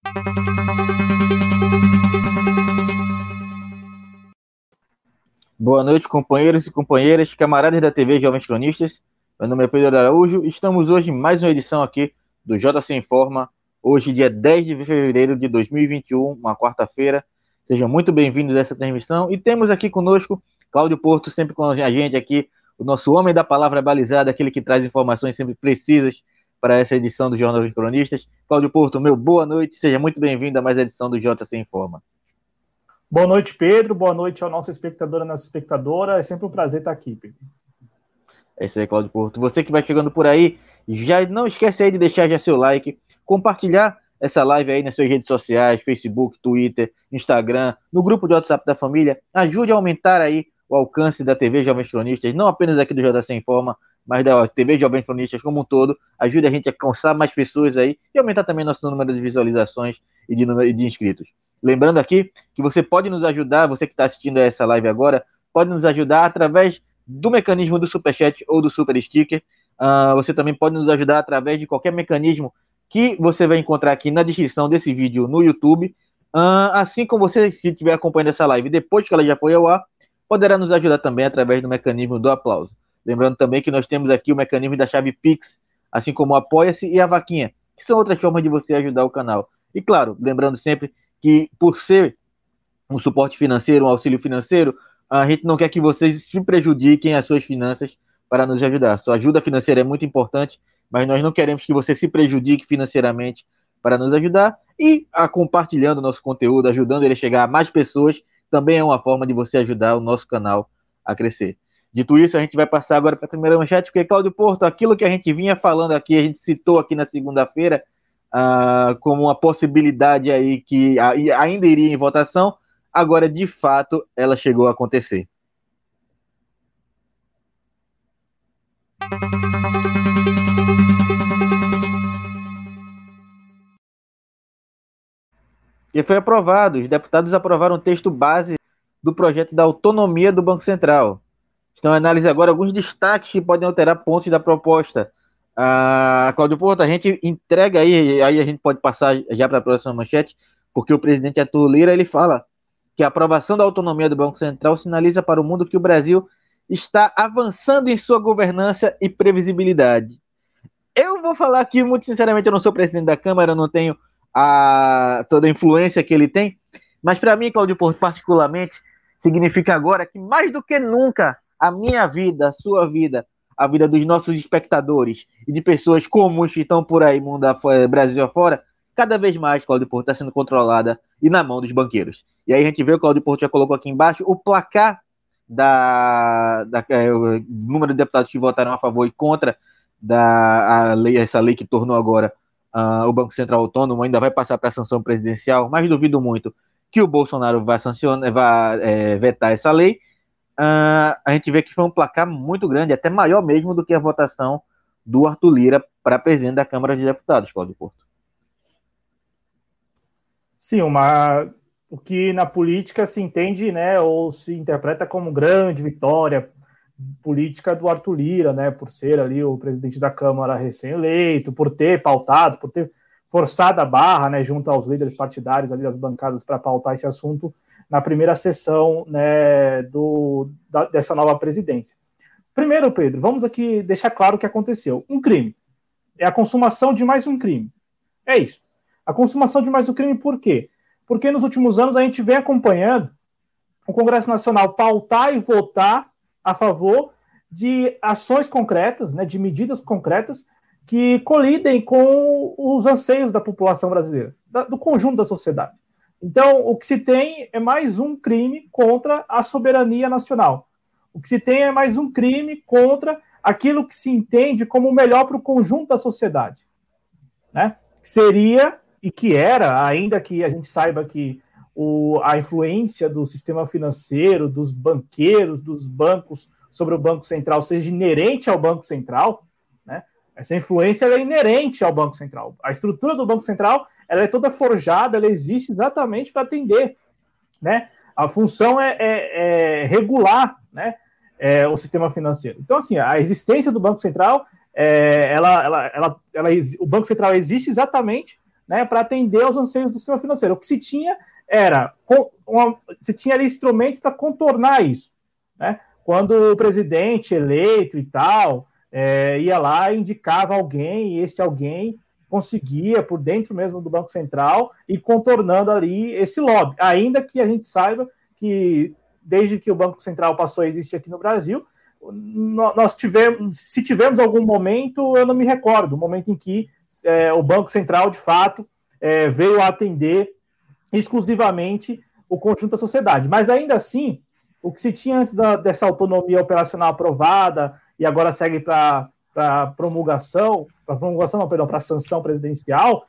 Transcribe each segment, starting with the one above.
Boa noite, companheiros e companheiras, camaradas da TV Jovens Cronistas. Meu nome é Pedro Araújo. Estamos hoje em mais uma edição aqui do JC Informa. Hoje, dia 10 de fevereiro de 2021, uma quarta-feira. Sejam muito bem-vindos a essa transmissão. E temos aqui conosco Cláudio Porto, sempre com a gente aqui, o nosso homem da palavra balizada, aquele que traz informações sempre precisas para essa edição do Jornal dos Cronistas. Cláudio Porto, meu boa noite. Seja muito bem-vindo a mais uma edição do JC Informa. Boa noite, Pedro. Boa noite ao nosso espectador e nossa espectadora. É sempre um prazer estar aqui, Pedro. É isso aí, Cláudio Porto. Você que vai chegando por aí, já não esquece aí de deixar já seu like, compartilhar essa live aí nas suas redes sociais, Facebook, Twitter, Instagram, no grupo de WhatsApp da família. Ajude a aumentar aí o alcance da TV Jovens Cronistas, não apenas aqui do JC Informa, mas da TV Jovens Cronistas como um todo. Ajude a gente a alcançar mais pessoas aí e aumentar também nosso número de visualizações e de inscritos. Lembrando aqui que você pode nos ajudar, você que está assistindo a essa live agora, pode nos ajudar através do mecanismo do Superchat ou do Super Sticker. Você também pode nos ajudar através de qualquer mecanismo que você vai encontrar aqui na descrição desse vídeo no YouTube. Assim como você, se estiver acompanhando essa live depois que ela já foi ao ar, poderá nos ajudar também através do mecanismo do aplauso. Lembrando também que nós temos aqui o mecanismo da chave Pix, assim como o Apoia-se e a Vaquinha, que são outras formas de você ajudar o canal. E claro, lembrando sempre que por ser um suporte financeiro, um auxílio financeiro, a gente não quer que vocês se prejudiquem as suas finanças para nos ajudar. Sua ajuda financeira é muito importante, mas nós não queremos que você se prejudique financeiramente para nos ajudar. E compartilhando o nosso conteúdo, ajudando ele a chegar a mais pessoas, também é uma forma de você ajudar o nosso canal a crescer. Dito isso, a gente vai passar agora para a primeira manchete, porque, Cláudio Porto, aquilo que a gente vinha falando aqui, a gente citou aqui na segunda-feira, como uma possibilidade aí que ainda iria em votação, agora de fato ela chegou a acontecer. E foi aprovado, os deputados aprovaram o texto base do projeto da autonomia do Banco Central. Estão analisando agora alguns destaques que podem alterar pontos da proposta. Cláudio Porto, a gente entrega aí a gente pode passar já para a próxima manchete, porque o presidente Arthur Lira, ele fala que a aprovação da autonomia do Banco Central sinaliza para o mundo que o Brasil está avançando em sua governança e previsibilidade. Eu vou falar aqui, muito sinceramente, eu não sou presidente da Câmara, eu não tenho toda a influência que ele tem, mas para mim, Cláudio Porto, particularmente, significa agora que mais do que nunca a minha vida, a sua vida, a vida dos nossos espectadores e de pessoas comuns que estão por aí, mundo afora, Brasil afora, cada vez mais, Cláudio Porto, está sendo controlada e na mão dos banqueiros. E aí a gente vê, o Cláudio Porto já colocou aqui embaixo, o placar o número de deputados que votaram a favor e contra essa lei que tornou agora o Banco Central autônomo, ainda vai passar para a sanção presidencial, mas duvido muito que o Bolsonaro vai vetar essa lei. A gente vê que foi um placar muito grande, até maior mesmo do que a votação do Arthur Lira para presidente da Câmara de Deputados, Cláudio Porto. Sim, o que na política se entende, né, ou se interpreta como grande vitória política do Arthur Lira, né, por ser ali o presidente da Câmara recém-eleito, por ter pautado, por ter forçado a barra, né, junto aos líderes partidários ali das bancadas para pautar esse assunto na primeira sessão, né, dessa nova presidência. Primeiro, Pedro, vamos aqui deixar claro o que aconteceu. Um crime. É a consumação de mais um crime. É isso. A consumação de mais um crime por quê? Porque nos últimos anos a gente vem acompanhando o Congresso Nacional pautar e votar a favor de ações concretas, né, de medidas concretas que colidem com os anseios da população brasileira, do conjunto da sociedade. Então, o que se tem é mais um crime contra a soberania nacional. O que se tem é mais um crime contra aquilo que se entende como o melhor para o conjunto da sociedade, né? Seria, e que era, ainda que a gente saiba que a influência do sistema financeiro, dos banqueiros, dos bancos sobre o Banco Central seja inerente ao Banco Central, né? Essa influência é inerente ao Banco Central. A estrutura do Banco Central ela é toda forjada, ela existe exatamente para atender, né? A função é regular, né, o sistema financeiro. Então, assim, a existência do Banco Central, o Banco Central existe exatamente, né, para atender aos anseios do sistema financeiro. O que se tinha era, se tinha ali instrumentos para contornar isso, né? Quando o presidente eleito e tal ia lá e indicava alguém, e este alguém conseguia, por dentro mesmo do Banco Central, ir contornando ali esse lobby, ainda que a gente saiba que, desde que o Banco Central passou a existir aqui no Brasil, se tivemos algum momento, eu não me recordo, um momento em que o Banco Central, de fato, veio a atender exclusivamente o conjunto da sociedade. Mas, ainda assim, o que se tinha antes dessa autonomia operacional aprovada e agora segue para promulgação, para a sanção presidencial,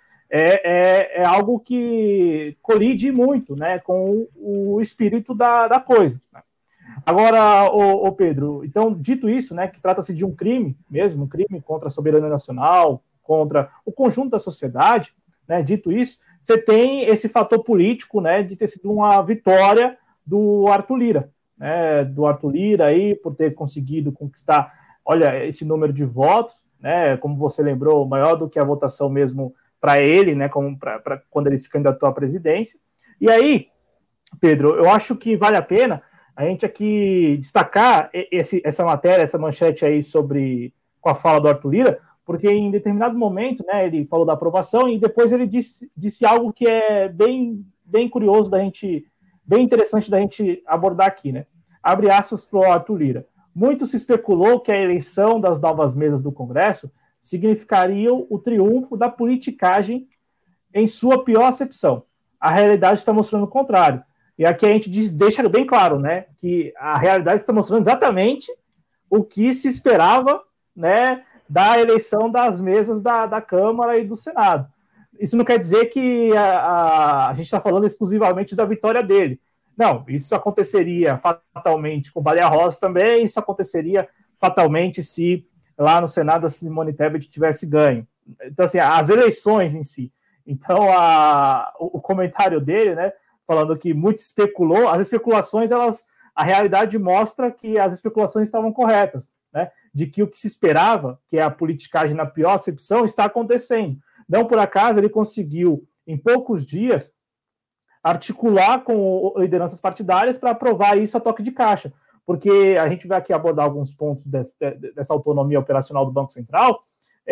é algo que colide muito, né, com o espírito da coisa. Agora, ô Pedro, então, dito isso, né, que trata-se de um crime mesmo, um crime contra a soberania nacional, contra o conjunto da sociedade, né, dito isso, você tem esse fator político, né, de ter sido uma vitória do Arthur Lira, né, aí, por ter conseguido conquistar, olha, esse número de votos, né, como você lembrou, maior do que a votação mesmo para ele, né, quando ele se candidatou à presidência. E aí, Pedro, eu acho que vale a pena a gente aqui destacar essa matéria, essa manchete aí com a fala do Arthur Lira, porque em determinado momento, né, ele falou da aprovação e depois ele disse algo que é bem curioso bem interessante da gente abordar aqui, né? Abre aspas para o Arthur Lira. Muito se especulou que a eleição das novas mesas do Congresso significaria o triunfo da politicagem em sua pior acepção. A realidade está mostrando o contrário. E aqui a gente deixa bem claro, né, que a realidade está mostrando exatamente o que se esperava, né, da eleição das mesas da Câmara e do Senado. Isso não quer dizer que a gente está falando exclusivamente da vitória dele. Não, isso aconteceria fatalmente com Baleia Rossi também, isso aconteceria fatalmente se lá no Senado a Simone Tebet tivesse ganho. Então, assim, as eleições em si. Então, o comentário dele, né, falando que muito especulou, as especulações, a realidade mostra que as especulações estavam corretas, né, de que o que se esperava, que é a politicagem na pior acepção, está acontecendo. Não por acaso ele conseguiu, em poucos dias, articular com lideranças partidárias para aprovar isso a toque de caixa, porque a gente vai aqui abordar alguns pontos dessa autonomia operacional do Banco Central.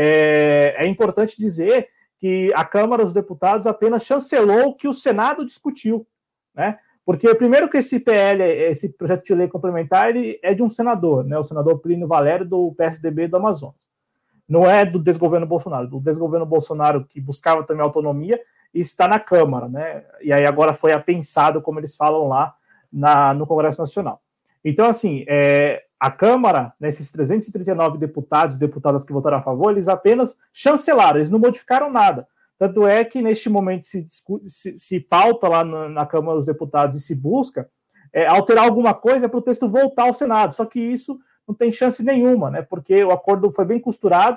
É importante dizer que a Câmara dos Deputados apenas chancelou o que o Senado discutiu, né? Porque, primeiro, que esse PL, esse projeto de lei complementar, ele é de um senador, né? O senador Plínio Valério, do PSDB do Amazonas. Não é do desgoverno Bolsonaro. Do desgoverno Bolsonaro, que buscava também autonomia, está na Câmara, né? E aí agora foi apensado, como eles falam lá no Congresso Nacional. Então, assim, a Câmara, nesses 339 deputados e deputadas que votaram a favor, eles apenas chancelaram, eles não modificaram nada. Tanto é que, neste momento, se pauta lá na Câmara dos Deputados e se busca alterar alguma coisa para o texto voltar ao Senado. Só que isso não tem chance nenhuma, né? Porque o acordo foi bem costurado,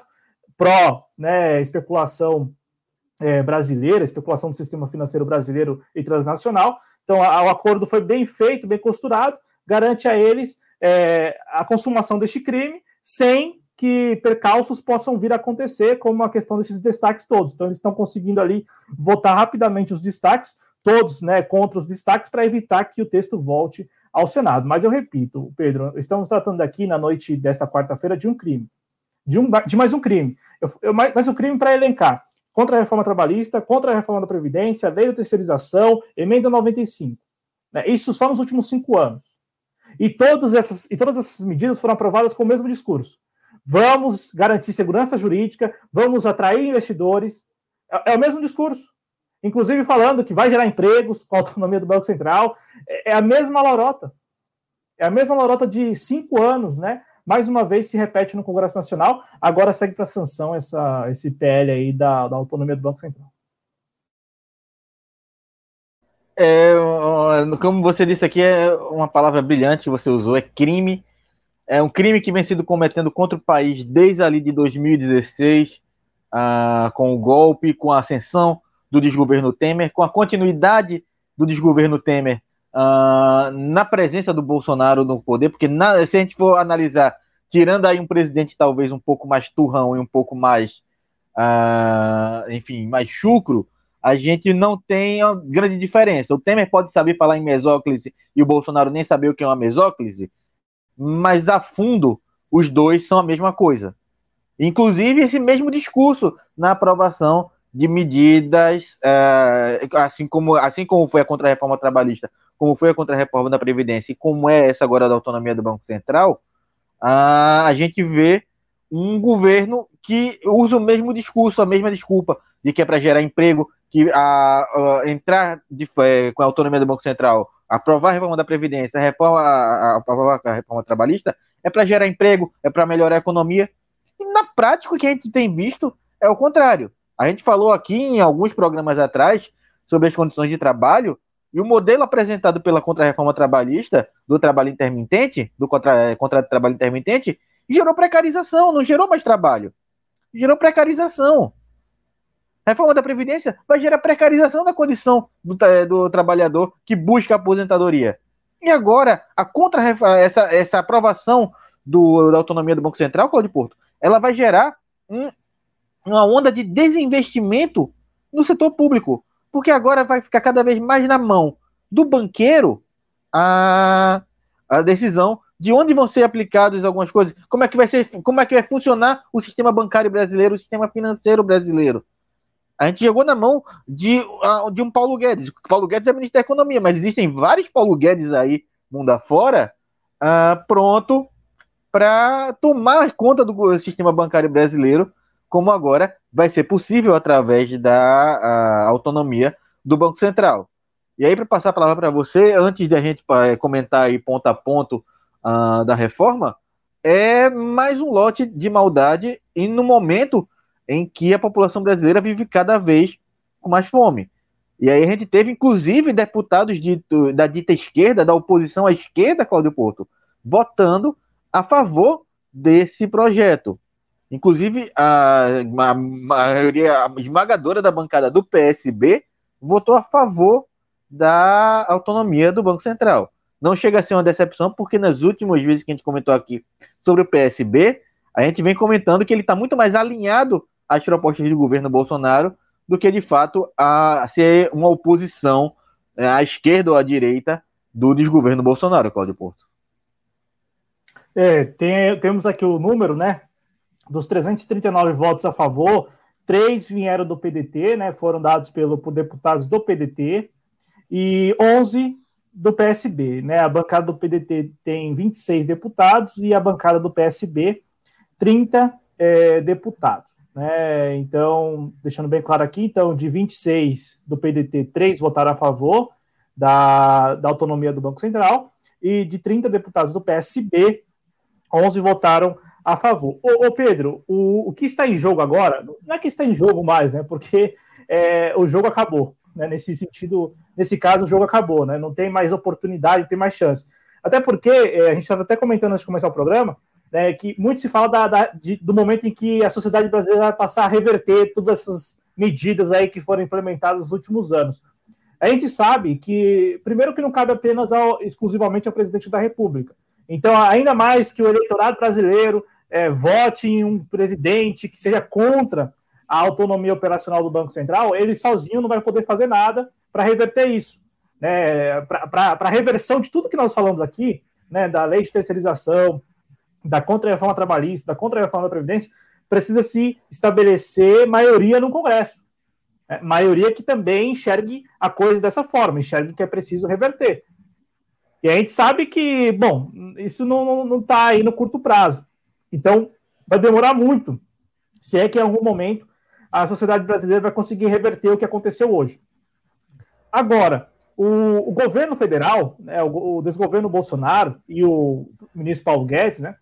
né, especulação brasileira, especulação do sistema financeiro brasileiro e transnacional. Então, o acordo foi bem feito, bem costurado, garante a eles a consumação deste crime sem que percalços possam vir a acontecer, como a questão desses destaques todos. Então, eles estão conseguindo ali votar rapidamente os destaques, todos, né, contra os destaques, para evitar que o texto volte ao Senado. Mas eu repito, Pedro, estamos tratando aqui na noite desta quarta-feira de um crime, de mais um crime, mais um crime para elencar, contra a reforma trabalhista, contra a reforma da Previdência, lei da terceirização, emenda 95. Né, isso só nos últimos 5 anos. E todas essas medidas foram aprovadas com o mesmo discurso. Vamos garantir segurança jurídica, vamos atrair investidores. É o mesmo discurso. Inclusive falando que vai gerar empregos com a autonomia do Banco Central. É a mesma lorota. É a mesma lorota de 5 anos, né? Mais uma vez se repete no Congresso Nacional. Agora segue para sanção esse PL aí da autonomia do Banco Central. Como você disse aqui, é uma palavra brilhante que você usou, é crime. É um crime que vem sido cometendo contra o país desde ali de 2016, com o golpe, com a ascensão do desgoverno Temer, com a continuidade do desgoverno Temer na presença do Bolsonaro no poder, porque se a gente for analisar, tirando aí um presidente talvez um pouco mais turrão e um pouco mais, enfim, mais chucro, a gente não tem uma grande diferença. O Temer pode saber falar em mesóclise e o Bolsonaro nem saber o que é uma mesóclise, mas a fundo os dois são a mesma coisa. Inclusive esse mesmo discurso na aprovação de medidas, assim como foi a contra-reforma trabalhista, como foi a contra-reforma da Previdência e como é essa agora da autonomia do Banco Central, a gente vê um governo que usa o mesmo discurso, a mesma desculpa, de que é para gerar emprego, que entrar com a autonomia do Banco Central, aprovar a reforma da Previdência, aprovar a reforma trabalhista, é para gerar emprego, é para melhorar a economia. E na prática, o que a gente tem visto é o contrário. A gente falou aqui em alguns programas atrás sobre as condições de trabalho, e o modelo apresentado pela contra-reforma trabalhista, do trabalho intermitente, do contrato de trabalho intermitente, gerou precarização, não gerou mais trabalho. Gerou precarização. A reforma da Previdência vai gerar precarização da condição do trabalhador que busca a aposentadoria. E agora, essa aprovação da autonomia do Banco Central, Cláudio Porto, ela vai gerar uma onda de desinvestimento no setor público, porque agora vai ficar cada vez mais na mão do banqueiro a decisão de onde vão ser aplicadas algumas coisas, como é que vai funcionar o sistema bancário brasileiro, o sistema financeiro brasileiro. A gente chegou na mão de um Paulo Guedes. O Paulo Guedes é ministro da Economia, mas existem vários Paulo Guedes aí, mundo afora, pronto para tomar conta do sistema bancário brasileiro, como agora vai ser possível através da autonomia do Banco Central. E aí, para passar a palavra para você, antes de a gente comentar aí ponto a ponto da reforma, é mais um lote de maldade e no momento em que a população brasileira vive cada vez com mais fome. E aí a gente teve, inclusive, deputados da dita esquerda, da oposição à esquerda, Cláudio Porto, votando a favor desse projeto. Inclusive, a maioria esmagadora da bancada do PSB votou a favor da autonomia do Banco Central. Não chega a ser uma decepção, porque nas últimas vezes que a gente comentou aqui sobre o PSB, a gente vem comentando que ele está muito mais alinhado às propostas do governo Bolsonaro do que, de fato, a ser uma oposição à esquerda ou à direita do desgoverno Bolsonaro, Cláudio Porto. Temos aqui o número, né? Dos 339 votos a favor, 3 vieram do PDT, né? Foram dados por deputados do PDT, e 11 do PSB, né? A bancada do PDT tem 26 deputados e a bancada do PSB 30 deputados, né? Então, deixando bem claro aqui, então, de 26 do PDT, 3 votaram a favor da autonomia do Banco Central, e de 30 deputados do PSB, 11 votaram a favor. Ô Pedro, o que está em jogo agora, não é que está em jogo mais, né? Porque o jogo acabou, né? Nesse sentido, nesse caso, o jogo acabou, né? Não tem mais oportunidade, não tem mais chance. Até porque, a gente estava até comentando antes de começar o programa, né, que muito se fala do momento em que a sociedade brasileira vai passar a reverter todas essas medidas aí que foram implementadas nos últimos anos. A gente sabe que, primeiro, que não cabe apenas exclusivamente ao presidente da República. Então, ainda mais que o eleitorado brasileiro vote em um presidente que seja contra a autonomia operacional do Banco Central, ele sozinho não vai poder fazer nada para reverter isso. Né? Para a reversão de tudo que nós falamos aqui, né, da lei de terceirização, da contra-reforma trabalhista, da contra-reforma da Previdência, precisa se estabelecer maioria no Congresso. Maioria que também enxergue a coisa dessa forma, enxergue que é preciso reverter. E a gente sabe que, bom, isso não está aí no curto prazo. Então, vai demorar muito, se é que em algum momento a sociedade brasileira vai conseguir reverter o que aconteceu hoje. Agora, o governo federal, né, o desgoverno Bolsonaro e o ministro Paulo Guedes, né,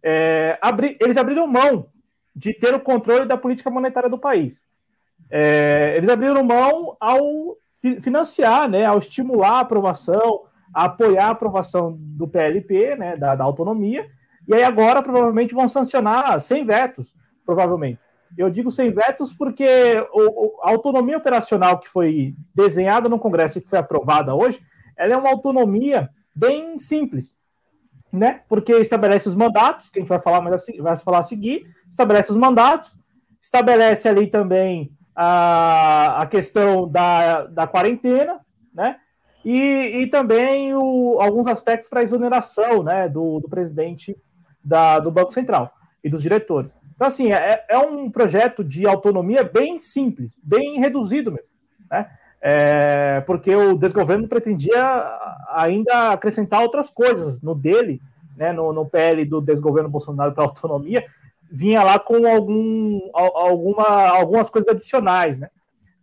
eles abriram mão de ter o controle da política monetária do país. Eles abriram mão ao financiar, né, ao estimular a aprovação, a apoiar a aprovação do PLP, né, da autonomia, e aí agora provavelmente vão sancionar sem vetos, provavelmente. Eu digo sem vetos porque a autonomia operacional que foi desenhada no Congresso e que foi aprovada hoje, ela é uma autonomia bem simples, né? Porque estabelece os mandatos, que a gente vai falar a seguir, estabelece os mandatos, estabelece ali também a questão da quarentena, né? E também alguns aspectos para exoneração, né, do presidente do Banco Central e dos diretores. Então, assim, é um projeto de autonomia bem simples, bem reduzido mesmo, né? Porque o desgoverno pretendia ainda acrescentar outras coisas no dele, né, no PL do desgoverno Bolsonaro para autonomia, vinha lá com algumas coisas adicionais, né?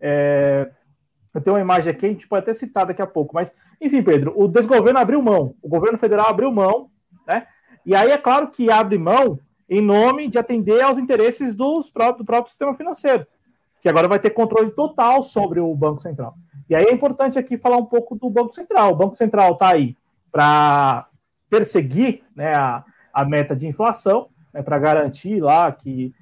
Eu tenho uma imagem aqui, a gente pode até citar daqui a pouco, mas, enfim, Pedro, o desgoverno abriu mão, o governo federal abriu mão, né? E aí é claro que abre mão em nome de atender aos interesses do próprio sistema financeiro, que agora vai ter controle total sobre o Banco Central. E aí é importante aqui falar um pouco do Banco Central. O Banco Central está aí para perseguir, né, a meta de inflação, né, para garantir lá que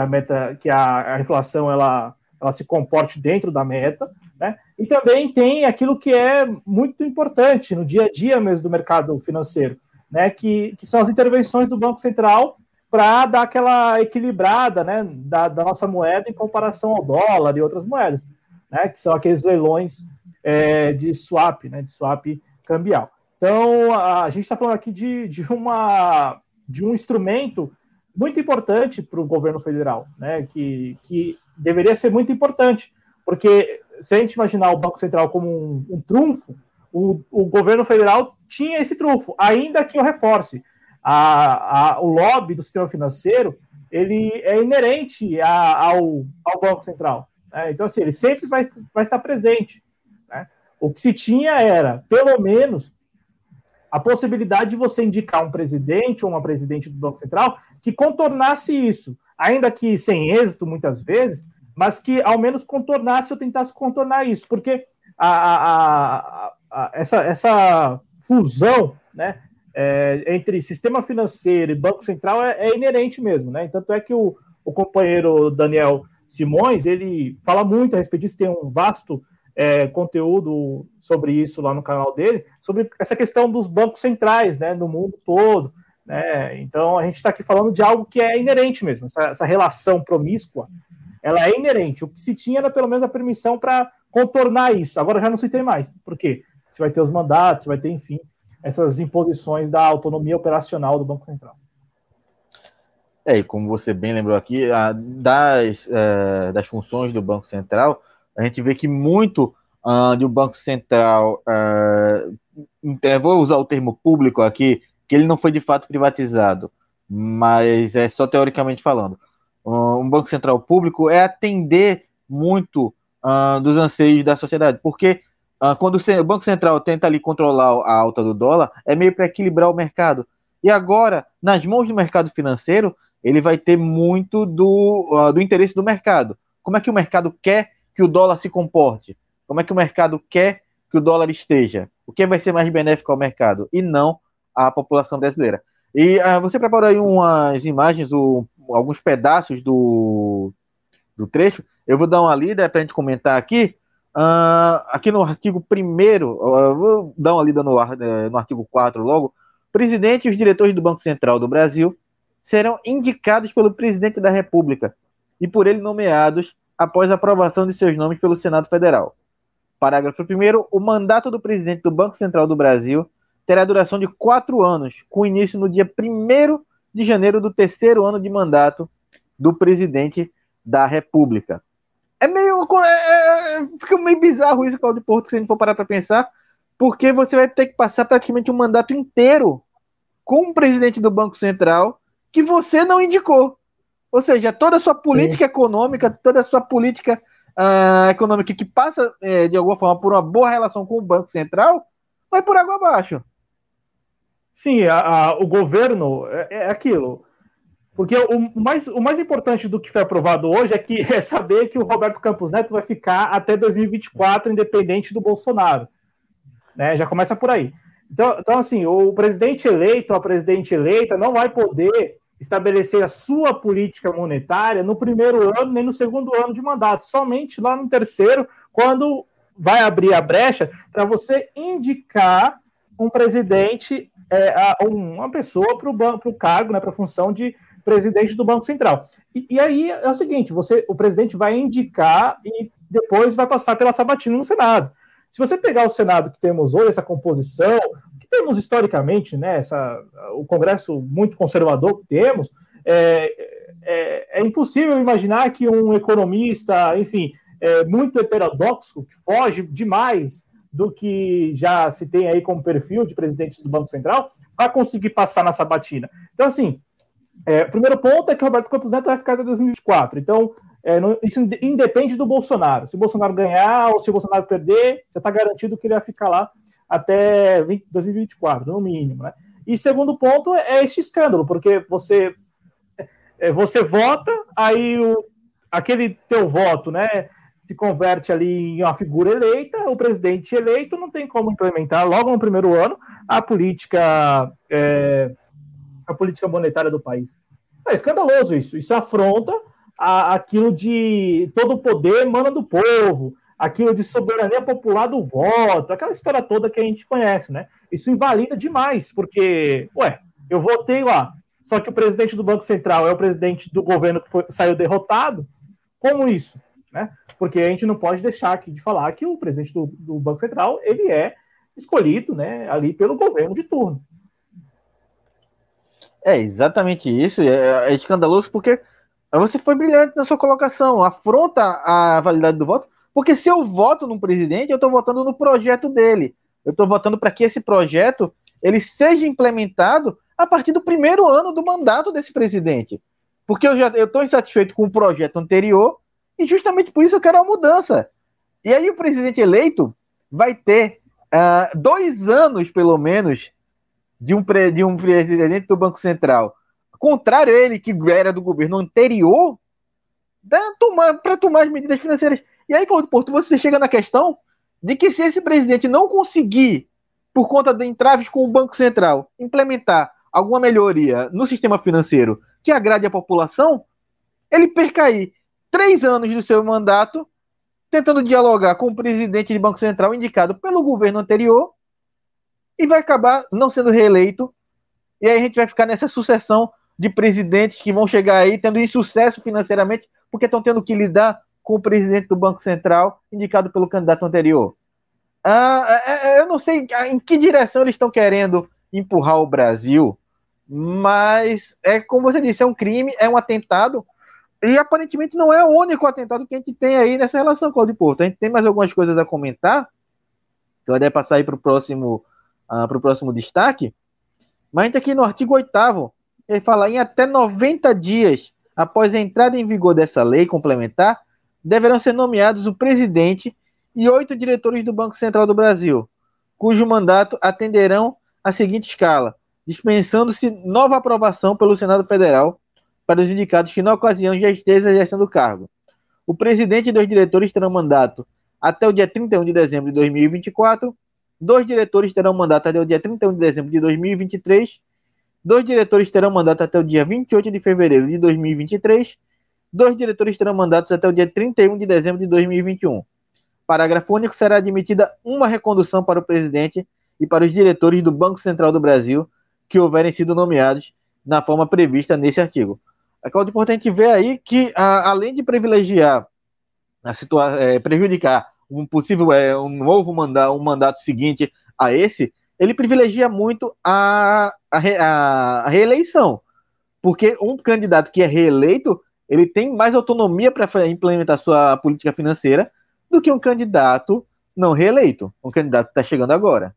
a inflação ela se comporte dentro da meta, né? E também tem aquilo que é muito importante no dia a dia mesmo do mercado financeiro, né, que são as intervenções do Banco Central para dar aquela equilibrada, né, da nossa moeda em comparação ao dólar e outras moedas, né, que são aqueles leilões de swap, né, de swap cambial. Então, a gente está falando aqui de um instrumento muito importante para o governo federal, né, que deveria ser muito importante, porque se a gente imaginar o Banco Central como um trunfo, o governo federal tinha esse trunfo, ainda que eu reforce. O lobby do sistema financeiro ele é inerente ao Banco Central, né? Então, assim, ele sempre vai estar presente, né? O que se tinha era, pelo menos, a possibilidade de você indicar um presidente ou uma presidente do Banco Central que contornasse isso, ainda que sem êxito, muitas vezes, mas que ao menos contornasse ou tentasse contornar isso, porque essa fusão, né, entre sistema financeiro e Banco Central é inerente mesmo, né? Tanto é que o companheiro Daniel Simões, ele fala muito a respeito disso, tem um vasto conteúdo sobre isso lá no canal dele, sobre essa questão dos bancos centrais, né, no mundo todo, né? Então a gente está aqui falando de algo que é inerente mesmo, essa relação promíscua, ela é inerente. O que se tinha era pelo menos a permissão para contornar isso. Agora já não se tem mais. Por quê? Você vai ter os mandatos, você vai ter, enfim, essas imposições da autonomia operacional do Banco Central. E como você bem lembrou aqui, das funções do Banco Central, a gente vê que muito de um Banco Central, vou usar o termo público aqui, que ele não foi de fato privatizado, mas é só teoricamente falando. Um Banco Central público é atender muito dos anseios da sociedade, porque quando o Banco Central tenta ali controlar a alta do dólar, é meio para equilibrar o mercado. E agora, nas mãos do mercado financeiro, ele vai ter muito do interesse do mercado. Como é que o mercado quer que o dólar se comporte? Como é que o mercado quer que o dólar esteja? O que vai ser mais benéfico ao mercado? E não à população brasileira. E você preparou aí umas imagens, alguns pedaços do trecho. Eu vou dar uma lida para a gente comentar aqui. Aqui no artigo 1º, vou dar uma lida no artigo 4 logo. Presidente e os diretores do Banco Central do Brasil serão indicados pelo presidente da República e por ele nomeados após a aprovação de seus nomes pelo Senado Federal. Parágrafo 1º. O mandato do presidente do Banco Central do Brasil terá duração de 4 anos, com início no dia 1º de janeiro do 3º ano de mandato do presidente da República. Fica meio bizarro isso, Cláudio Porto, se a gente for parar para pensar, porque você vai ter que passar praticamente um mandato inteiro com o presidente do Banco Central que você não indicou. Ou seja, toda a sua política econômica, toda a sua política econômica que passa, de alguma forma, por uma boa relação com o Banco Central, vai por água abaixo. Sim, o governo é aquilo. Porque o mais importante do que foi aprovado hoje é saber que o Roberto Campos Neto vai ficar até 2024, independente do Bolsonaro. Né? Já começa por aí. Então, assim, o presidente eleito, a presidente eleita, não vai poder estabelecer a sua política monetária no primeiro ano, nem no segundo ano de mandato, somente lá no terceiro, quando vai abrir a brecha para você indicar um presidente, uma pessoa para o cargo, né, para a função de presidente do Banco Central. E aí é o seguinte, o presidente vai indicar e depois vai passar pela sabatina no Senado. Se você pegar o Senado que temos hoje, essa composição, que temos historicamente, né, o Congresso muito conservador que temos, é impossível imaginar que um economista, enfim, muito heterodoxo, que foge demais do que já se tem aí como perfil de presidentes do Banco Central, vai conseguir passar na sabatina. Então, assim, o primeiro ponto é que o Roberto Campos Neto vai ficar até 2024. Então, isso independe do Bolsonaro. Se o Bolsonaro ganhar ou se o Bolsonaro perder, já está garantido que ele vai ficar lá até 2024, no mínimo, né? E segundo ponto é esse escândalo, porque você vota, aí aquele teu voto, né, se converte ali em uma figura eleita, o presidente eleito não tem como implementar logo no primeiro ano a política monetária do país. É escandaloso isso. Isso afronta aquilo de todo o poder emana do povo, aquilo de soberania popular do voto, aquela história toda que a gente conhece, né? Isso invalida demais, porque, eu votei lá, só que o presidente do Banco Central é o presidente do governo que saiu derrotado. Como isso? Né? Porque a gente não pode deixar aqui de falar que o presidente do Banco Central ele é escolhido, né, ali pelo governo de turno. É exatamente isso. É escandaloso porque você foi brilhante na sua colocação. Afronta a validade do voto. Porque se eu voto num presidente, eu estou votando no projeto dele. Eu estou votando para que esse projeto ele seja implementado a partir do primeiro ano do mandato desse presidente. Porque eu estou insatisfeito com o projeto anterior e justamente por isso eu quero uma mudança. E aí o presidente eleito vai ter 2 anos, pelo menos, de um presidente do Banco Central. Contrário a ele, que era do governo anterior, para tomar as medidas financeiras. E aí, Claudio Porto, você chega na questão de que se esse presidente não conseguir, por conta de entraves com o Banco Central, implementar alguma melhoria no sistema financeiro que agrade a população, ele perca aí 3 anos do seu mandato tentando dialogar com o presidente do Banco Central indicado pelo governo anterior e vai acabar não sendo reeleito. E aí a gente vai ficar nessa sucessão de presidentes que vão chegar aí tendo insucesso financeiramente porque estão tendo que lidar com o presidente do Banco Central indicado pelo candidato anterior. Eu não sei em que direção eles estão querendo empurrar o Brasil, mas como você disse, é um crime, é um atentado, e aparentemente não é o único atentado que a gente tem aí nessa relação, Claudio Porto. A gente tem mais algumas coisas a comentar, que vai passar aí para o próximo destaque, mas a gente aqui no artigo 8º, ele fala em até 90 dias após a entrada em vigor dessa lei complementar, deverão ser nomeados o presidente e 8 diretores do Banco Central do Brasil, cujo mandato atenderão a seguinte escala, dispensando-se nova aprovação pelo Senado Federal para os indicados que na ocasião já estejam exercendo o cargo. O presidente e 2 diretores terão mandato até o dia 31 de dezembro de 2024, 2 diretores terão mandato até o dia 31 de dezembro de 2023, 2 diretores terão mandato até o dia 28 de fevereiro de 2023, 2 diretores terão mandatos até o dia 31 de dezembro de 2021. Parágrafo único, será admitida uma recondução para o presidente e para os diretores do Banco Central do Brasil que houverem sido nomeados na forma prevista nesse artigo. É importante ver aí que, além de privilegiar prejudicar um possível um novo mandato, um mandato seguinte a esse, ele privilegia muito a reeleição, porque um candidato que é reeleito, ele tem mais autonomia para implementar sua política financeira do que um candidato não reeleito, um candidato que está chegando agora.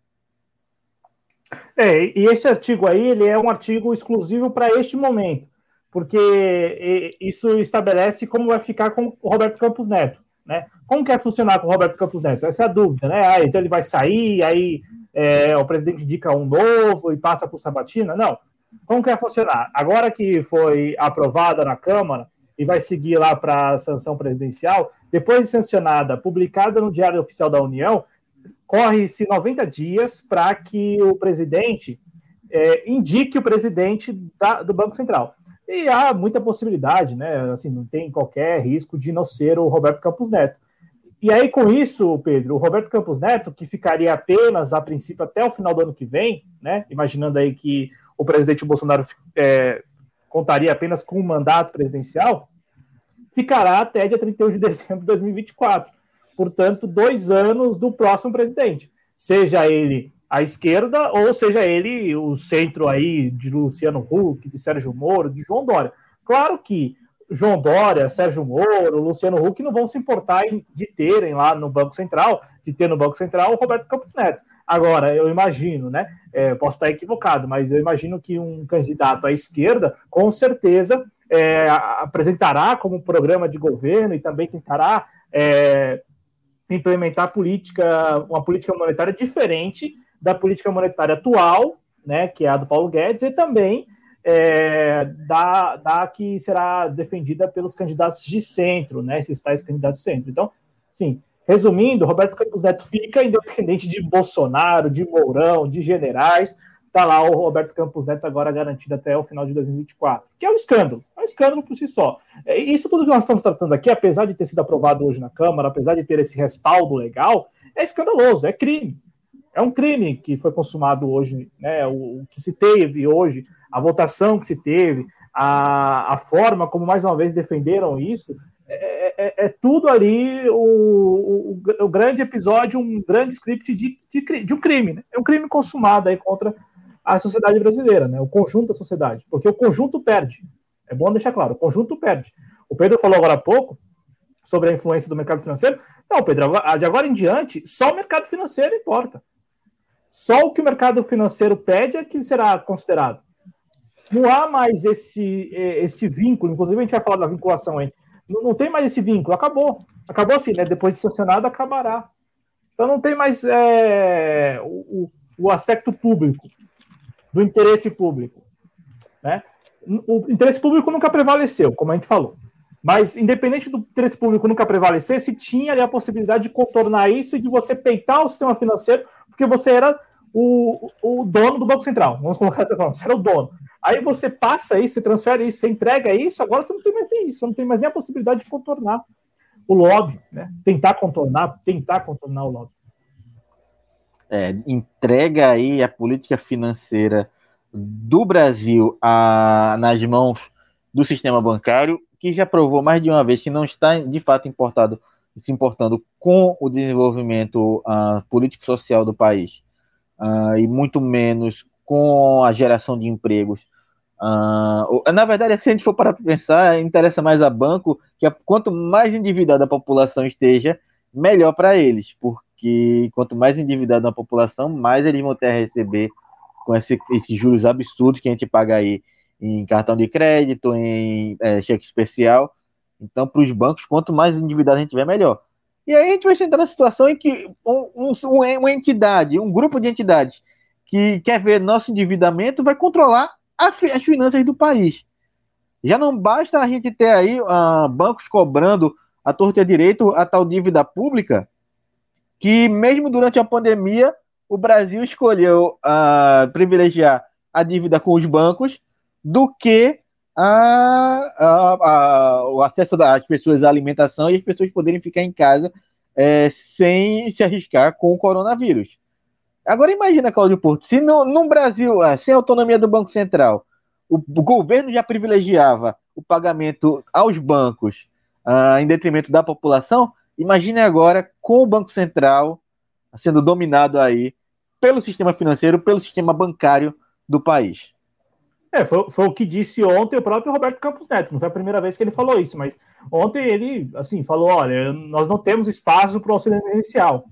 E esse artigo aí, ele é um artigo exclusivo para este momento, porque isso estabelece como vai ficar com o Roberto Campos Neto, né? Como que vai funcionar com o Roberto Campos Neto? Essa é a dúvida, né? Então ele vai sair, aí o presidente indica um novo e passa por sabatina? Não. Como que vai funcionar? Agora que foi aprovada na Câmara e vai seguir lá para a sanção presidencial, depois de sancionada, publicada no Diário Oficial da União, corre-se 90 dias para que o presidente indique o presidente do Banco Central. E há muita possibilidade, né? Assim, não tem qualquer risco de não ser o Roberto Campos Neto. E aí, com isso, Pedro, o Roberto Campos Neto, que ficaria apenas, a princípio, até o final do ano que vem, né? Imaginando aí que o presidente Bolsonaro contaria apenas com um mandato presidencial, ficará até dia 31 de dezembro de 2024. Portanto, 2 anos do próximo presidente. Seja ele à esquerda ou seja ele o centro aí de Luciano Huck, de Sérgio Moro, de João Dória. Claro que João Dória, Sérgio Moro, Luciano Huck não vão se importar de terem lá no Banco Central, de ter no Banco Central o Roberto Campos Neto. Agora, eu imagino, né? Posso estar equivocado, mas eu imagino que um candidato à esquerda, com certeza, apresentará como programa de governo e também tentará implementar uma política monetária diferente da política monetária atual, né, que é a do Paulo Guedes, e também da que será defendida pelos candidatos de centro, né, esses tais candidatos de centro. Então, sim, resumindo, Roberto Campos Neto fica independente de Bolsonaro, de Mourão, de generais. Está lá o Roberto Campos Neto agora garantido até o final de 2024, que é um escândalo por si só. Isso tudo que nós estamos tratando aqui, apesar de ter sido aprovado hoje na Câmara, apesar de ter esse respaldo legal, é escandaloso, é crime. É um crime que foi consumado hoje, né? O que se teve hoje, a votação que se teve, a forma como mais uma vez defenderam isso, é tudo ali o grande episódio, um grande script de um crime, né? É um crime consumado aí contra a sociedade brasileira, né? O conjunto da sociedade, porque o conjunto perde. É bom deixar claro, o conjunto perde. O Pedro falou agora há pouco sobre a influência do mercado financeiro. Não, Pedro, de agora em diante, só o mercado financeiro importa. Só o que o mercado financeiro pede é que será considerado. Não há mais este vínculo, inclusive a gente vai falar da vinculação aí. Não tem mais esse vínculo, acabou. Acabou assim, né? Depois de sancionado, acabará. Então não tem mais o aspecto público, do interesse público, né? O interesse público nunca prevaleceu, como a gente falou. Mas, independente do interesse público nunca prevalecer, se tinha ali a possibilidade de contornar isso e de você peitar o sistema financeiro, porque você era o dono do Banco Central. Vamos colocar dessa forma, você era o dono. Aí você passa isso, você transfere isso, você entrega isso, agora você não tem mais nem isso, você não tem mais nem a possibilidade de contornar o lobby, né? Tentar contornar o lobby. Entrega aí a política financeira do Brasil nas mãos do sistema bancário, que já provou mais de uma vez que não está de fato se importando com o desenvolvimento político-social do país, e muito menos com a geração de empregos. Na verdade, se a gente for para pensar, interessa mais a banco, que quanto mais endividada a população esteja, melhor para eles, porque quanto mais endividada a população, mais eles vão ter a receber com esses juros absurdos que a gente paga aí em cartão de crédito, em cheque especial. Então, para os bancos, quanto mais endividado a gente tiver, melhor. E aí a gente vai entrar na situação em que uma entidade, um grupo de entidades que quer ver nosso endividamento vai controlar as finanças do país. Já não basta a gente ter aí bancos cobrando a torta e a direito a tal dívida pública, que mesmo durante a pandemia o Brasil escolheu privilegiar a dívida com os bancos do que o acesso das pessoas à alimentação e as pessoas poderem ficar em casa sem se arriscar com o coronavírus. Agora imagina, Cláudio Porto, se no Brasil, sem autonomia do Banco Central, o governo já privilegiava o pagamento aos bancos em detrimento da população, imagine agora com o Banco Central sendo dominado aí pelo sistema financeiro, pelo sistema bancário do país. Foi o que disse ontem o próprio Roberto Campos Neto. Não foi a primeira vez que ele falou isso, mas ontem ele falou: olha, nós não temos espaço para o auxílio emergencial.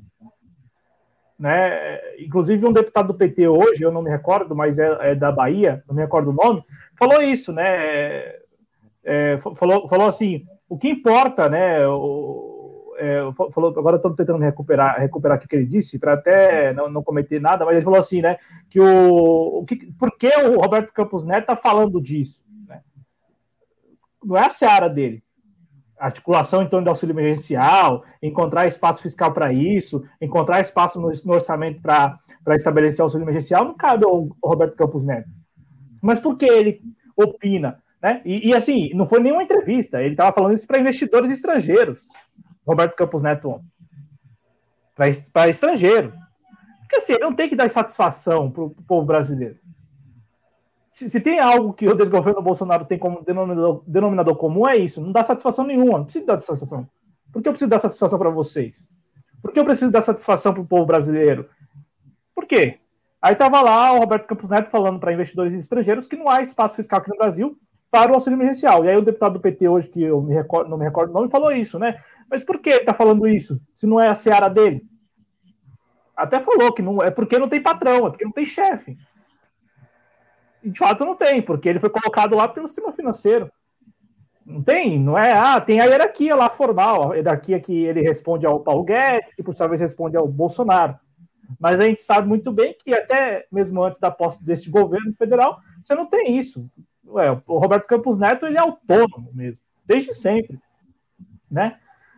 Né? Inclusive um deputado do PT hoje, eu não me recordo, mas é da Bahia, não me recordo o nome, falou isso, né? Falou assim, o que importa, né? Falou, agora eu estou tentando recuperar aqui o que ele disse, para até não cometer nada, mas ele falou assim, né? Por que o Roberto Campos Neto está falando disso? Né? Não é a seara dele. Articulação em torno do auxílio emergencial, encontrar espaço fiscal para isso, encontrar espaço no orçamento para estabelecer o auxílio emergencial, não cabe ao Roberto Campos Neto. Mas por que ele opina? Né? E assim, não foi nenhuma entrevista, ele estava falando isso para investidores estrangeiros, Roberto Campos Neto, para estrangeiros. Porque assim, ele não tem que dar satisfação para o povo brasileiro. Se tem algo que o desgoverno Bolsonaro tem como denominador comum, é isso. Não dá satisfação nenhuma. Não precisa dar satisfação. Por que eu preciso dar satisfação para vocês? Por que eu preciso dar satisfação para o povo brasileiro? Por quê? Aí estava lá o Roberto Campos Neto falando para investidores estrangeiros que não há espaço fiscal aqui no Brasil para o auxílio emergencial. E aí o deputado do PT hoje, que eu não me recordo o nome, falou isso, né? Mas por que ele está falando isso, se não é a seara dele? Até falou que não é porque não tem patrão, é porque não tem chefe. E de fato não tem, porque ele foi colocado lá pelo sistema financeiro. Não tem, não é? Tem a hierarquia lá formal, a hierarquia que ele responde ao Paulo Guedes, que por sua vez responde ao Bolsonaro. Mas a gente sabe muito bem que até mesmo antes da posse desse governo federal, você não tem isso. O Roberto Campos Neto, ele é autônomo mesmo, desde sempre, né?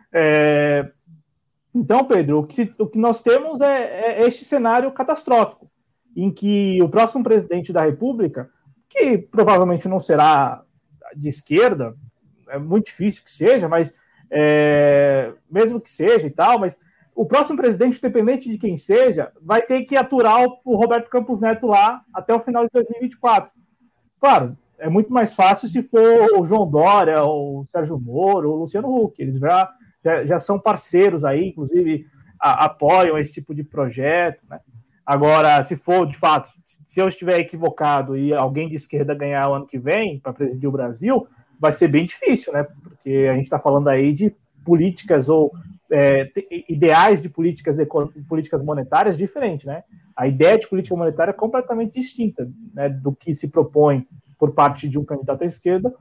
Então, Pedro, o que nós temos é este cenário catastrófico, em que o próximo presidente da República, que provavelmente não será de esquerda, é muito difícil que seja, mas mesmo que seja e tal, mas o próximo presidente, independente de quem seja, vai ter que aturar o Roberto Campos Neto lá até o final de 2024. Claro, é muito mais fácil se for o João Dória, o Sérgio Moro, o Luciano Huck. Eles já são parceiros aí, inclusive apoiam esse tipo de projeto, né? Agora, se for, de fato, se eu estiver equivocado e alguém de esquerda ganhar o ano que vem para presidir o Brasil, vai ser bem difícil, né? Porque a gente está falando aí de políticas ou ideais de políticas monetárias diferentes, né? A ideia de política monetária é completamente distinta, né, do que se propõe por parte de um candidato à esquerda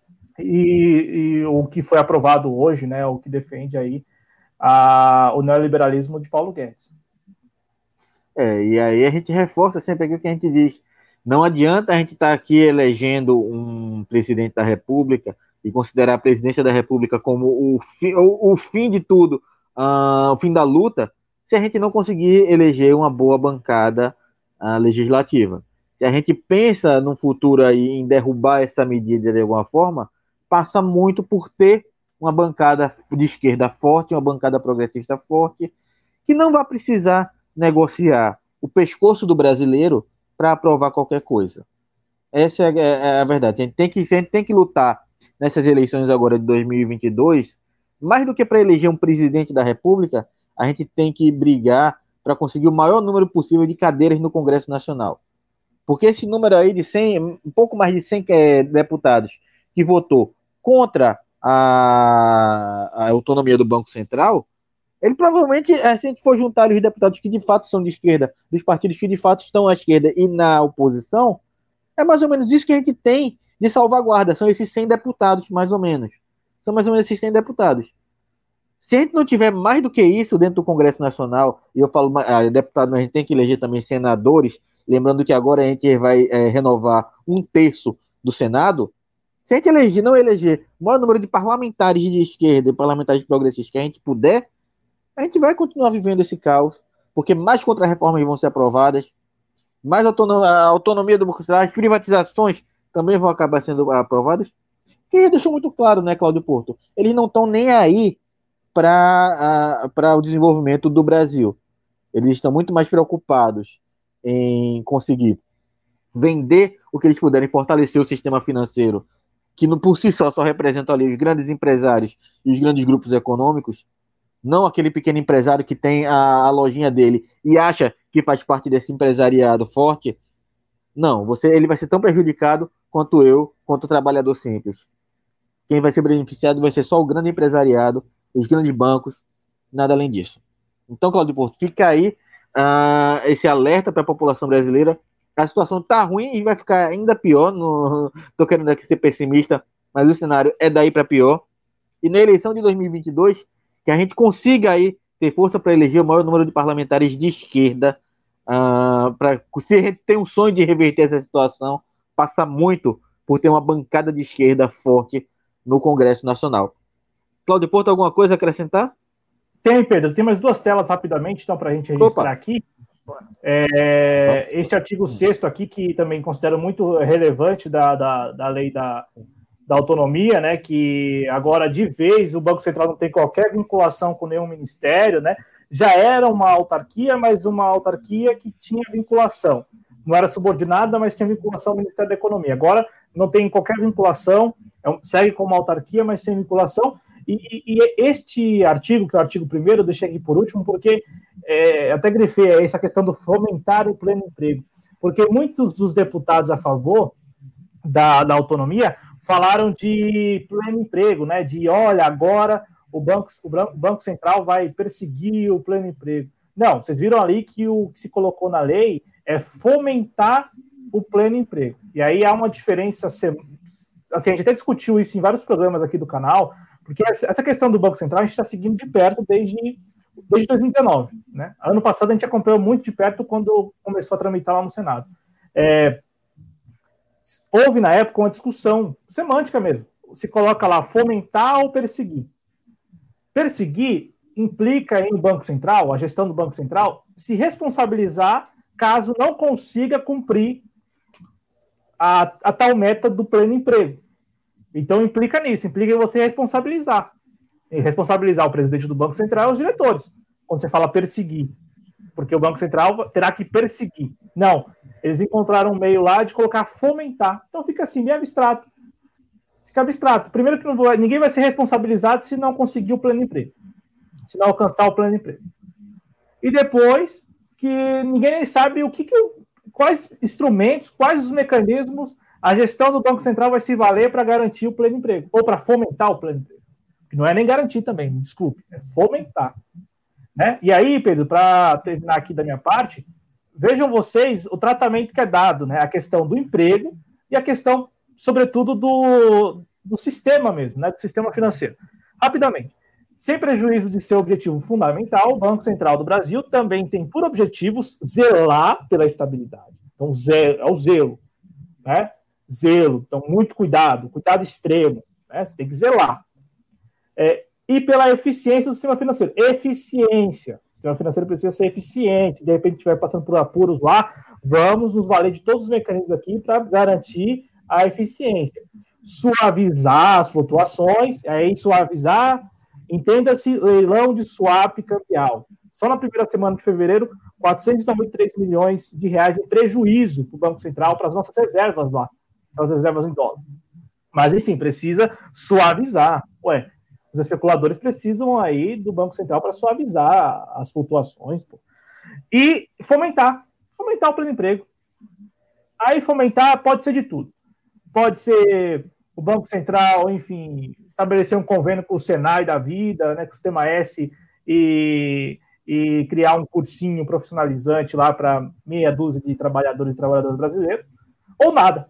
e o que foi aprovado hoje, né, o que defende aí o neoliberalismo de Paulo Guedes. E aí a gente reforça sempre aquilo que a gente diz. Não adianta a gente estar aqui elegendo um presidente da República e considerar a presidência da República como o fim de tudo, o fim da luta, se a gente não conseguir eleger uma boa bancada legislativa. Se a gente pensa no futuro aí em derrubar essa medida de alguma forma, passa muito por ter uma bancada de esquerda forte, uma bancada progressista forte, que não vai precisar negociar o pescoço do brasileiro para aprovar qualquer coisa. Essa é a verdade. A gente tem que lutar nessas eleições agora de 2022, mais do que para eleger um presidente da República, a gente tem que brigar para conseguir o maior número possível de cadeiras no Congresso Nacional. Porque esse número aí de 100, um pouco mais de 100 deputados que votou contra a autonomia do Banco Central, ele provavelmente, se a gente for juntar os deputados que de fato são de esquerda, dos partidos que de fato estão à esquerda e na oposição, é mais ou menos isso que a gente tem de salvaguarda. São esses 100 deputados, mais ou menos. São mais ou menos esses 100 deputados. Se a gente não tiver mais do que isso dentro do Congresso Nacional, e eu falo deputado, mas a gente tem que eleger também senadores, lembrando que agora a gente vai renovar 1/3 do Senado. Se a gente não eleger o maior número de parlamentares de esquerda e parlamentares progressistas que a gente puder, a gente vai continuar vivendo esse caos, porque mais contra-reformas vão ser aprovadas, mais a autonomia do Banco Central, as privatizações também vão acabar sendo aprovadas, que deixou muito claro, né, Cláudio Porto? Eles não estão nem aí para o desenvolvimento do Brasil. Eles estão muito mais preocupados em conseguir vender o que eles puderem, fortalecer o sistema financeiro, que por si só representa ali os grandes empresários e os grandes grupos econômicos, não aquele pequeno empresário que tem a lojinha dele e acha que faz parte desse empresariado forte. Não, ele vai ser tão prejudicado quanto eu, quanto o trabalhador simples. Quem vai ser beneficiado vai ser só o grande empresariado, os grandes bancos, nada além disso. Então, Cláudio Porto, fica aí esse alerta para a população brasileira. A situação está ruim e vai ficar ainda pior. Estou querendo aqui ser pessimista, mas o cenário é daí para pior. E na eleição de 2022, que a gente consiga aí ter força para eleger o maior número de parlamentares de esquerda, se a gente tem um sonho de reverter essa situação, passa muito por ter uma bancada de esquerda forte no Congresso Nacional. Cláudio Porto, alguma coisa a acrescentar? Tem, Pedro. Tem mais 2 telas rapidamente, então, para a gente registrar aqui. Este artigo 6º aqui, que também considero muito relevante da lei da autonomia, né, que agora, de vez, o Banco Central não tem qualquer vinculação com nenhum ministério, né, já era uma autarquia, mas uma autarquia que tinha vinculação. não era subordinada, mas tinha vinculação ao Ministério da Economia. Agora não tem qualquer vinculação, segue como autarquia, mas sem vinculação. E este artigo, que é o artigo 1º, eu deixei aqui por último, porque até grifei essa questão do fomentar o pleno emprego. Porque muitos dos deputados a favor da autonomia falaram de pleno emprego, né? De, olha, agora o Banco Central vai perseguir o pleno emprego. Não, vocês viram ali que o que se colocou na lei é fomentar o pleno emprego. E aí há uma diferença, assim, a gente até discutiu isso em vários programas aqui do canal, porque essa questão do Banco Central a gente está seguindo de perto desde 2019. Né? Ano passado a gente acompanhou muito de perto quando começou a tramitar lá no Senado. Houve na época uma discussão semântica mesmo. Se coloca lá fomentar ou perseguir. Perseguir implica em o Banco Central, a gestão do Banco Central, se responsabilizar caso não consiga cumprir a tal meta do pleno emprego. Então implica nisso, implica em você responsabilizar. E responsabilizar o presidente do Banco Central e os diretores. Quando você fala perseguir. Porque o Banco Central terá que perseguir. Não, eles encontraram um meio lá de colocar fomentar. Então fica assim, bem abstrato. Fica abstrato. Primeiro que ninguém vai ser responsabilizado se não conseguir o pleno emprego. Se não alcançar o pleno emprego. E depois que ninguém nem sabe quais instrumentos, quais os mecanismos a gestão do Banco Central vai se valer para garantir o pleno emprego, ou para fomentar o pleno emprego. Que não é nem garantir também, desculpe, é fomentar. Né? E aí, Pedro, para terminar aqui da minha parte, vejam vocês o tratamento que é dado, né? A questão do emprego e a questão, sobretudo, do sistema mesmo, né? Do sistema financeiro. Rapidamente. Sem prejuízo de seu objetivo fundamental, o Banco Central do Brasil também tem por objetivos zelar pela estabilidade. Então, é o zelo. Né? Zelo. Então, muito cuidado extremo. Né? Você tem que zelar. E pela eficiência do sistema financeiro. Eficiência. O sistema financeiro precisa ser eficiente. Se de repente estiver passando por apuros lá, vamos nos valer de todos os mecanismos aqui para garantir a eficiência. Suavizar as flutuações, aí suavizar. Entenda-se leilão de swap cambial. Só na primeira semana de fevereiro, 493 milhões de reais em prejuízo para o Banco Central, para as nossas reservas lá, para as reservas em dólar. Mas, enfim, precisa suavizar. Os especuladores precisam aí do Banco Central para suavizar as flutuações. E fomentar o pleno emprego. Aí fomentar pode ser de tudo. Pode ser o Banco Central, enfim, estabelecer um convênio com o Senai da vida, né, com o Sistema S e criar um cursinho profissionalizante lá para meia dúzia de trabalhadores e trabalhadoras brasileiros, ou nada.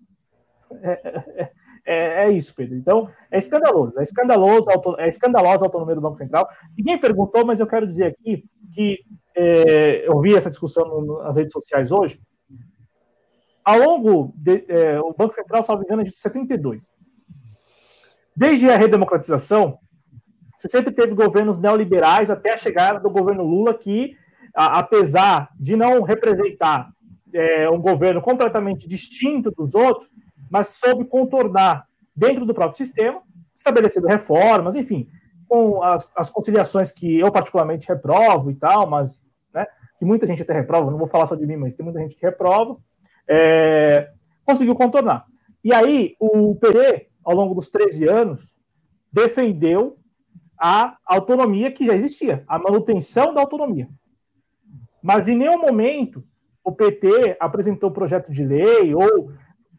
É isso, Pedro. Então, é escandalosa a autonomia do Banco Central. Ninguém perguntou, mas eu quero dizer aqui que eu vi essa discussão nas redes sociais hoje. Ao longo o Banco Central, salvo engano, é de 72. Desde a redemocratização, você sempre teve governos neoliberais até a chegada do governo Lula, que, apesar de não representar um governo completamente distinto dos outros, mas soube contornar dentro do próprio sistema, estabelecendo reformas, enfim, com as conciliações que eu particularmente reprovo e tal, mas né, que muita gente até reprova, não vou falar só de mim, mas tem muita gente que reprova, conseguiu contornar. E aí, o PT, ao longo dos 13 anos, defendeu a autonomia que já existia, a manutenção da autonomia. Mas em nenhum momento o PT apresentou projeto de lei ou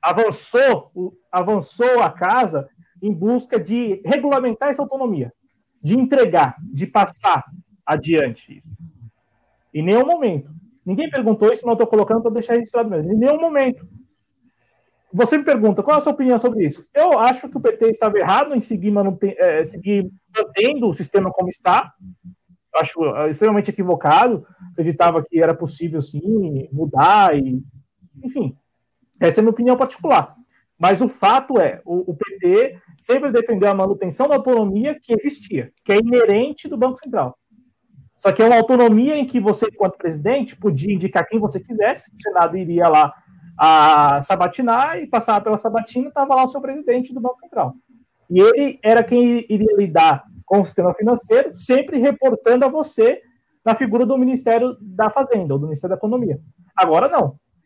avançou a casa em busca de regulamentar essa autonomia, de entregar, de passar adiante isso. Em nenhum momento. Ninguém perguntou isso, mas eu estou colocando para deixar registrado mesmo. Em nenhum momento. Você me pergunta, qual é a sua opinião sobre isso? Eu acho que o PT estava errado em seguir mantendo o sistema como está. Eu acho extremamente equivocado. Acreditava que era possível, sim, mudar. Enfim, essa é a minha opinião particular. Mas o fato é, o PT sempre defendeu a manutenção da autonomia que existia, que é inerente do Banco Central. Só que é uma autonomia em que você, enquanto presidente, podia indicar quem você quisesse, o Senado iria lá a sabatinar e passava pela sabatina, estava lá o seu presidente do Banco Central. E ele era quem iria lidar com o sistema financeiro, sempre reportando a você na figura do Ministério da Fazenda, ou do Ministério da Economia. Agora não.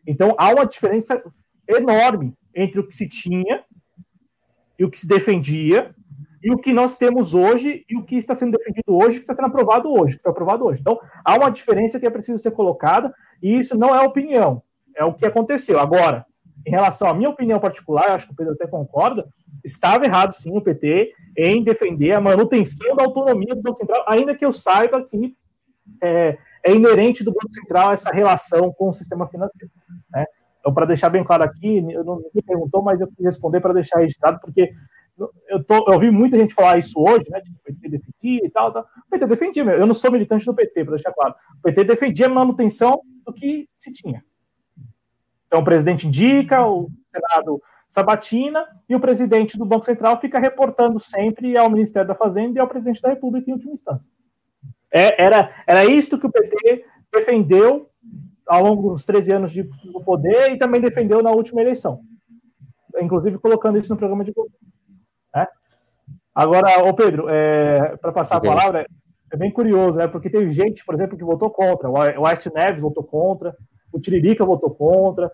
Então, há uma diferença enorme entre o que se tinha e o que se defendia e o que nós temos hoje e o que está sendo defendido hoje, que está sendo aprovado hoje, que foi aprovado hoje. Então, há uma diferença que é preciso ser colocada e isso não é opinião, é o que aconteceu. Agora, em relação à minha opinião particular, acho que o Pedro até concorda, estava errado sim o PT em defender a manutenção da autonomia do Banco Central, ainda que eu saiba que é inerente do Banco Central essa relação com o sistema financeiro, né? Então, para deixar bem claro aqui, ninguém perguntou, mas eu quis responder para deixar registrado, porque eu ouvi muita gente falar isso hoje, né? Tipo, o PT defendia e tal. O PT defendia, eu não sou militante do PT, para deixar claro. O PT defendia a manutenção do que se tinha. Então, o presidente indica, o Senado sabatina, e o presidente do Banco Central fica reportando sempre ao Ministério da Fazenda e ao presidente da República em última instância. Era isto que o PT defendeu ao longo dos 13 anos do poder e também defendeu na última eleição. Inclusive colocando isso no programa de governo. Né? Agora, ô Pedro, para passar a palavra, é bem curioso, né? Porque teve gente, por exemplo, que votou contra. O Aécio Neves votou contra, o Tiririca votou contra.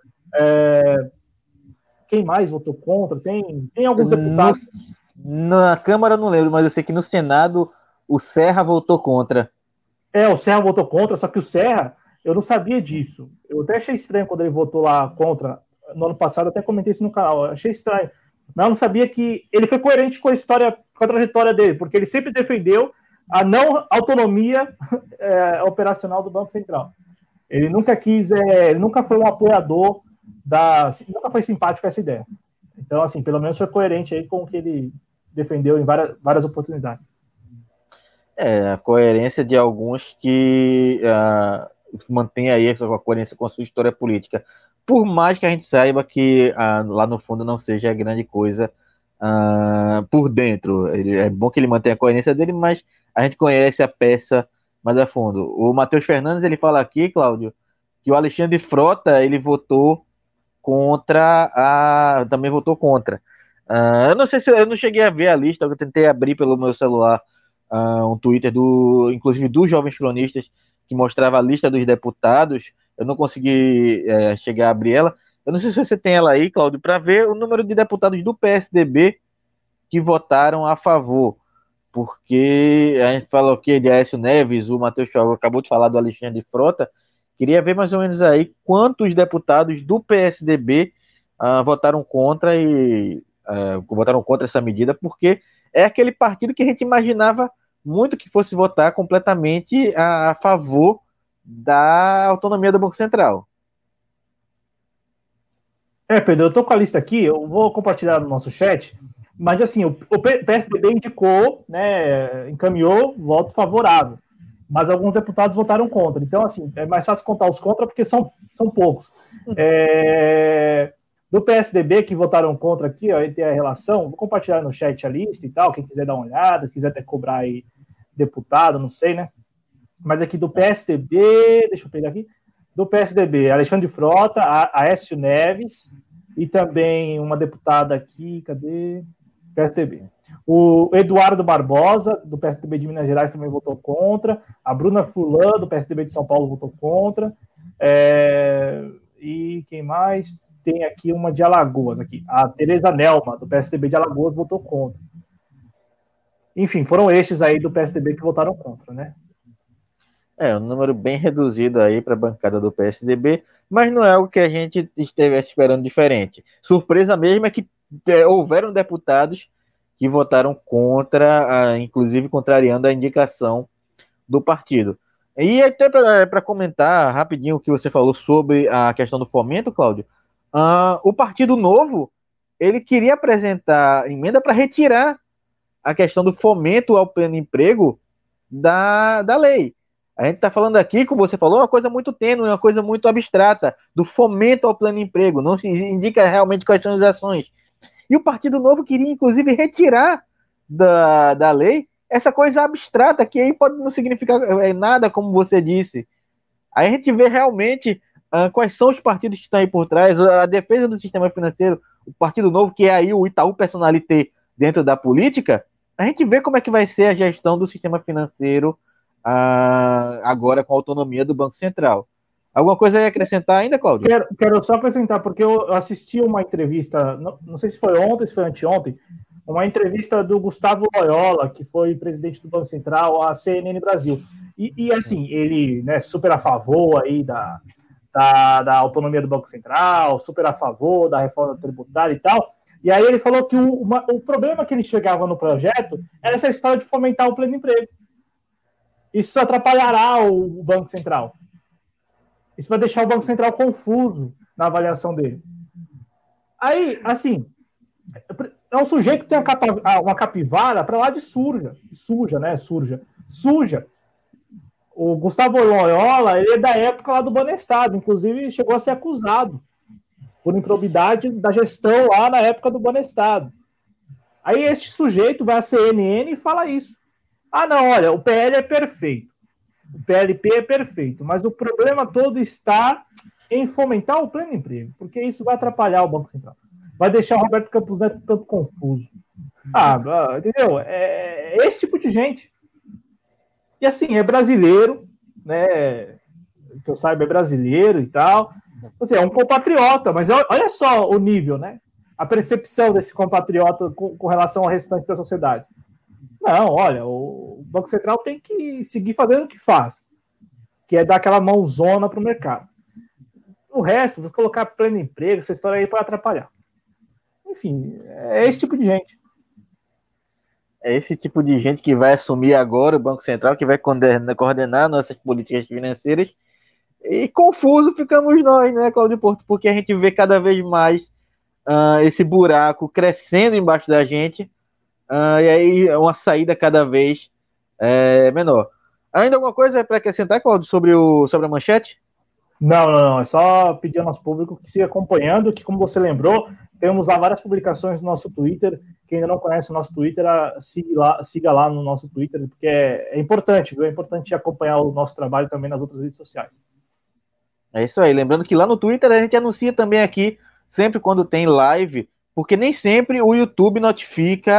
Quem mais votou contra? Tem alguns deputados. Na Câmara eu não lembro, mas eu sei que no Senado o Serra votou contra. O Serra votou contra, só que o Serra, eu não sabia disso. Eu até achei estranho quando ele votou lá contra. No ano passado, até comentei isso no canal. Eu achei estranho. Mas eu não sabia que ele foi coerente com a história, com a trajetória dele, porque ele sempre defendeu a não autonomia operacional do Banco Central. Ele nunca ele nunca foi um apoiador nunca foi simpático com essa ideia. Então, assim, pelo menos foi coerente aí com o que ele defendeu em várias oportunidades. A coerência de alguns que mantém aí a coerência com a sua história política. Por mais que a gente saiba que lá no fundo não seja grande coisa por dentro. É bom que ele mantenha a coerência dele, mas a gente conhece a peça mais a fundo. O Matheus Fernandes, ele fala aqui, Cláudio, que o Alexandre Frota, ele votou contra, também votou contra. Eu não sei se eu não cheguei a ver a lista, eu tentei abrir pelo meu celular um Twitter inclusive dos Jovens Cronistas, que mostrava a lista dos deputados. Eu não consegui chegar a abrir ela. Eu não sei se você tem ela aí, Cláudio, para ver o número de deputados do PSDB que votaram a favor. Porque a gente falou aqui de Aécio Neves, o Matheus Chau acabou de falar do Alexandre Frota. Queria ver mais ou menos aí quantos deputados do PSDB votaram contra essa medida, porque é aquele partido que a gente imaginava muito que fosse votar completamente a favor da autonomia do Banco Central. Pedro, eu tô com a lista aqui, eu vou compartilhar no nosso chat, mas assim, o PSDB indicou, né, encaminhou voto favorável, mas alguns deputados votaram contra. Então, assim, é mais fácil contar os contra porque são poucos. Do PSDB que votaram contra aqui, ó, tem a relação, vou compartilhar no chat a lista e tal, quem quiser dar uma olhada, quiser até cobrar aí deputado, não sei, né? Mas aqui do PSDB, deixa eu pegar aqui, do PSDB, Alexandre Frota, Aécio Neves e também uma deputada aqui, cadê? PSDB. O Eduardo Barbosa, do PSDB de Minas Gerais, também votou contra. A Bruna Fulano, do PSDB de São Paulo, votou contra. E quem mais? Tem aqui uma de Alagoas. Aqui. A Tereza Nelma, do PSDB de Alagoas, votou contra. Enfim, foram estes aí do PSDB que votaram contra, né? Um número bem reduzido aí para a bancada do PSDB, mas não é algo que a gente estivesse esperando diferente. Surpresa mesmo é que houveram deputados que votaram contra, inclusive contrariando a indicação do partido. E até para comentar rapidinho o que você falou sobre a questão do fomento, Cláudio, o Partido Novo, ele queria apresentar emenda para retirar a questão do fomento ao pleno emprego da lei. A gente está falando aqui, como você falou, uma coisa muito tênue, uma coisa muito abstrata, do fomento ao pleno emprego, não se indica realmente quais são as ações. E o Partido Novo queria, inclusive, retirar da lei essa coisa abstrata, que aí pode não significar nada, como você disse. Aí a gente vê realmente quais são os partidos que estão aí por trás, a defesa do sistema financeiro, o Partido Novo, que é aí o Itaú Personalité dentro da política, a gente vê como é que vai ser a gestão do sistema financeiro agora com a autonomia do Banco Central. Alguma coisa aí a acrescentar ainda, Cláudio? Quero só acrescentar, porque eu assisti uma entrevista, não sei se foi ontem, se foi anteontem, uma entrevista do Gustavo Loyola, que foi presidente do Banco Central, à CNN Brasil. E assim, ele, né, super a favor aí da autonomia do Banco Central, super a favor da reforma tributária e tal. E aí ele falou que o problema que ele chegava no projeto era essa história de fomentar o pleno emprego. Isso atrapalhará o Banco Central. Isso vai deixar o Banco Central confuso na avaliação dele. Aí, assim, é um sujeito que tem uma capivara para lá de suja. O Gustavo Loyola, ele é da época lá do Banestado, inclusive chegou a ser acusado por improbidade da gestão lá na época do Banestado. Aí este sujeito vai à CNN e fala isso. Ah, não, olha, o PL é perfeito. O PLP é perfeito, mas o problema todo está em fomentar o pleno emprego, porque isso vai atrapalhar o Banco Central. Vai deixar o Roberto Campos Neto tanto confuso. Entendeu? É esse tipo de gente. E assim, é brasileiro, né? Que eu saiba, é brasileiro e tal. Assim, é um compatriota, mas olha só o nível, né? A percepção desse compatriota com relação ao restante da sociedade. Não, olha, o Banco Central tem que seguir fazendo o que faz, que é dar aquela mãozona para o mercado. O resto, você colocar pleno emprego, essa história aí pode atrapalhar. Enfim, é esse tipo de gente. É esse tipo de gente que vai assumir agora o Banco Central, que vai coordenar nossas políticas financeiras. E confuso ficamos nós, né, Cláudio Porto? Porque a gente vê cada vez mais esse buraco crescendo embaixo da gente. E aí uma saída cada vez menor. Ainda alguma coisa para acrescentar, Cláudio, sobre a manchete? Não. É só pedir ao nosso público que siga acompanhando, que, como você lembrou, temos lá várias publicações no nosso Twitter. Quem ainda não conhece o nosso Twitter, siga lá no nosso Twitter, porque é importante, viu? É importante acompanhar o nosso trabalho também nas outras redes sociais. É isso aí. Lembrando que lá no Twitter a gente anuncia também aqui, sempre quando tem live, porque nem sempre o YouTube notifica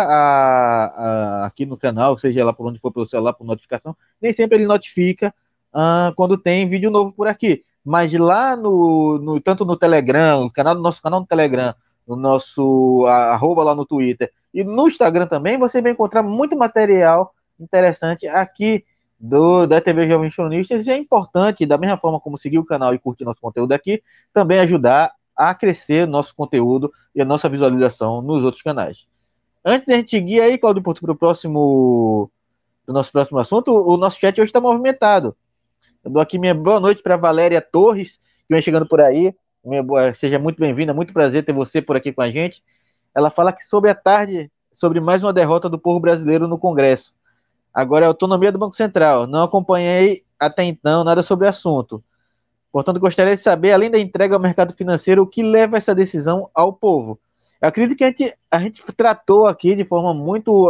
aqui no canal, seja lá por onde for pelo celular, por notificação, nem sempre ele notifica quando tem vídeo novo por aqui. Mas lá tanto no Telegram, no nosso canal no Telegram, no nosso arroba lá no Twitter e no Instagram também, você vai encontrar muito material interessante aqui da TV Jovens Cronistas. E é importante, da mesma forma como seguir o canal e curtir nosso conteúdo aqui, também ajudar a crescer nosso conteúdo e a nossa visualização nos outros canais. Antes de a gente seguir aí, Claudio Porto, para o nosso próximo assunto, o nosso chat hoje está movimentado. Eu dou aqui minha boa noite para Valéria Torres, que vem chegando por aí. Seja muito bem-vinda, muito prazer ter você por aqui com a gente. Ela fala que sobre mais uma derrota do povo brasileiro no Congresso. Agora é a autonomia do Banco Central. Não acompanhei até então nada sobre o assunto. Portanto, gostaria de saber, além da entrega ao mercado financeiro, o que leva essa decisão ao povo. Eu acredito que a gente tratou aqui de forma muito,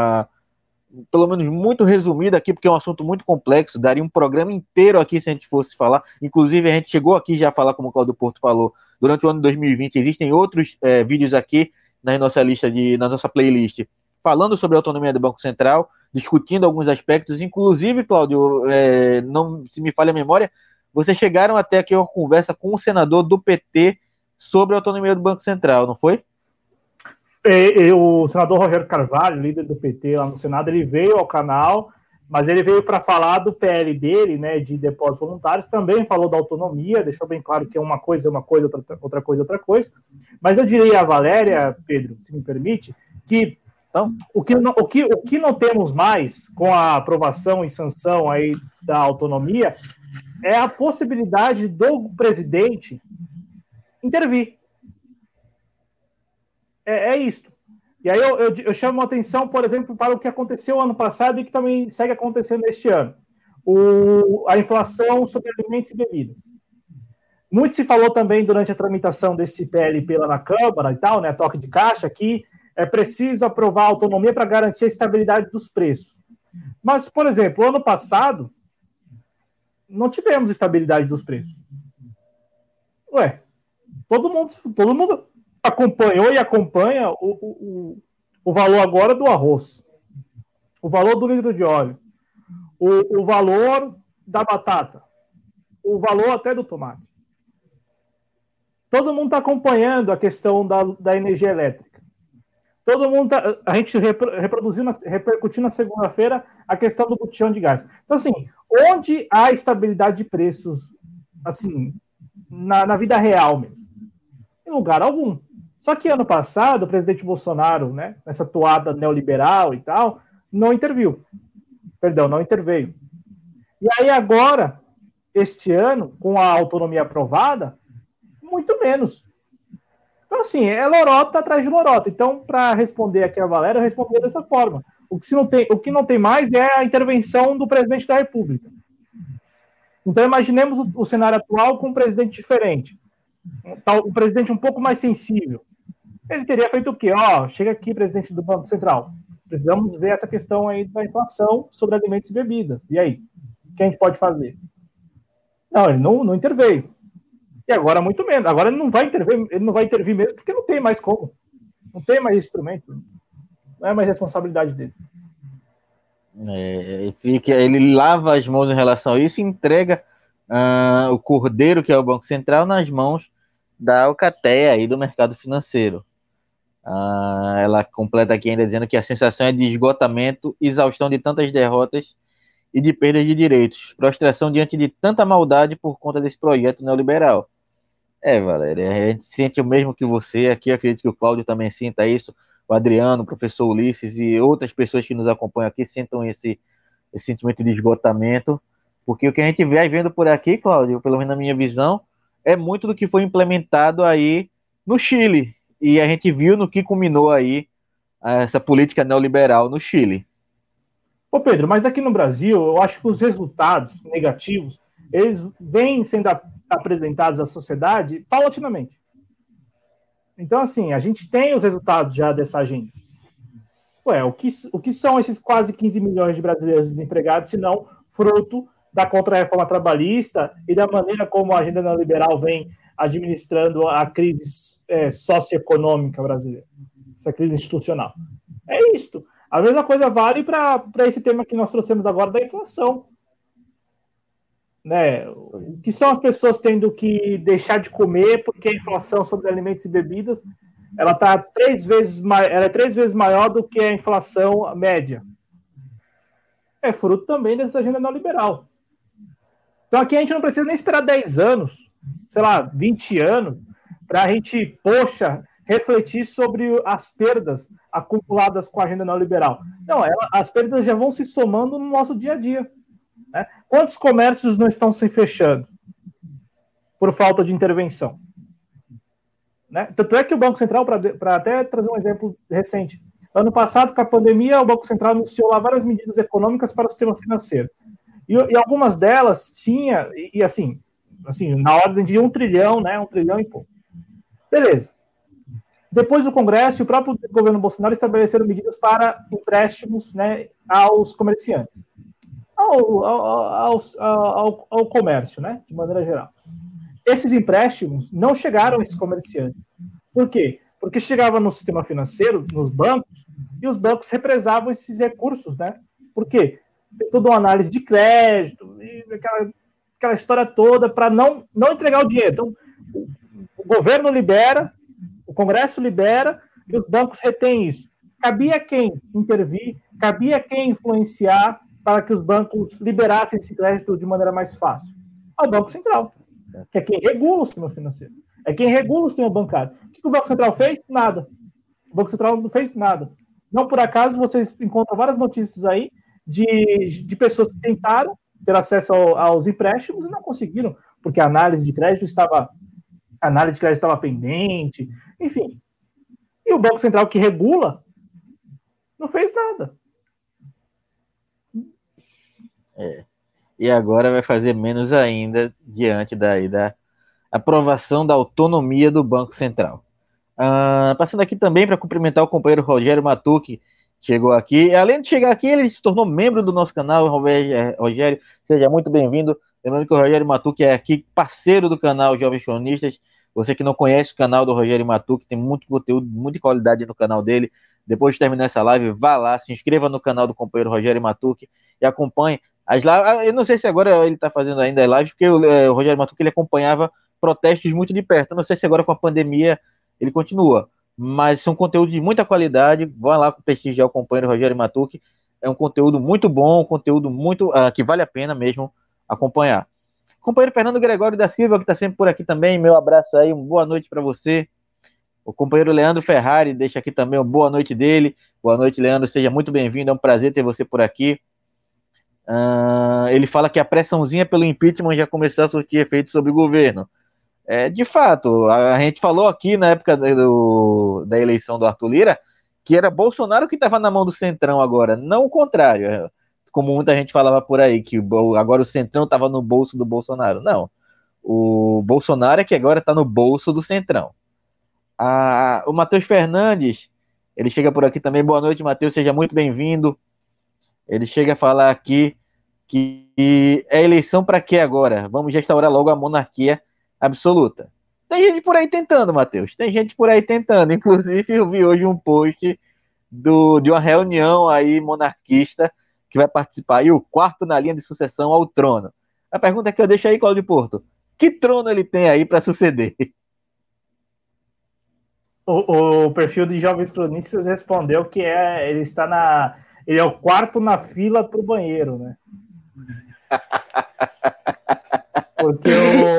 pelo menos muito resumida aqui, porque é um assunto muito complexo, daria um programa inteiro aqui se a gente fosse falar. Inclusive, a gente chegou aqui já a falar, como o Cláudio Porto falou, durante o ano de 2020, existem outros vídeos aqui na nossa playlist, falando sobre a autonomia do Banco Central, discutindo alguns aspectos, inclusive, Cláudio, não se me falha a memória, vocês chegaram até aqui uma conversa com o senador do PT sobre a autonomia do Banco Central, não foi? O senador Rogério Carvalho, líder do PT lá no Senado, ele veio ao canal, mas ele veio para falar do PL dele, né, de depósitos voluntários, também falou da autonomia, deixou bem claro que é uma coisa, outra coisa. Mas eu diria a Valéria, Pedro, se me permite, que então, o que não temos mais com a aprovação e sanção aí da autonomia é a possibilidade do presidente intervir. É isto. E aí eu chamo a atenção, por exemplo, para o que aconteceu ano passado e que também segue acontecendo este ano. A inflação sobre alimentos e bebidas. Muito se falou também durante a tramitação desse PLP lá na Câmara e tal, né, toque de caixa, que é preciso aprovar a autonomia para garantir a estabilidade dos preços. Mas, por exemplo, ano passado, não tivemos estabilidade dos preços. Todo mundo acompanhou e acompanha o valor agora do arroz, o valor do litro de óleo, o valor da batata, o valor até do tomate. Todo mundo está acompanhando a questão da energia elétrica. Todo mundo a gente repercutiu na segunda-feira a questão do botijão de gás. Então, assim, onde há estabilidade de preços, assim, na vida real mesmo? Em lugar algum. Só que ano passado, o presidente Bolsonaro, né, nessa toada neoliberal e tal, não interveio. E aí agora, este ano, com a autonomia aprovada, muito menos. Então, assim, é lorota atrás de lorota. Então, para responder aqui a Valéria, eu respondi dessa forma. O que não tem mais é a intervenção do presidente da República. Então, imaginemos o cenário atual com um presidente diferente. Um presidente um pouco mais sensível. Ele teria feito o quê? Chega aqui, presidente do Banco Central. Precisamos ver essa questão aí da inflação sobre alimentos e bebidas. E aí? O que a gente pode fazer? Não, ele não interveio. E agora muito menos. Agora ele não vai intervir mesmo, porque não tem mais como. Não tem mais instrumento. Não é mais responsabilidade dele. Ele lava as mãos em relação a isso e entrega o cordeiro, que é o Banco Central, nas mãos da alcateia aí do mercado financeiro. Ela completa aqui ainda dizendo que a sensação é de esgotamento, exaustão de tantas derrotas e de perdas de direitos, prostração diante de tanta maldade por conta desse projeto neoliberal. Valéria, a gente sente o mesmo que você aqui, acredito que o Cláudio também sinta isso, o Adriano, o professor Ulisses e outras pessoas que nos acompanham aqui sintam esse sentimento de esgotamento, porque o que a gente vai vendo por aqui, Cláudio, pelo menos na minha visão, é muito do que foi implementado aí no Chile, e a gente viu no que culminou aí essa política neoliberal no Chile. Ô Pedro, mas aqui no Brasil, eu acho que os resultados negativos, eles vêm sendo apresentados à sociedade paulatinamente. Então, assim, a gente tem os resultados já dessa agenda. O que são esses quase 15 milhões de brasileiros desempregados, se não fruto da contra-reforma trabalhista e da maneira como a agenda neoliberal vem administrando a crise socioeconômica brasileira, essa crise institucional. É isto. A mesma coisa vale para esse tema que nós trouxemos agora da inflação. Né? O que são as pessoas tendo que deixar de comer porque a inflação sobre alimentos e bebidas ela é 3 vezes maior do que a inflação média. É fruto também dessa agenda neoliberal. Então aqui a gente não precisa nem esperar 10 anos, sei lá, 20 anos, para a gente, refletir sobre as perdas acumuladas com a agenda neoliberal. Não, as perdas já vão se somando no nosso dia a dia. Né? Quantos comércios não estão se fechando por falta de intervenção? Né? Tanto é que o Banco Central, para até trazer um exemplo recente, ano passado, com a pandemia, o Banco Central anunciou lá várias medidas econômicas para o sistema financeiro. E algumas delas tinha, assim, na ordem de 1 trilhão, né? 1 trilhão e pouco. Beleza. Depois do Congresso, o próprio governo Bolsonaro estabeleceram medidas para empréstimos, né, aos comerciantes, ao comércio, né, de maneira geral. Esses empréstimos não chegaram a esses comerciantes. Por quê? Porque chegava no sistema financeiro, nos bancos, e os bancos represavam esses recursos, né? Por quê? Tem toda uma análise de crédito, e aquela história toda para não entregar o dinheiro. Então, o governo libera, o Congresso libera, e os bancos retêm isso. Cabia quem intervir, cabia quem influenciar para que os bancos liberassem esse crédito de maneira mais fácil? Ao Banco Central, que é quem regula o sistema financeiro, é quem regula o sistema bancário. O que o Banco Central fez? Nada. O Banco Central não fez nada. Não por acaso vocês encontram várias notícias aí de pessoas que tentaram ter acesso aos empréstimos e não conseguiram, porque a análise de crédito estava pendente, enfim. E o Banco Central, que regula, não fez nada. E agora vai fazer menos ainda diante da aprovação da autonomia do Banco Central. Passando aqui também para cumprimentar o companheiro Rogério Matucci, que chegou aqui. Além de chegar aqui, ele se tornou membro do nosso canal. Rogério, seja muito bem-vindo. Lembrando que o Rogério Matucci é aqui parceiro do canal Jovens Cronistas. Você que não conhece o canal do Rogério Matucci, tem muito conteúdo, muita qualidade no canal dele. Depois de terminar essa live, vá lá, se inscreva no canal do companheiro Rogério Matucci e acompanhe Eu não sei se agora ele está fazendo ainda live, porque o Rogério Matuque ele acompanhava protestos muito de perto. Eu não sei se agora com a pandemia ele continua, mas são conteúdos de muita qualidade. Vão lá prestigiar o companheiro Rogério Matuque. É um conteúdo muito bom, um conteúdo muito que vale a pena mesmo acompanhar. Companheiro Fernando Gregório da Silva, que está sempre por aqui também, meu abraço aí, uma boa noite para você. O companheiro Leandro Ferrari deixa aqui também uma boa noite dele. Boa noite, Leandro, seja muito bem-vindo, é um prazer ter você por aqui. Ele fala que a pressãozinha pelo impeachment já começou a surtir efeito sobre o governo. De fato, a gente falou aqui na época da eleição do Arthur Lira que era Bolsonaro que estava na mão do Centrão agora, não o contrário, como muita gente falava por aí, que agora o Centrão estava no bolso do Bolsonaro. Não, o Bolsonaro é que agora está no bolso do Centrão. O Matheus Fernandes, ele chega por aqui também. Boa noite, Matheus, seja muito bem-vindo. Ele chega a falar aqui que é eleição para quê agora? Vamos restaurar logo a monarquia absoluta. Tem gente por aí tentando, Matheus. Tem gente por aí tentando. Inclusive, eu vi hoje um post de uma reunião aí monarquista que vai participar. E o quarto na linha de sucessão ao trono. A pergunta que eu deixo aí, Cláudio Porto. Que trono ele tem aí para suceder? O perfil de Jovens Cronistas respondeu que ele é o quarto na fila para o banheiro, né? Porque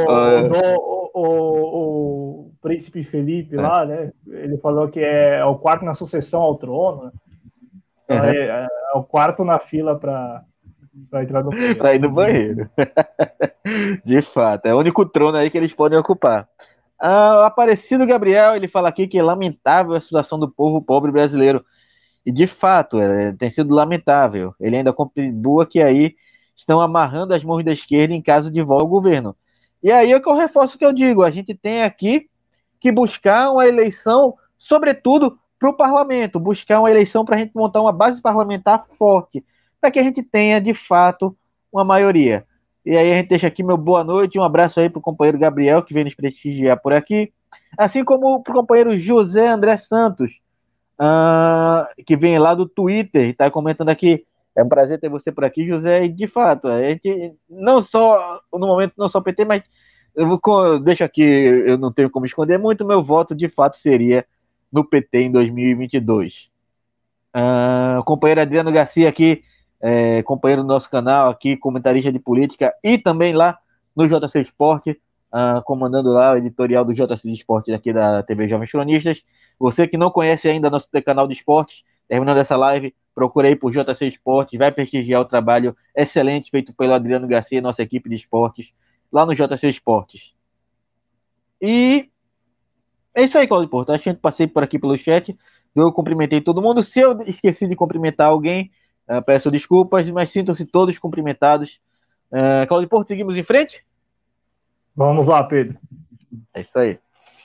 o príncipe Felipe lá, né? Ele falou que é o quarto na sucessão ao trono, né? Então, é o quarto na fila para entrar no banheiro. Para ir no banheiro. De fato, é o único trono aí que eles podem ocupar. Aparecido Gabriel, ele fala aqui que é lamentável a situação do povo pobre brasileiro. E de fato, tem sido lamentável. Ele ainda contribua que aí estão amarrando as mãos da esquerda em caso de volta ao governo. E aí é que eu reforço o que eu digo, a gente tem aqui que buscar uma eleição, sobretudo para o parlamento, buscar uma eleição para a gente montar uma base parlamentar forte, para que a gente tenha, de fato, uma maioria. E aí a gente deixa aqui meu boa noite, um abraço aí para o companheiro Gabriel, que vem nos prestigiar por aqui, assim como para o companheiro José André Santos, que vem lá do Twitter e está comentando aqui. É um prazer ter você por aqui, José. E de fato, a gente não só, no momento, não só PT, mas deixo aqui, eu não tenho como esconder muito, meu voto de fato seria no PT em 2022. O companheiro Adriano Garcia aqui, companheiro do nosso canal aqui, comentarista de política e também lá no JC Esporte, comandando lá o editorial do JC Esporte aqui da TV Jovens Cronistas. Você que não conhece ainda nosso canal de esportes, terminando essa live, procure aí por JC Esportes, vai prestigiar o trabalho excelente feito pelo Adriano Garcia e nossa equipe de esportes lá no JC Esportes. E é isso aí, Cláudio Porto. Acho que a gente passei por aqui pelo chat, eu cumprimentei todo mundo. Se eu esqueci de cumprimentar alguém, peço desculpas, mas sintam-se todos cumprimentados. Cláudio Porto, seguimos em frente? Vamos lá, Pedro. É isso aí.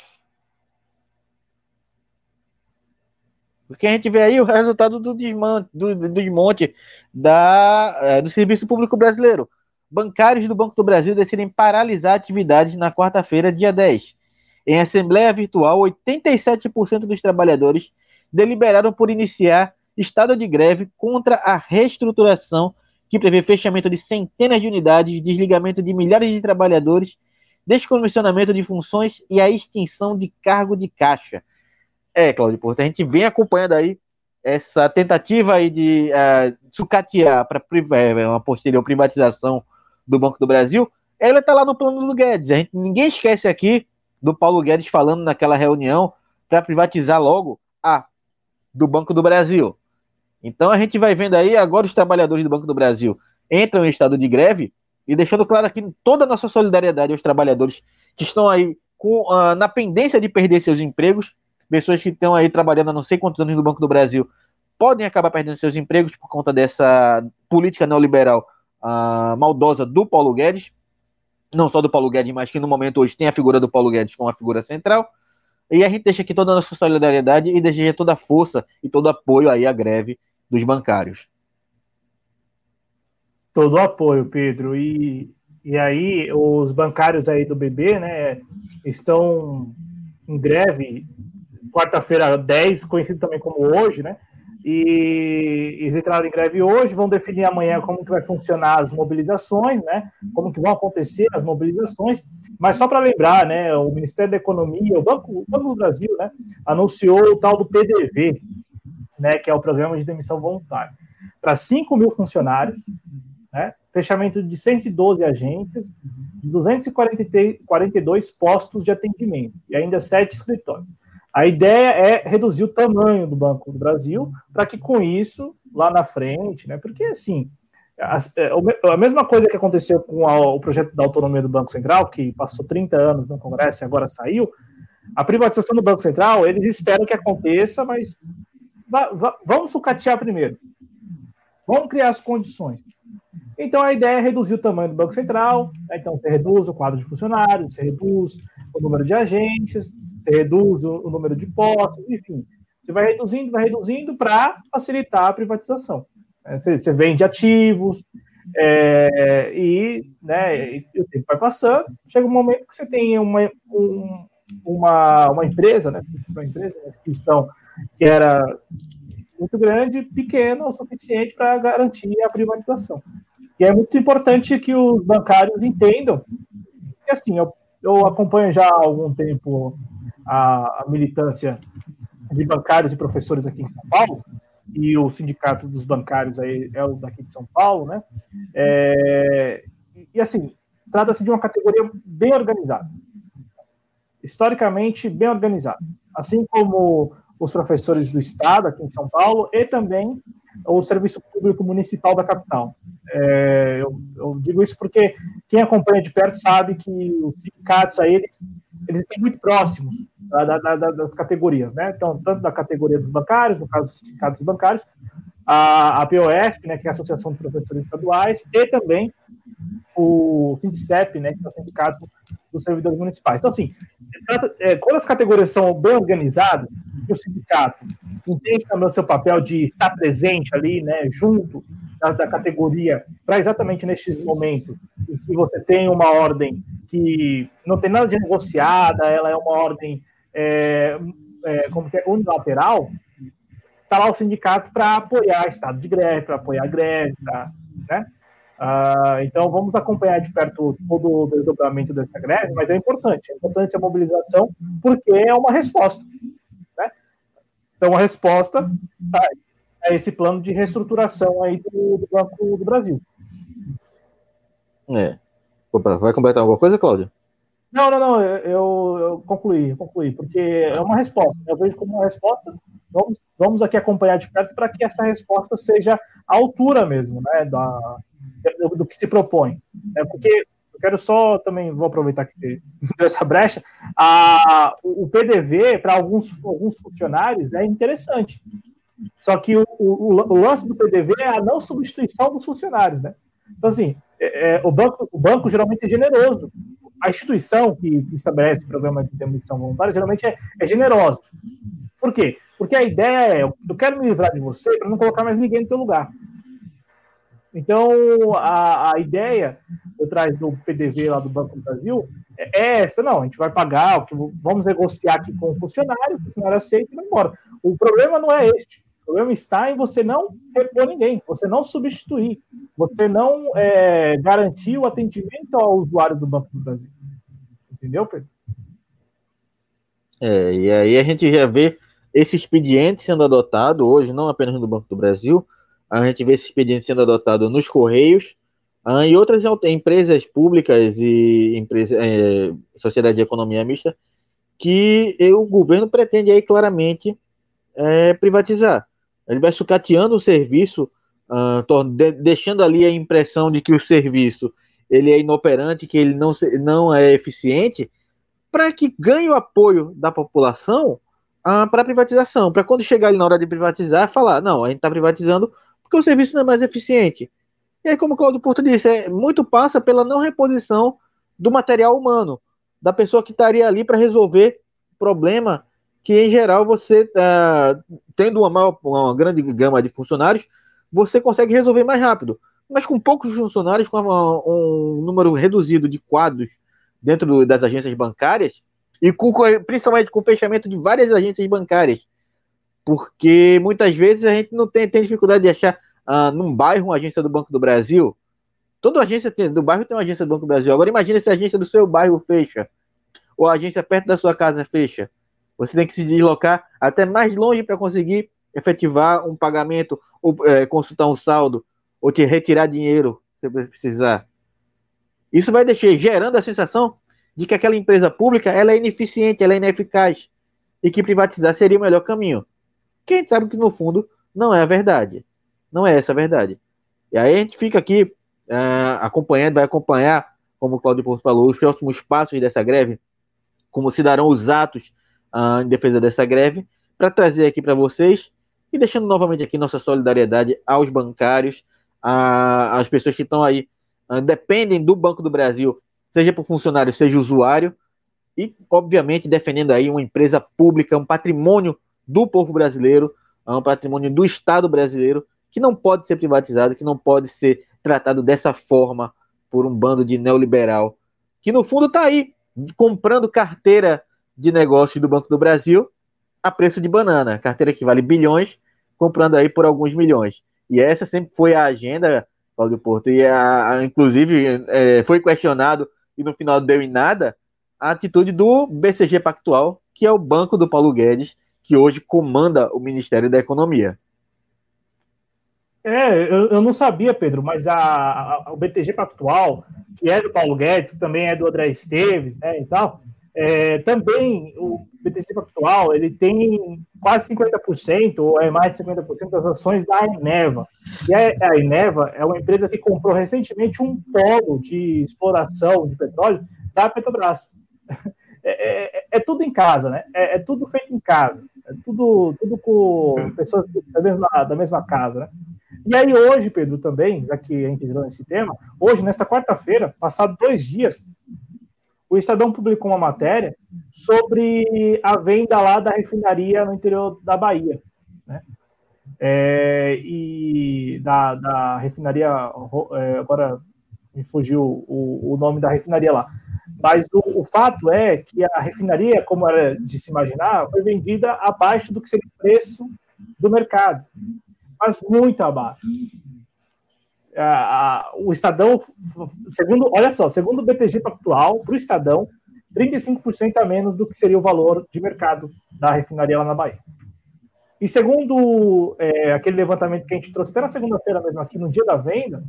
Porque a gente vê aí o resultado do desmonte do Serviço Público Brasileiro. Bancários do Banco do Brasil decidem paralisar atividades na quarta-feira, dia 10. Em assembleia virtual, 87% dos trabalhadores deliberaram por iniciar estado de greve contra a reestruturação que prevê fechamento de centenas de unidades, desligamento de milhares de trabalhadores, descomissionamento de funções e a extinção de cargo de caixa. Cláudio Porto, a gente vem acompanhando aí essa tentativa aí de sucatear para uma posterior privatização do Banco do Brasil. Ela está lá no plano do Guedes. Ninguém esquece aqui do Paulo Guedes falando naquela reunião para privatizar logo do Banco do Brasil. Então a gente vai vendo aí agora os trabalhadores do Banco do Brasil entram em estado de greve e deixando claro aqui toda a nossa solidariedade aos trabalhadores que estão aí na pendência de perder seus empregos. Pessoas que estão aí trabalhando há não sei quantos anos no Banco do Brasil podem acabar perdendo seus empregos por conta dessa política neoliberal maldosa do Paulo Guedes. Não só do Paulo Guedes, mas que no momento hoje tem a figura do Paulo Guedes como a figura central. E a gente deixa aqui toda a nossa solidariedade e deseja toda a força e todo o apoio aí à greve dos bancários. Todo o apoio, Pedro. E aí, os bancários aí do BB, né, estão em greve quarta-feira 10, conhecido também como hoje, né? e eles entraram em greve hoje, vão definir amanhã como que vai funcionar as mobilizações, né? Como que vão acontecer as mobilizações. Mas só para lembrar, né? O Ministério da Economia, o Banco do Brasil, né? Anunciou o tal do PDV, né? Que é o Programa de Demissão Voluntária, para 5 mil funcionários, né? Fechamento de 112 agências, 242 postos de atendimento e ainda 7 escritórios. A ideia é reduzir o tamanho do Banco do Brasil para que com isso, lá na frente, né? Porque assim, a mesma coisa que aconteceu com o projeto da autonomia do Banco Central, que passou 30 anos no Congresso e agora saiu, a privatização do Banco Central, eles esperam que aconteça, mas vamos sucatear primeiro. Vamos criar as condições. Então, a ideia é reduzir o tamanho do Banco Central, né? Então você reduz o quadro de funcionários, você reduz o número de agências, você reduz o número de postos, enfim. Você vai reduzindo para facilitar a privatização. Você vende ativos, e o tempo vai passando, chega um momento que você tem uma empresa, né? Uma instituição que era muito grande, pequena o suficiente para garantir a privatização. E é muito importante que os bancários entendam que, assim, eu acompanho já há algum tempo a militância de bancários e professores aqui em São Paulo, e o sindicato dos bancários aí é o daqui de São Paulo, né? E assim, trata-se de uma categoria bem organizada, historicamente bem organizada, assim como os professores do Estado aqui em São Paulo e também o Serviço Público Municipal da capital. Eu digo isso porque quem acompanha de perto sabe que os sindicatos aí, eles estão muito próximos das categorias, né? Então, tanto da categoria dos bancários, no caso dos sindicatos bancários, a POSP, né, que é a Associação de Professores Estaduais, e também o Sindicep, né, que é o Sindicato dos Servidores Municipais. Então, assim, quando as categorias são bem organizadas, e o sindicato entende também o seu papel de estar presente ali, né, junto da categoria, para exatamente nestes momentos em que você tem uma ordem que não tem nada de negociada, ela é uma ordem como que é, unilateral, está lá o sindicato para apoiar estado de greve, para apoiar a greve, né? Então, vamos acompanhar de perto todo o desdobramento dessa greve, mas é importante a mobilização, porque é uma resposta, né? Então, a resposta a esse plano de reestruturação aí do Banco do Brasil. Opa, vai completar alguma coisa, Cláudio? Não, eu concluí, porque é uma resposta, eu vejo como uma resposta, vamos aqui acompanhar de perto para que essa resposta seja à altura mesmo, né, do que se propõe. Porque eu quero só também, vou aproveitar que você deu essa brecha, o PDV para alguns funcionários é interessante, só que o lance do PDV é a não substituição dos funcionários, né? Então, assim, o banco geralmente é generoso. A instituição que estabelece o programa de demissão voluntária geralmente é generosa. Por quê? Porque a ideia eu quero me livrar de você para não colocar mais ninguém no teu lugar. Então, a ideia por trás do PDV lá do Banco do Brasil é essa. Não, a gente vai pagar, vamos negociar aqui com o funcionário aceita e vai embora. O problema não é este. O problema está em você não repor ninguém, você não substituir, você não garantir o atendimento ao usuário do Banco do Brasil. Entendeu, Pedro? E aí a gente já vê esse expediente sendo adotado hoje, não apenas no Banco do Brasil, a gente vê esse expediente sendo adotado nos Correios e outras empresas públicas e sociedade de economia mista, que o governo pretende aí claramente privatizar. Ele vai sucateando o serviço, deixando ali a impressão de que o serviço ele é inoperante, que ele não é eficiente, para que ganhe o apoio da população para a privatização, para quando chegar ali na hora de privatizar, falar, não, a gente está privatizando porque o serviço não é mais eficiente. E aí, como o Cláudio Porto disse, muito passa pela não reposição do material humano, da pessoa que estaria ali para resolver o problema que, em geral, você, tendo uma grande gama de funcionários, você consegue resolver mais rápido. Mas com poucos funcionários, com um número reduzido de quadros dentro das agências bancárias, e principalmente com o fechamento de várias agências bancárias, porque muitas vezes a gente não tem dificuldade de achar num bairro uma agência do Banco do Brasil. Toda agência do bairro tem uma agência do Banco do Brasil. Agora imagine se a agência do seu bairro fecha, ou a agência perto da sua casa fecha. Você tem que se deslocar até mais longe para conseguir efetivar um pagamento, ou consultar um saldo, ou te retirar dinheiro se você precisar. Isso vai gerando a sensação de que aquela empresa pública ela é ineficiente, ela é ineficaz, e que privatizar seria o melhor caminho. Que a gente sabe que, no fundo, não é a verdade. Não é essa a verdade. E aí a gente fica aqui acompanhando, vai acompanhar, como o Cláudio Porto falou, os próximos passos dessa greve, como se darão os atos em defesa dessa greve, para trazer aqui para vocês, e deixando novamente aqui nossa solidariedade aos bancários, às pessoas que estão aí, dependem do Banco do Brasil, seja por funcionário, seja usuário, e, obviamente, defendendo aí uma empresa pública, um patrimônio do povo brasileiro, um patrimônio do Estado brasileiro, que não pode ser privatizado, que não pode ser tratado dessa forma por um bando de neoliberal, que no fundo está aí, comprando carteira de negócios do Banco do Brasil a preço de banana, carteira que vale bilhões, comprando aí por alguns milhões. E essa sempre foi a agenda, Cláudio Porto, e inclusive foi questionado e no final deu em nada a atitude do BCG Pactual, que é o banco do Paulo Guedes, que hoje comanda o Ministério da Economia. Eu não sabia, Pedro, mas o BTG Pactual, que é do Paulo Guedes, que também é do André Esteves, né, e tal, também o BTG Pactual, ele tem quase 50%, ou mais de 50% das ações da Eneva. E a Eneva é uma empresa que comprou recentemente um polo de exploração de petróleo da Petrobras. É tudo em casa, né? É tudo feito em casa. É tudo com pessoas da mesma casa, né? E aí hoje, Pedro, também, já que a gente entrou nesse tema, hoje, nesta quarta-feira, passado 2 dias, o Estadão publicou uma matéria sobre a venda lá da refinaria no interior da Bahia, né? E da refinaria, agora me fugiu o nome da refinaria lá. Mas o fato é que a refinaria, como era de se imaginar, foi vendida abaixo do que seria o preço do mercado, mas muito abaixo. O Estadão, segundo o BTG Pactual, para o Estadão, 35% a menos do que seria o valor de mercado da refinaria lá na Bahia. E segundo aquele levantamento que a gente trouxe até na segunda-feira mesmo aqui, no dia da venda,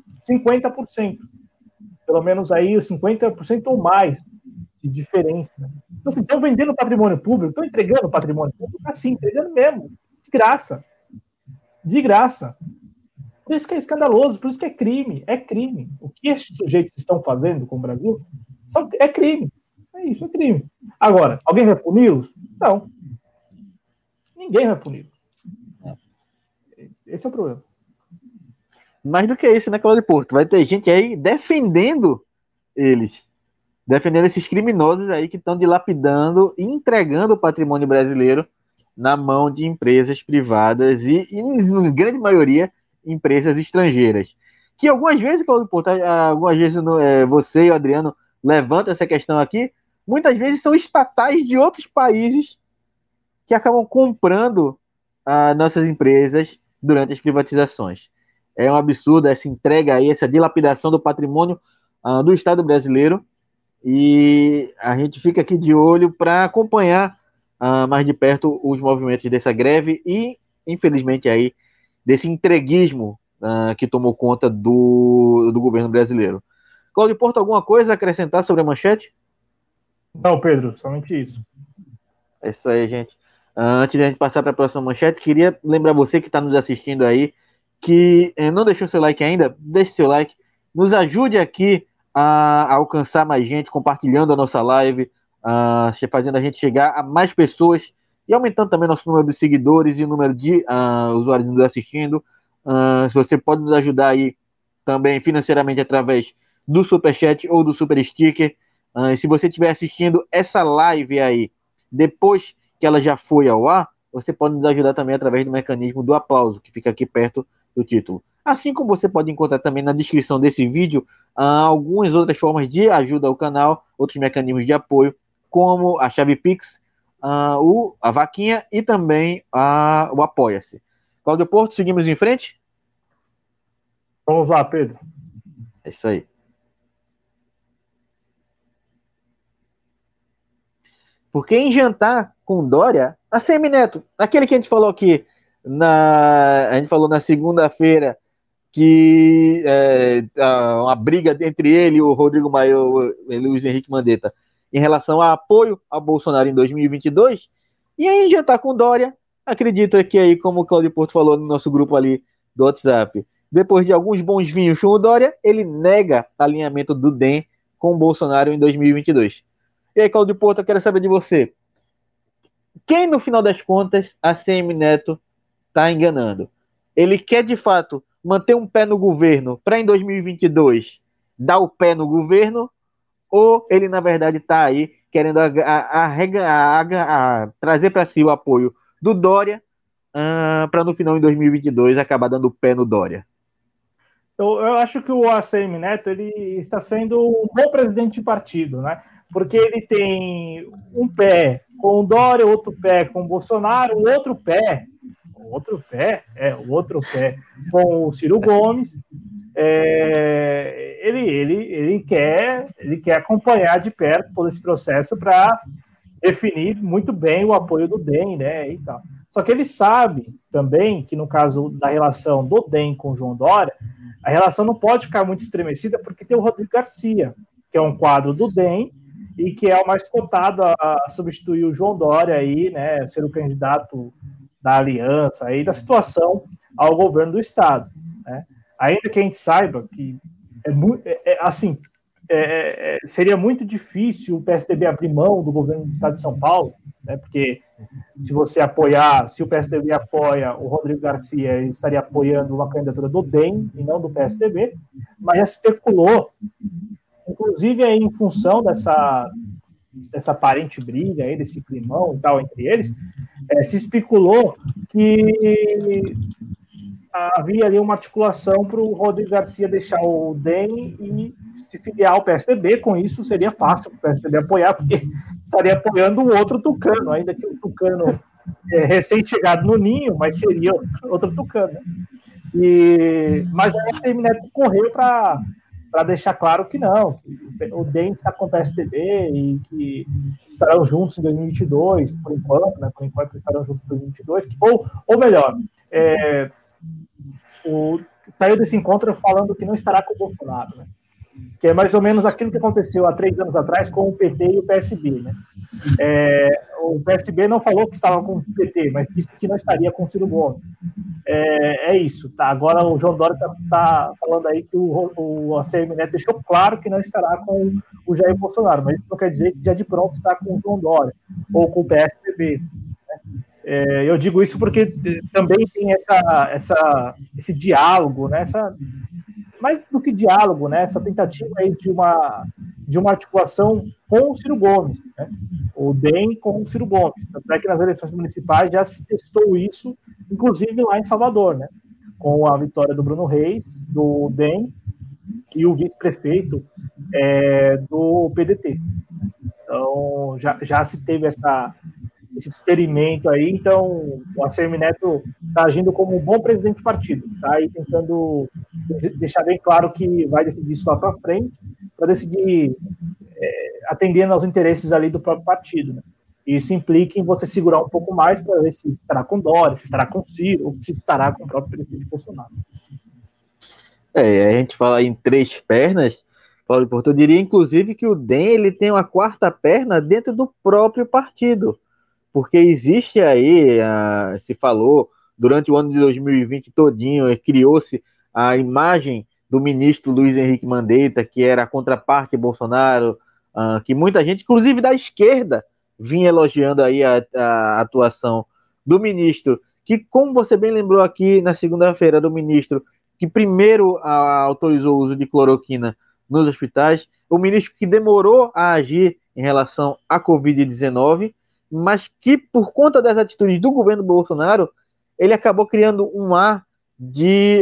50%. Pelo menos aí 50% ou mais de diferença. Então, assim, estão vendendo patrimônio público, estão entregando patrimônio público, assim, entregando mesmo, de graça. De graça. Por isso que é escandaloso, por isso que é crime. É crime. O que esses sujeitos estão fazendo com o Brasil é crime. É isso, é crime. Agora, alguém vai puni-los? Não. Ninguém vai puni-los. Esse é o problema. Mais do que isso, né, Cláudio Porto? Vai ter gente aí defendendo eles. Defendendo esses criminosos aí que estão dilapidando e entregando o patrimônio brasileiro na mão de empresas privadas e na grande maioria, empresas estrangeiras. Que algumas vezes, Cláudio Porto, algumas vezes você e o Adriano levantam essa questão aqui, muitas vezes são estatais de outros países que acabam comprando nossas empresas durante as privatizações. É um absurdo essa entrega aí, essa dilapidação do patrimônio do Estado brasileiro, e a gente fica aqui de olho para acompanhar mais de perto os movimentos dessa greve e, infelizmente, aí, desse entreguismo que tomou conta do governo brasileiro. Cláudio Porto, alguma coisa a acrescentar sobre a manchete? Não, Pedro, somente isso. É isso aí, gente. Antes de a gente passar para a próxima manchete, queria lembrar você que está nos assistindo aí, que não deixou seu like ainda, deixe seu like, nos ajude aqui a alcançar mais gente, compartilhando a nossa live, fazendo a gente chegar a mais pessoas e aumentando também nosso número de seguidores e o número de usuários nos assistindo. Se você pode nos ajudar aí também financeiramente através do Superchat ou do Super Sticker. E se você estiver assistindo essa live aí, depois que ela já foi ao ar, você pode nos ajudar também através do mecanismo do aplauso, que fica aqui perto do título. Assim como você pode encontrar também na descrição desse vídeo algumas outras formas de ajuda ao canal, outros mecanismos de apoio, como a chave Pix, a vaquinha e também o Apoia-se. Cláudio Porto, seguimos em frente? Vamos lá, Pedro. É isso aí. Porque em jantar com Dória, a Semineto, aquele que a gente falou aqui, a gente falou na segunda-feira, que uma briga entre ele e o Rodrigo Maia e Luiz Henrique Mandetta em relação a apoio a Bolsonaro em 2022, e aí já tá com Dória, acredito que aí, como o Claudio Porto falou no nosso grupo ali do WhatsApp, depois de alguns bons vinhos com o Dória, ele nega alinhamento do DEM com o Bolsonaro em 2022. E aí, Claudio Porto, eu quero saber de você. Quem, no final das contas, a CM Neto está enganando? Ele quer, de fato, manter um pé no governo para em 2022 dar o pé no governo, ou ele, na verdade, está aí querendo trazer para si o apoio do Dória para no final, em 2022, acabar dando o pé no Dória? Eu acho que o ACM Neto ele está sendo um bom presidente de partido, né? Porque ele tem um pé com o Dória, outro pé com o Bolsonaro, o outro pé com o Ciro Gomes. Ele quer acompanhar de perto todo esse processo para definir muito bem o apoio do DEM, né? E tal. Só que ele sabe também que, no caso da relação do DEM com o João Dória, a relação não pode ficar muito estremecida, porque tem o Rodrigo Garcia, que é um quadro do DEM e que é o mais cotado a substituir o João Dória aí, né, ser o candidato da aliança aí, da situação ao governo do estado, né? Ainda que a gente saiba que seria muito difícil o PSDB abrir mão do governo do estado de São Paulo, né, porque se o PSDB apoia o Rodrigo Garcia, ele estaria apoiando uma candidatura do DEM e não do PSDB, mas já se especulou, inclusive aí em função dessa aparente briga aí, desse climão e tal entre eles, se especulou que havia ali uma articulação para o Rodrigo Garcia deixar o DEM e se filiar ao PSDB. Com isso seria fácil para o PSDB apoiar, porque estaria apoiando o outro tucano, ainda que o tucano recém-chegado no ninho, mas seria outro tucano, né? Mas aí a CM Neto correu para deixar claro que não, que o DEM está com o PSDB e que estarão juntos em 2022, por enquanto, né? Por enquanto estarão juntos em 2022, ou melhor, saiu desse encontro falando que não estará com o Bolsonaro, né? Que é mais ou menos aquilo que aconteceu há 3 anos atrás com o PT e o PSB, né? O PSB não falou que estava com o PT, mas disse que não estaria com o Ciro Gomes. Isso, tá? Agora o João Dória tá falando aí que o ACM Neto deixou claro que não estará com o Jair Bolsonaro, mas isso não quer dizer que já de pronto está com o João Dória ou com o PSDB, né? Eu digo isso porque também tem esse diálogo, né? Mais do que diálogo, né? Essa tentativa aí de uma articulação com o Ciro Gomes, né? O DEM com o Ciro Gomes. Tanto é que nas eleições municipais já se testou isso, inclusive lá em Salvador, né? Com a vitória do Bruno Reis, do DEM, e o vice-prefeito do PDT. Então, já se teve esse experimento aí. Então o ACM Neto está agindo como um bom presidente do partido, tá aí tentando deixar bem claro que vai decidir isso lá para frente, para decidir atendendo aos interesses ali do próprio partido, né? Isso implica em você segurar um pouco mais para ver se estará com Dória, se estará com Ciro, ou se estará com o próprio presidente Bolsonaro. A gente fala em 3 pernas, Paulo Porto, eu diria inclusive que o DEM ele tem uma 4ª perna dentro do próprio partido, porque existe aí, se falou, durante o ano de 2020 todinho, criou-se a imagem do ministro Luiz Henrique Mandetta, que era a contraparte de Bolsonaro, que muita gente, inclusive da esquerda, vinha elogiando aí a atuação do ministro, que, como você bem lembrou aqui na segunda-feira, do ministro que primeiro autorizou o uso de cloroquina nos hospitais, o ministro que demorou a agir em relação à Covid-19, mas que, por conta das atitudes do governo Bolsonaro, ele acabou criando um ar de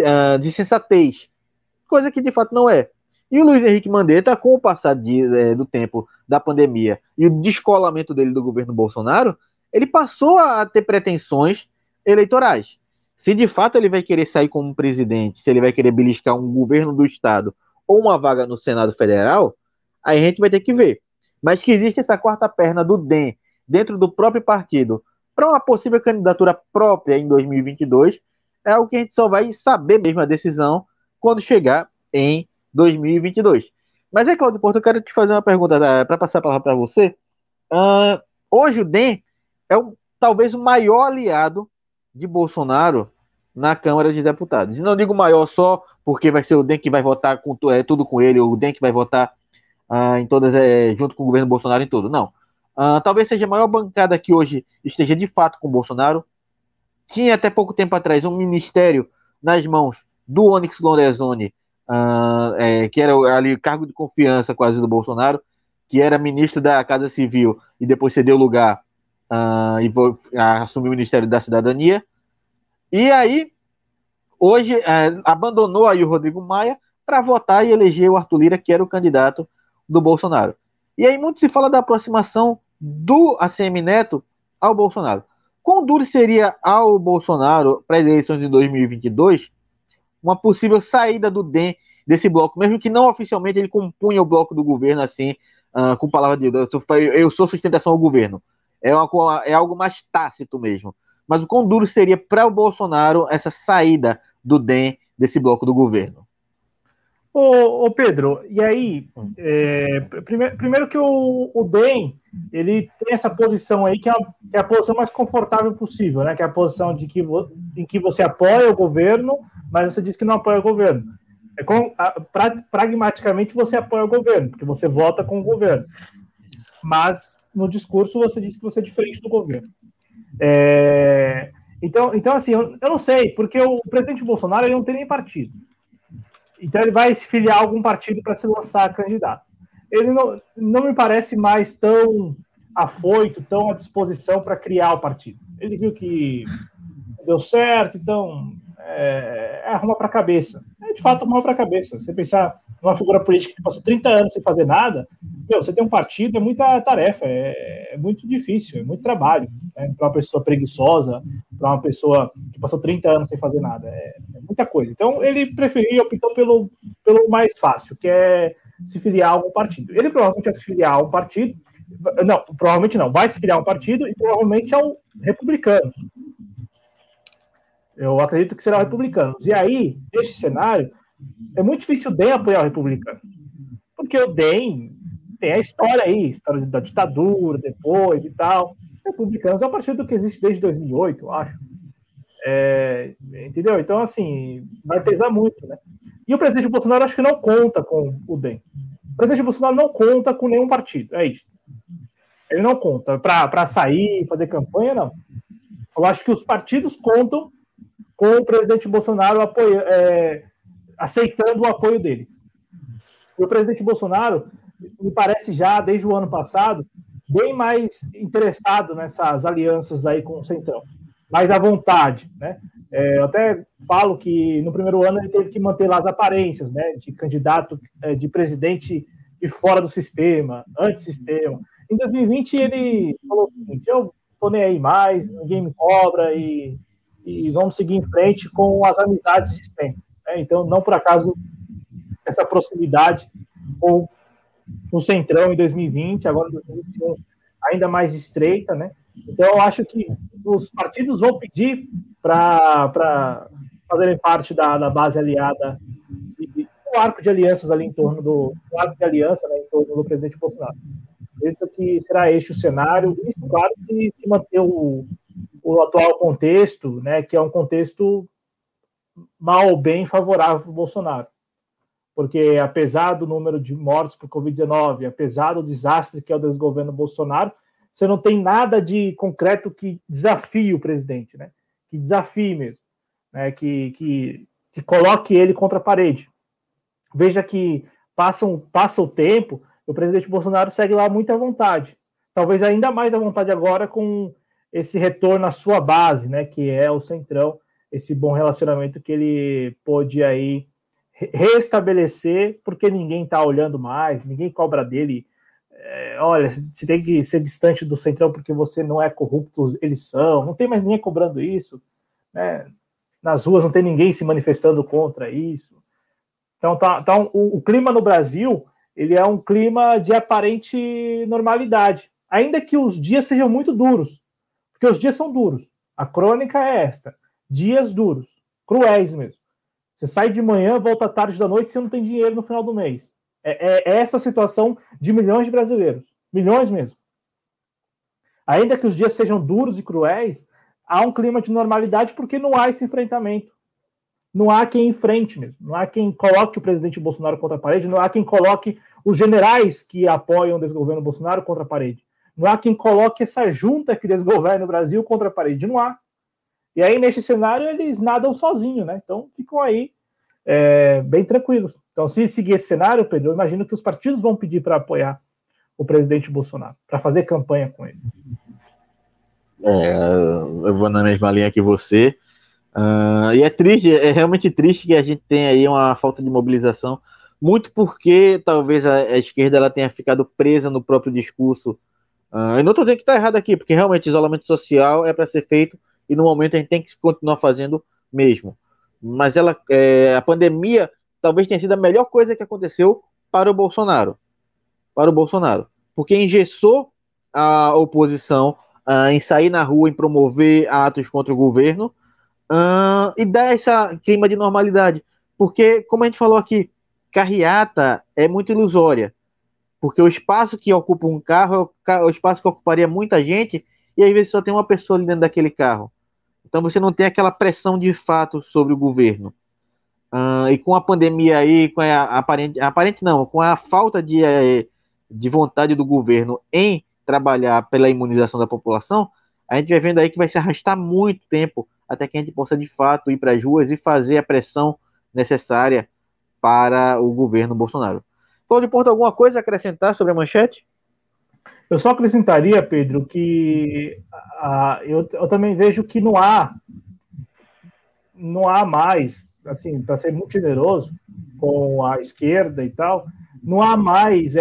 sensatez, coisa que de fato não é. E o Luiz Henrique Mandetta, com o passar do tempo da pandemia e o descolamento dele do governo Bolsonaro, ele passou a ter pretensões eleitorais. Se de fato ele vai querer sair como presidente, se ele vai querer beliscar um governo do Estado ou uma vaga no Senado Federal, aí a gente vai ter que ver. Mas que existe essa quarta perna do DEM dentro do próprio partido para uma possível candidatura própria em 2022, é algo que a gente só vai saber mesmo a decisão quando chegar em 2022. Mas é, Claudio Porto, eu quero te fazer uma pergunta para passar a palavra para você. Hoje o DEM é talvez o maior aliado de Bolsonaro na Câmara de Deputados. E não digo maior só porque vai ser o DEM que vai votar com, tudo com ele, ou o DEM que vai votar em todas, junto com o governo Bolsonaro em tudo. Não. Talvez seja a maior bancada que hoje esteja de fato com o Bolsonaro. Tinha até pouco tempo atrás um ministério nas mãos do Onyx Lorenzoni, que era ali cargo de confiança quase do Bolsonaro, que era ministro da Casa Civil e depois cedeu lugar e assumiu o Ministério da Cidadania. E aí, hoje, abandonou aí o Rodrigo Maia para votar e eleger o Arthur Lira, que era o candidato do Bolsonaro. E aí muito se fala da aproximação do ACM Neto ao Bolsonaro. Quão duro seria ao Bolsonaro, para as eleições de 2022, uma possível saída do DEM desse bloco, mesmo que não oficialmente ele compunha o bloco do governo assim, com palavra de eu sou sustentação ao governo. É algo mais tácito mesmo. Mas o quão duro seria para o Bolsonaro essa saída do DEM desse bloco do governo? Ô Pedro, e aí, primeiro que o DEM, ele tem essa posição aí que é a posição mais confortável possível, né? Que é a posição em que você apoia o governo, mas você diz que não apoia o governo. Pragmaticamente você apoia o governo, porque você vota com o governo. Mas no discurso você diz que você é diferente do governo. Então assim, eu não sei, porque o presidente Bolsonaro ele não tem nem partido. Então ele vai se filiar a algum partido para se lançar candidato. Ele não me parece mais tão afoito, tão à disposição para criar o partido. Ele viu que deu certo, então arruma para a cabeça. De fato, arruma para a cabeça. Você pensar numa figura política que passou 30 anos sem fazer nada, você tem um partido, é muita tarefa, é muito difícil, é muito trabalho. Né? Para uma pessoa preguiçosa, para uma pessoa que passou 30 anos sem fazer nada, é muita coisa. Então, ele preferiu, optou pelo mais fácil, que é se filiar a algum partido. Ele provavelmente vai se filiar a um partido, não, provavelmente não, vai se filiar a um partido e provavelmente ao Republicanos. Eu acredito que será o Republicanos. E aí, nesse cenário, é muito difícil o DEM apoiar o Republicano. Porque o DEM tem a história aí, história da ditadura, depois e tal. O Republicanos é um partido que existe desde 2008, eu acho. Entendeu? Então, assim, vai pesar muito, né? E o presidente Bolsonaro acho que não conta com o DEM. O presidente Bolsonaro não conta com nenhum partido, é isso. Ele não conta para sair, fazer campanha, não. Eu acho que os partidos contam com o presidente Bolsonaro aceitando o apoio deles. E o presidente Bolsonaro, me parece já, desde o ano passado, bem mais interessado nessas alianças aí com o Centrão. Mais à vontade, né? Eu até falo que no primeiro ano ele teve que manter lá as aparências, né? De candidato, de presidente de fora do sistema, antissistema. Em 2020 ele falou o seguinte, eu tô nem aí mais, ninguém me cobra e vamos seguir em frente com as amizades de sempre. Né? Então, não por acaso, essa proximidade com o Centrão em 2020, agora em 2021, ainda mais estreita. Né? Então, eu acho que os partidos vão pedir para fazerem parte da base aliada, do arco de alianças ali em torno do arco de aliança, né, em torno do presidente Bolsonaro. Acredito que será este o cenário, isso, claro, se manter o atual contexto, né, que é um contexto mal ou bem favorável para o Bolsonaro. Porque, apesar do número de mortos por Covid-19, apesar do desastre que é o desgoverno Bolsonaro, você não tem nada de concreto que desafie o presidente, né? Que desafie mesmo, né? Que coloque ele contra a parede. Veja que passa o tempo, o presidente Bolsonaro segue lá muito à vontade. Talvez ainda mais à vontade agora com esse retorno à sua base, né, que é o Centrão, esse bom relacionamento que ele pôde aí restabelecer, porque ninguém está olhando mais, ninguém cobra dele olha, você tem que ser distante do Centrão porque você não é corrupto, eles são, não tem mais ninguém cobrando isso, né? Nas ruas não tem ninguém se manifestando contra isso. Então, o clima no Brasil, ele é um clima de aparente normalidade, ainda que os dias sejam muito duros, porque os dias são duros. A crônica é esta, dias duros, cruéis mesmo. Você sai de manhã, volta à tarde da noite, você não tem dinheiro no final do mês. É essa a situação de milhões de brasileiros. Milhões mesmo. Ainda que os dias sejam duros e cruéis, há um clima de normalidade porque não há esse enfrentamento. Não há quem enfrente mesmo. Não há quem coloque o presidente Bolsonaro contra a parede. Não há quem coloque os generais que apoiam o desgoverno Bolsonaro contra a parede. Não há quem coloque essa junta que desgoverna o Brasil contra a parede. Não há. E aí, nesse cenário, eles nadam sozinhos, né? Então, ficam aí bem tranquilos. Então, se seguir esse cenário, Pedro, eu imagino que os partidos vão pedir para apoiar o presidente Bolsonaro, para fazer campanha com ele. Eu vou na mesma linha que você. E é triste, é realmente triste que a gente tenha aí uma falta de mobilização, muito porque talvez a esquerda ela tenha ficado presa no próprio discurso. Eu não estou dizendo que está errado aqui, porque realmente isolamento social é para ser feito e no momento a gente tem que continuar fazendo mesmo. Mas a pandemia talvez tenha sido a melhor coisa que aconteceu para o Bolsonaro. Para o Bolsonaro. Porque engessou a oposição em sair na rua, em promover atos contra o governo e dar esse clima de normalidade. Porque, como a gente falou aqui, carreata é muito ilusória. Porque o espaço que ocupa um carro é o espaço que ocuparia muita gente e às vezes só tem uma pessoa ali dentro daquele carro. Então você não tem aquela pressão de fato sobre o governo. E com a pandemia aí, com aparente não, com a falta de vontade do governo em trabalhar pela imunização da população, a gente vai vendo aí que vai se arrastar muito tempo até que a gente possa de fato ir para as ruas e fazer a pressão necessária para o governo Bolsonaro. Cláudio Porto, alguma coisa a acrescentar sobre a manchete? Eu só acrescentaria, Pedro, que eu também vejo que não há mais, assim, para ser muito generoso com a esquerda e tal, não há mais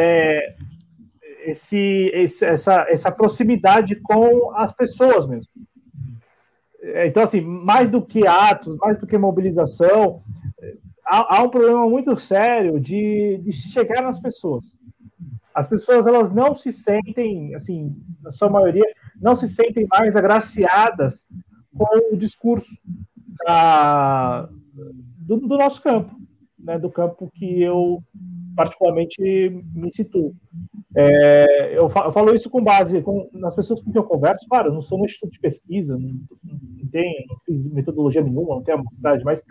essa proximidade com as pessoas mesmo. Então, assim, mais do que atos, mais do que mobilização, há um problema muito sério de chegar nas pessoas. As pessoas, elas não se sentem, assim, na sua maioria, não se sentem mais agraciadas com o discurso do nosso campo, né, do campo que eu particularmente me situo. Eu falo isso com base nas pessoas com quem eu converso. Claro, eu não sou um instituto de pesquisa, não fiz metodologia nenhuma, não tenho amostragem, mas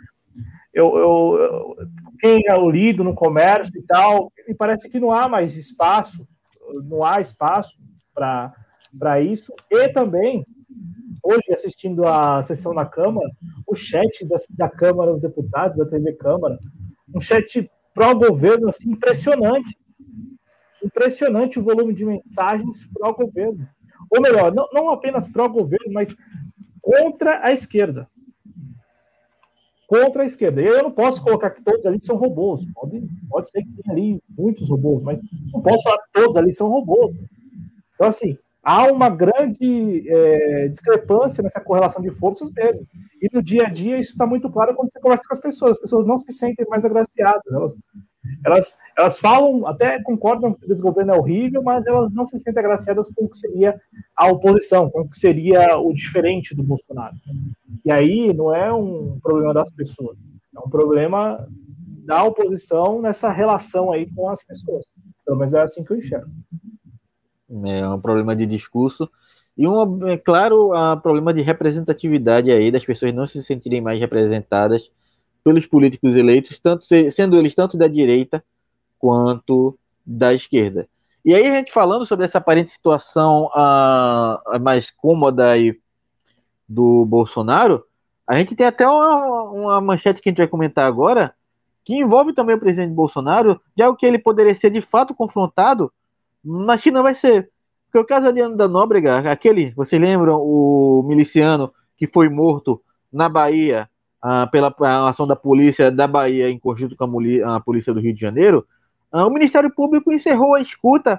quem eu lido no comércio e tal, me parece que não há mais espaço, não há espaço para isso. E também, hoje, assistindo a sessão na Câmara, o chat da Câmara dos Deputados, da TV Câmara, um chat pró-governo, assim, impressionante. Impressionante o volume de mensagens pró-governo. Ou melhor, não apenas pró-governo, mas contra a esquerda. Contra a esquerda. E eu não posso colocar que todos ali são robôs. Pode ser que tenha ali muitos robôs, mas não posso falar que todos ali são robôs. Então, assim, há uma grande discrepância nessa correlação de forças mesmo. E no dia a dia isso está muito claro quando você conversa com as pessoas. As pessoas não se sentem mais agraciadas. Elas falam, até concordam que o desgoverno é horrível, mas elas não se sentem agraciadas com o que seria a oposição, com o que seria o diferente do Bolsonaro. E aí não é um problema das pessoas, é um problema da oposição nessa relação aí com as pessoas. Pelo menos é assim que eu enxergo. É um problema de discurso e, claro, um problema de representatividade aí, das pessoas não se sentirem mais representadas pelos políticos eleitos, sendo eles tanto da direita quanto da esquerda. E aí a gente falando sobre essa aparente situação mais cômoda aí do Bolsonaro, a gente tem até uma manchete que a gente vai comentar agora, que envolve também o presidente Bolsonaro, de algo que ele poderia ser de fato confrontado, mas que não vai ser. Porque o caso Adriano da Nóbrega, vocês lembram, o miliciano que foi morto na Bahia pela ação da polícia da Bahia em conjunto com a polícia do Rio de Janeiro, o Ministério Público encerrou a escuta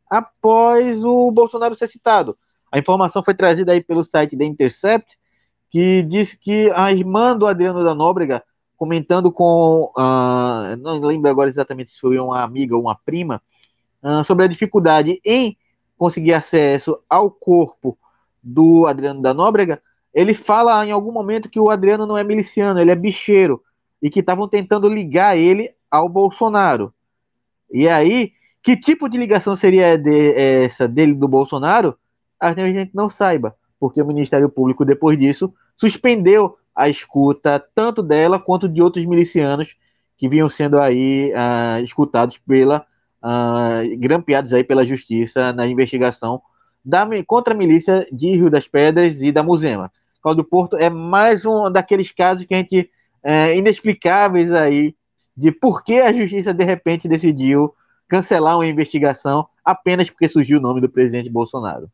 após o Bolsonaro ser citado. A informação foi trazida aí pelo site The Intercept, que disse que a irmã do Adriano da Nóbrega, comentando com, não lembro agora exatamente se foi uma amiga ou uma prima, sobre a dificuldade em conseguir acesso ao corpo do Adriano da Nóbrega, ele fala em algum momento que o Adriano não é miliciano, ele é bicheiro, e que estavam tentando ligar ele ao Bolsonaro. E aí, que tipo de ligação seria essa dele do Bolsonaro? A gente não saiba, porque o Ministério Público, depois disso, suspendeu a escuta tanto dela quanto de outros milicianos que vinham sendo aí escutados grampeados aí pela justiça na investigação contra a milícia de Rio das Pedras e da Muzema. Cláudio Porto é mais um daqueles casos que a gente inexplicáveis aí de por que a justiça de repente decidiu cancelar uma investigação apenas porque surgiu o nome do presidente Bolsonaro.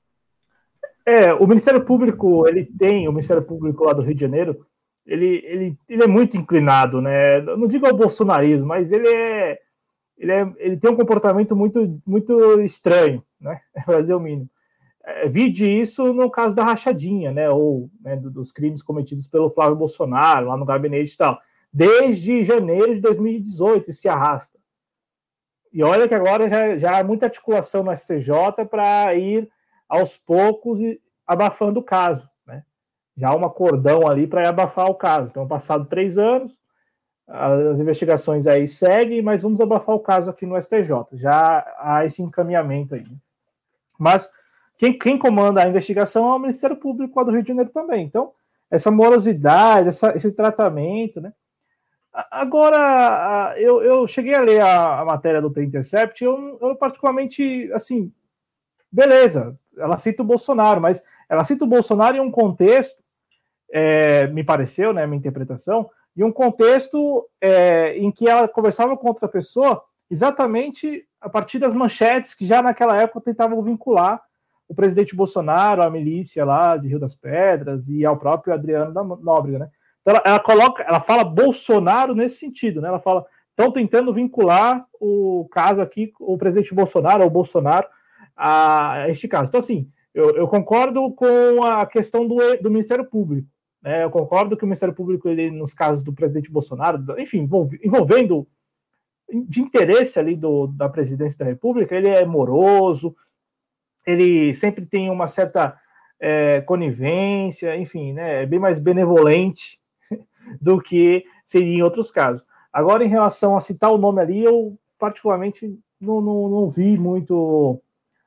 O Ministério Público, o Ministério Público lá do Rio de Janeiro, ele é muito inclinado, né? Não digo ao bolsonarismo, mas ele tem um comportamento muito, muito estranho, né? Para dizer o mínimo. Vide isso no caso da rachadinha, né? Ou dos crimes cometidos pelo Flávio Bolsonaro, lá no gabinete e tal. Desde janeiro de 2018 se arrasta. E olha que agora já há muita articulação no STJ para ir aos poucos abafando o caso, né? Já há um acordão ali para abafar o caso. Então, passado 3 anos, as investigações aí seguem, mas vamos abafar o caso aqui no STJ. Já há esse encaminhamento aí. Mas quem comanda a investigação é o Ministério Público lá do Rio de Janeiro também. Então, essa morosidade, esse tratamento, né? Agora, eu cheguei a ler a matéria do The Intercept, eu particularmente, assim, beleza, ela cita o Bolsonaro, mas ela cita o Bolsonaro em um contexto, me pareceu, né, minha interpretação, em um contexto em que ela conversava com outra pessoa exatamente a partir das manchetes que já naquela época tentavam vincular o presidente Bolsonaro à milícia lá de Rio das Pedras e ao próprio Adriano da Nóbrega, né? Então ela fala Bolsonaro nesse sentido, né? Ela fala, estão tentando vincular o caso aqui, o presidente Bolsonaro ou Bolsonaro a este caso. Então, assim, eu concordo com a questão do Ministério Público, né? Eu concordo que o Ministério Público, ele, nos casos do presidente Bolsonaro, enfim, envolvendo de interesse ali da presidência da República, ele é moroso, ele sempre tem uma certa conivência, enfim, né? É bem mais benevolente do que seria em outros casos. Agora, em relação a citar o nome ali, eu particularmente não vi muito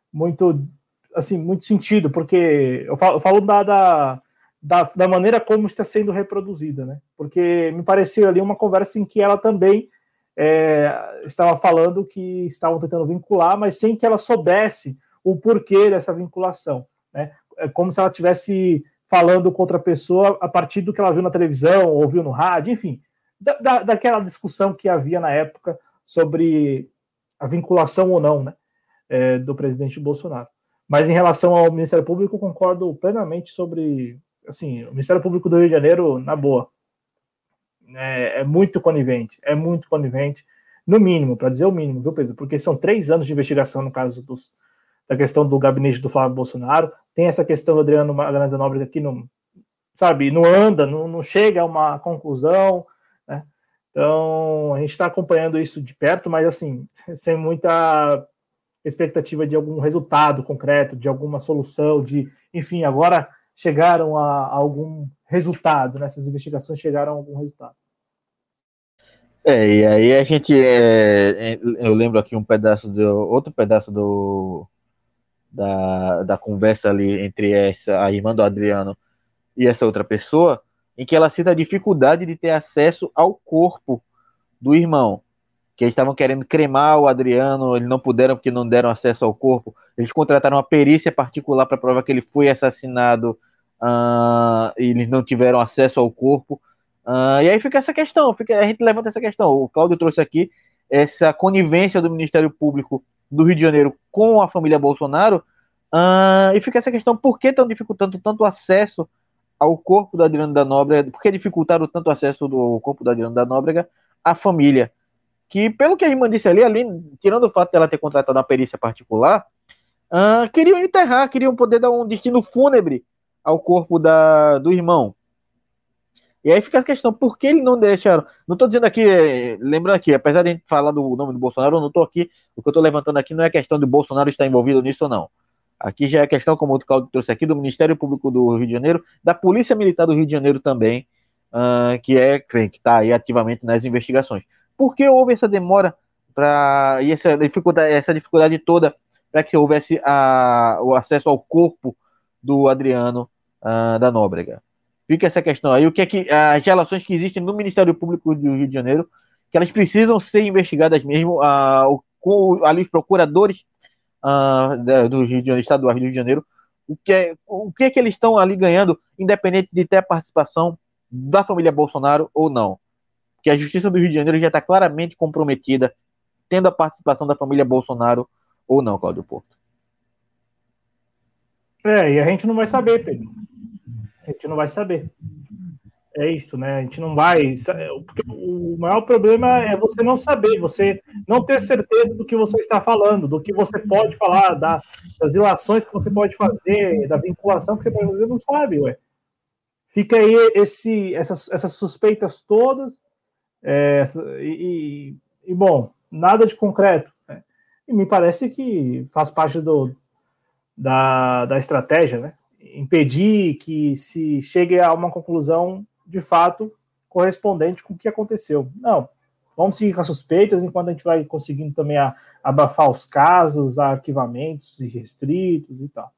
sentido, porque eu falo da maneira como está sendo reproduzida, né? Porque me pareceu ali uma conversa em que ela também estava falando que estavam tentando vincular, mas sem que ela soubesse o porquê dessa vinculação, né? É como se ela estivesse falando com outra pessoa a partir do que ela viu na televisão, ouviu no rádio, enfim, daquela discussão que havia na época sobre a vinculação ou não, né, do presidente Bolsonaro. Mas em relação ao Ministério Público, eu concordo plenamente sobre, assim, o Ministério Público do Rio de Janeiro, na boa, é muito conivente, no mínimo, para dizer o mínimo, viu, Pedro? Porque são 3 anos de investigação no caso da questão do gabinete do Flávio Bolsonaro, tem essa questão do Adriano da Nóbrega que não anda, não chega a uma conclusão, né? Então, a gente está acompanhando isso de perto, mas assim, sem muita expectativa de algum resultado concreto, de alguma solução, enfim, agora chegaram a algum resultado, né? Essas investigações chegaram a algum resultado. E aí a gente, eu lembro aqui outro pedaço da conversa ali entre a irmã do Adriano e essa outra pessoa, em que ela cita a dificuldade de ter acesso ao corpo do irmão, que eles estavam querendo cremar o Adriano, eles não puderam porque não deram acesso ao corpo, eles contrataram uma perícia particular para provar que ele foi assassinado, e eles não tiveram acesso ao corpo, e aí fica essa questão, a gente levanta essa questão, o Cláudio trouxe aqui essa conivência do Ministério Público do Rio de Janeiro com a família Bolsonaro, e fica essa questão, por que estão dificultando tanto o acesso ao corpo do Adriano da Nóbrega, por que dificultaram tanto o acesso do corpo do Adriano da Nóbrega à família? que, pelo que a irmã disse ali, tirando o fato dela ter contratado uma perícia particular, queriam enterrar, queriam poder dar um destino fúnebre ao corpo do irmão. E aí fica a questão, por que ele não deixaram? Não estou dizendo aqui, lembrando aqui, apesar de a gente falar do nome do Bolsonaro, eu não estou aqui, o que eu estou levantando aqui não é questão de Bolsonaro estar envolvido nisso ou não. Aqui já é questão, como o Claudio trouxe aqui, do Ministério Público do Rio de Janeiro, da Polícia Militar do Rio de Janeiro também, que está aí ativamente nas investigações. Por que houve essa demora e essa dificuldade toda para que houvesse o acesso ao corpo do Adriano da Nóbrega? Fica essa questão aí, o que é que as relações que existem no Ministério Público do Rio de Janeiro, que elas precisam ser investigadas mesmo, com ali os procuradores do Rio de Janeiro, estaduais do Rio de Janeiro, o que é que eles estão ali ganhando, independente de ter a participação da família Bolsonaro ou não. Porque a Justiça do Rio de Janeiro já está claramente comprometida, tendo a participação da família Bolsonaro ou não, Cláudio Porto. E a gente não vai saber, Pedro. A gente não vai saber. É isso, né? A gente não vai. Porque o maior problema é você não saber, você não ter certeza do que você está falando, do que você pode falar, das ilações que você pode fazer, da vinculação que você pode fazer, não sabe, ué. Fica aí essas suspeitas todas, bom, nada de concreto. Né? E me parece que faz parte da estratégia, né? Impedir que se chegue a uma conclusão de fato correspondente com o que aconteceu. Não, vamos seguir com as suspeitas enquanto a gente vai conseguindo também abafar os casos, arquivamentos restritos e tal.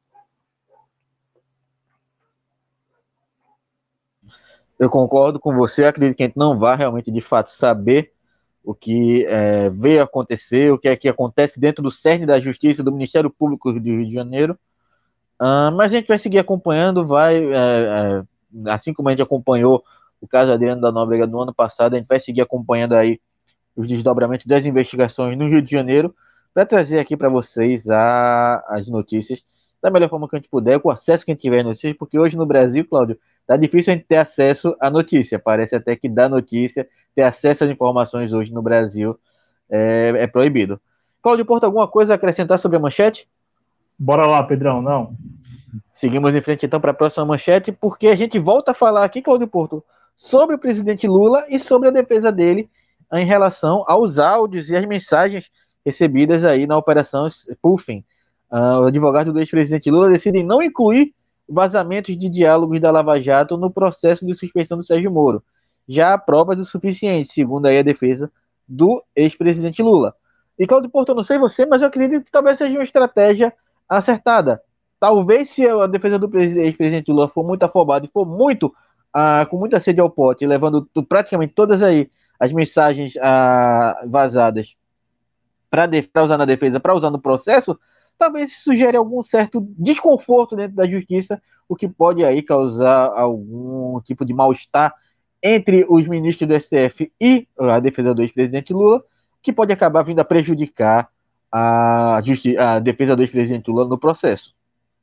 Eu concordo com você, acredito que a gente não vai realmente de fato saber o que veio acontecer, o que é que acontece dentro do cerne da Justiça, do Ministério Público do Rio de Janeiro. Mas a gente vai seguir acompanhando, assim como a gente acompanhou o caso Adriano da Nóbrega no ano passado, a gente vai seguir acompanhando aí os desdobramentos das investigações no Rio de Janeiro, para trazer aqui para vocês as notícias da melhor forma que a gente puder, com o acesso que a gente tiver às notícias, porque hoje no Brasil, Cláudio, tá difícil a gente ter acesso à notícia, parece até que dar notícia, ter acesso às informações hoje no Brasil é proibido. Cláudio Porto, alguma coisa a acrescentar sobre a manchete? Bora lá, Pedrão, não. Seguimos em frente então para a próxima manchete, porque a gente volta a falar aqui, Cláudio Porto, sobre o presidente Lula e sobre a defesa dele em relação aos áudios e as mensagens recebidas aí na operação Puffin. O advogado do ex-presidente Lula decide não incluir vazamentos de diálogos da Lava Jato no processo de suspeição do Sérgio Moro. Já há provas o suficiente, segundo aí a defesa do ex-presidente Lula. E Cláudio Porto, eu não sei você, mas eu acredito que talvez seja uma estratégia acertada. Talvez se a defesa do ex-presidente Lula for muito afobada e for muito com muita sede ao pote, levando praticamente todas aí as mensagens vazadas para usar na defesa, para usar no processo, talvez isso gere algum certo desconforto dentro da justiça, o que pode aí causar algum tipo de mal-estar entre os ministros do STF e a defesa do ex-presidente Lula, que pode acabar vindo a prejudicar a defesa do ex-presidente Lula no processo.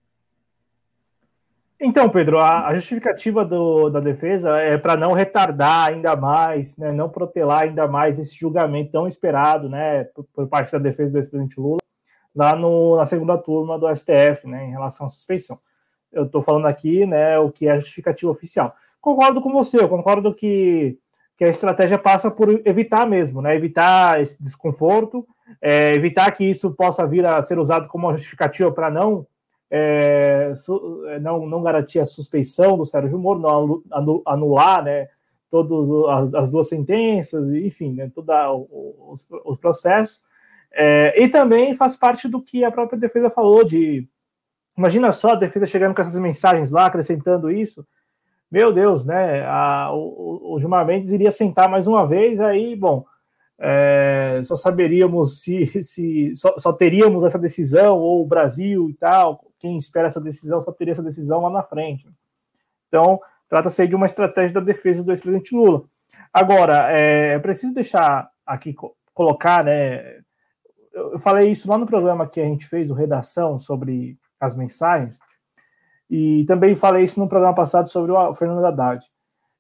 Então, Pedro, a justificativa da defesa é para não retardar ainda mais, né, não protelar ainda mais esse julgamento tão esperado, né, por parte da defesa do ex-presidente Lula, lá na segunda turma do STF, né, em relação à suspeição. Eu estou falando aqui, né, o que é a justificativa oficial. Concordo com você, eu concordo que a estratégia passa por evitar mesmo, né, evitar esse desconforto, evitar que isso possa vir a ser usado como uma justificativa para não garantir a suspeição do Sérgio Moro, não anular, né, todas as duas sentenças, enfim, né, todos os processos. E também faz parte do que a própria defesa falou, imagina só a defesa chegando com essas mensagens lá, acrescentando isso, meu Deus, né, o Gilmar Mendes iria sentar mais uma vez, aí, bom, só saberíamos só teríamos essa decisão, ou o Brasil e tal, quem espera essa decisão só teria essa decisão lá na frente. Então, trata-se de uma estratégia da defesa do ex-presidente Lula. Agora, é preciso deixar aqui, colocar, né, eu falei isso lá no programa que a gente fez, o Redação, sobre as mensagens, e também falei isso no programa passado sobre o Fernando Haddad.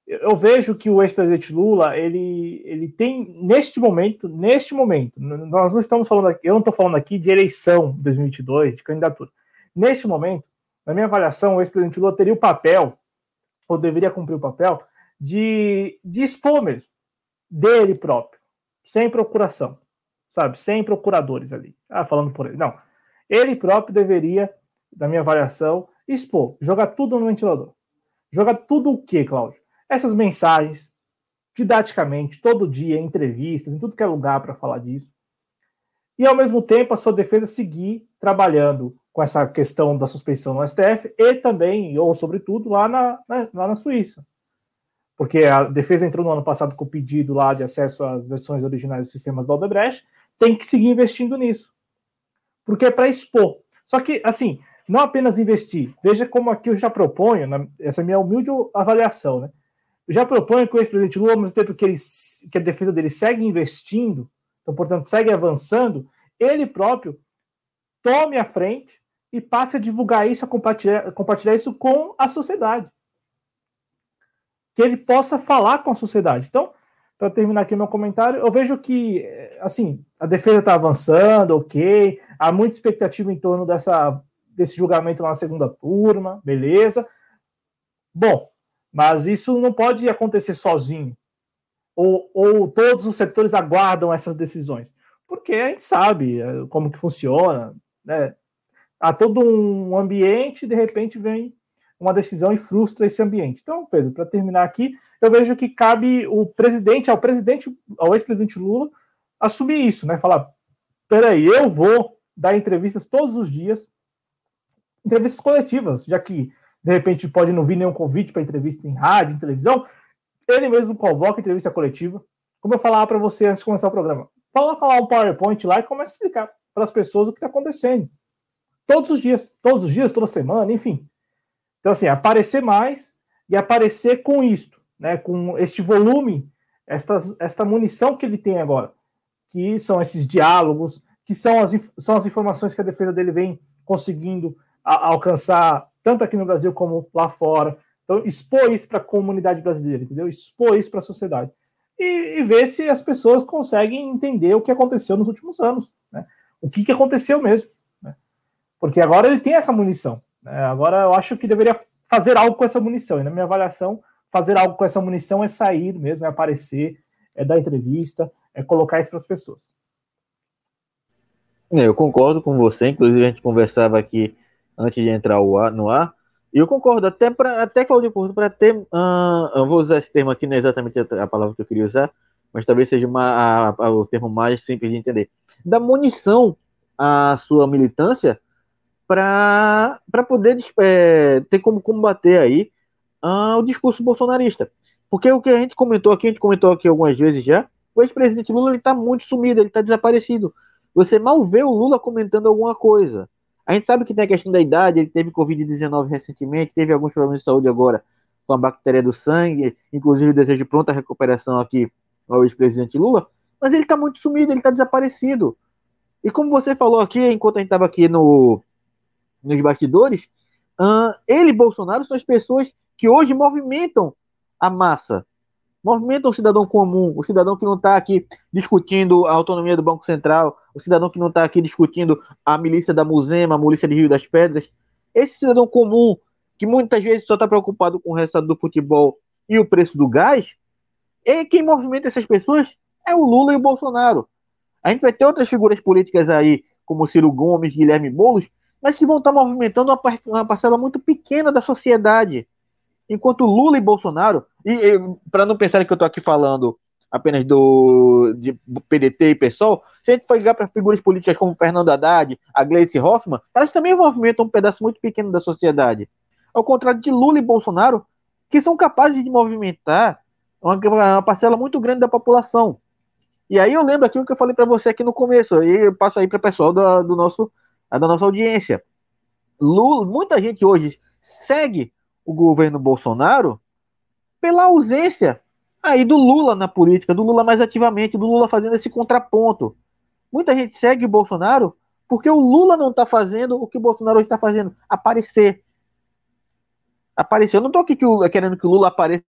eu vejo que o ex-presidente Lula, ele tem, neste momento, nós não estamos falando aqui, eu não estou falando aqui de eleição de 2022, de candidatura. Neste momento, na minha avaliação, o ex-presidente Lula teria o papel, ou deveria cumprir o papel, de expor mesmo, dele próprio, sem procuração, sabe? Sem procuradores ali, falando por ele. Não, ele próprio deveria, na minha avaliação, expor, jogar tudo no ventilador. Jogar tudo o quê, Cláudio? Essas mensagens, didaticamente, todo dia, em entrevistas, em tudo que é lugar para falar disso. E, ao mesmo tempo, a sua defesa seguir trabalhando com essa questão da suspeição no STF e também, ou sobretudo, lá na Suíça. Porque a defesa entrou no ano passado com o pedido lá de acesso às versões originais dos sistemas da Odebrecht, tem que seguir investindo nisso. Porque é para expor. Só que, assim, não apenas investir. Veja como aqui eu já proponho, essa é a minha humilde avaliação, né? Eu já proponho que o ex-presidente Lula, ao mesmo tempo que a defesa dele segue investindo, então, portanto, segue avançando, ele próprio tome a frente e passe a divulgar isso, a compartilhar isso com a sociedade. Que ele possa falar com a sociedade. Então, para terminar aqui meu comentário, eu vejo que, assim, a defesa está avançando, ok, há muita expectativa em torno desse julgamento lá na segunda turma, beleza. Bom, mas isso não pode acontecer sozinho. Ou todos os setores aguardam essas decisões. Porque a gente sabe como que funciona, né? Há todo um ambiente e, de repente, vem uma decisão e frustra esse ambiente. Então, Pedro, para terminar aqui, eu vejo que cabe ao ex-presidente Lula, assumir isso, né? Falar, peraí, eu vou dar entrevistas todos os dias, entrevistas coletivas, já que, de repente, pode não vir nenhum convite para entrevista em rádio, em televisão, ele mesmo convoca entrevista coletiva. Como eu falava para você antes de começar o programa, coloca lá um PowerPoint lá e começa a explicar para as pessoas o que está acontecendo. Toda semana, enfim. Então, assim, aparecer mais e aparecer com isto, né, com este volume, esta munição que ele tem agora, que são esses diálogos, que são as informações que a defesa dele vem conseguindo alcançar, tanto aqui no Brasil como lá fora. Então, expor isso para a comunidade brasileira, entendeu? Expor isso para a sociedade. E ver se as pessoas conseguem entender o que aconteceu nos últimos anos, né? O que aconteceu mesmo, né? Porque agora ele tem essa munição, né? Agora eu acho que deveria fazer algo com essa munição. E na minha avaliação, fazer algo com essa munição é sair mesmo, é aparecer, é dar entrevista, é colocar isso para as pessoas. Eu concordo com você, inclusive a gente conversava aqui antes de entrar no ar, e eu concordo, até Claudio Porto, para ter, eu vou usar esse termo aqui, não é exatamente a palavra que eu queria usar, mas talvez seja o termo mais simples de entender, dar munição à sua militância para poder ter como combater aí o discurso bolsonarista. Porque o que a gente comentou aqui algumas vezes já, o ex-presidente Lula está muito sumido, ele está desaparecido. Você mal vê o Lula comentando alguma coisa. A gente sabe que tem a questão da idade, ele teve Covid-19 recentemente, teve alguns problemas de saúde agora com a bactéria do sangue, inclusive desejo pronta recuperação aqui ao ex-presidente Lula, mas ele está muito sumido, ele está desaparecido. E como você falou aqui, enquanto a gente estava aqui nos bastidores, ele e Bolsonaro são as pessoas que hoje movimentam a massa. Movimenta o cidadão comum, o cidadão que não está aqui discutindo a autonomia do Banco Central, o cidadão que não está aqui discutindo a milícia da Muzema, a milícia de Rio das Pedras. Esse cidadão comum, que muitas vezes só está preocupado com o resultado do futebol e o preço do gás, quem movimenta essas pessoas é o Lula e o Bolsonaro. A gente vai ter outras figuras políticas aí, como Ciro Gomes, Guilherme Boulos, mas que vão estar movimentando uma parcela muito pequena da sociedade. Enquanto Lula e Bolsonaro, e para não pensarem que eu estou aqui falando apenas de PDT e PSOL, se a gente for ligar para figuras políticas como Fernando Haddad, a Gleice Hoffmann, elas também movimentam um pedaço muito pequeno da sociedade. Ao contrário de Lula e Bolsonaro, que são capazes de movimentar uma parcela muito grande da população. E aí eu lembro aquilo que eu falei para você aqui no começo, e eu passo aí para o pessoal da nossa audiência. Lula, muita gente hoje segue o governo Bolsonaro pela ausência aí do Lula na política, do Lula mais ativamente, do Lula fazendo esse contraponto. Muita gente segue o Bolsonaro porque o Lula não está fazendo o que o Bolsonaro hoje está fazendo, aparecer. Eu não estou aqui querendo que o Lula apareça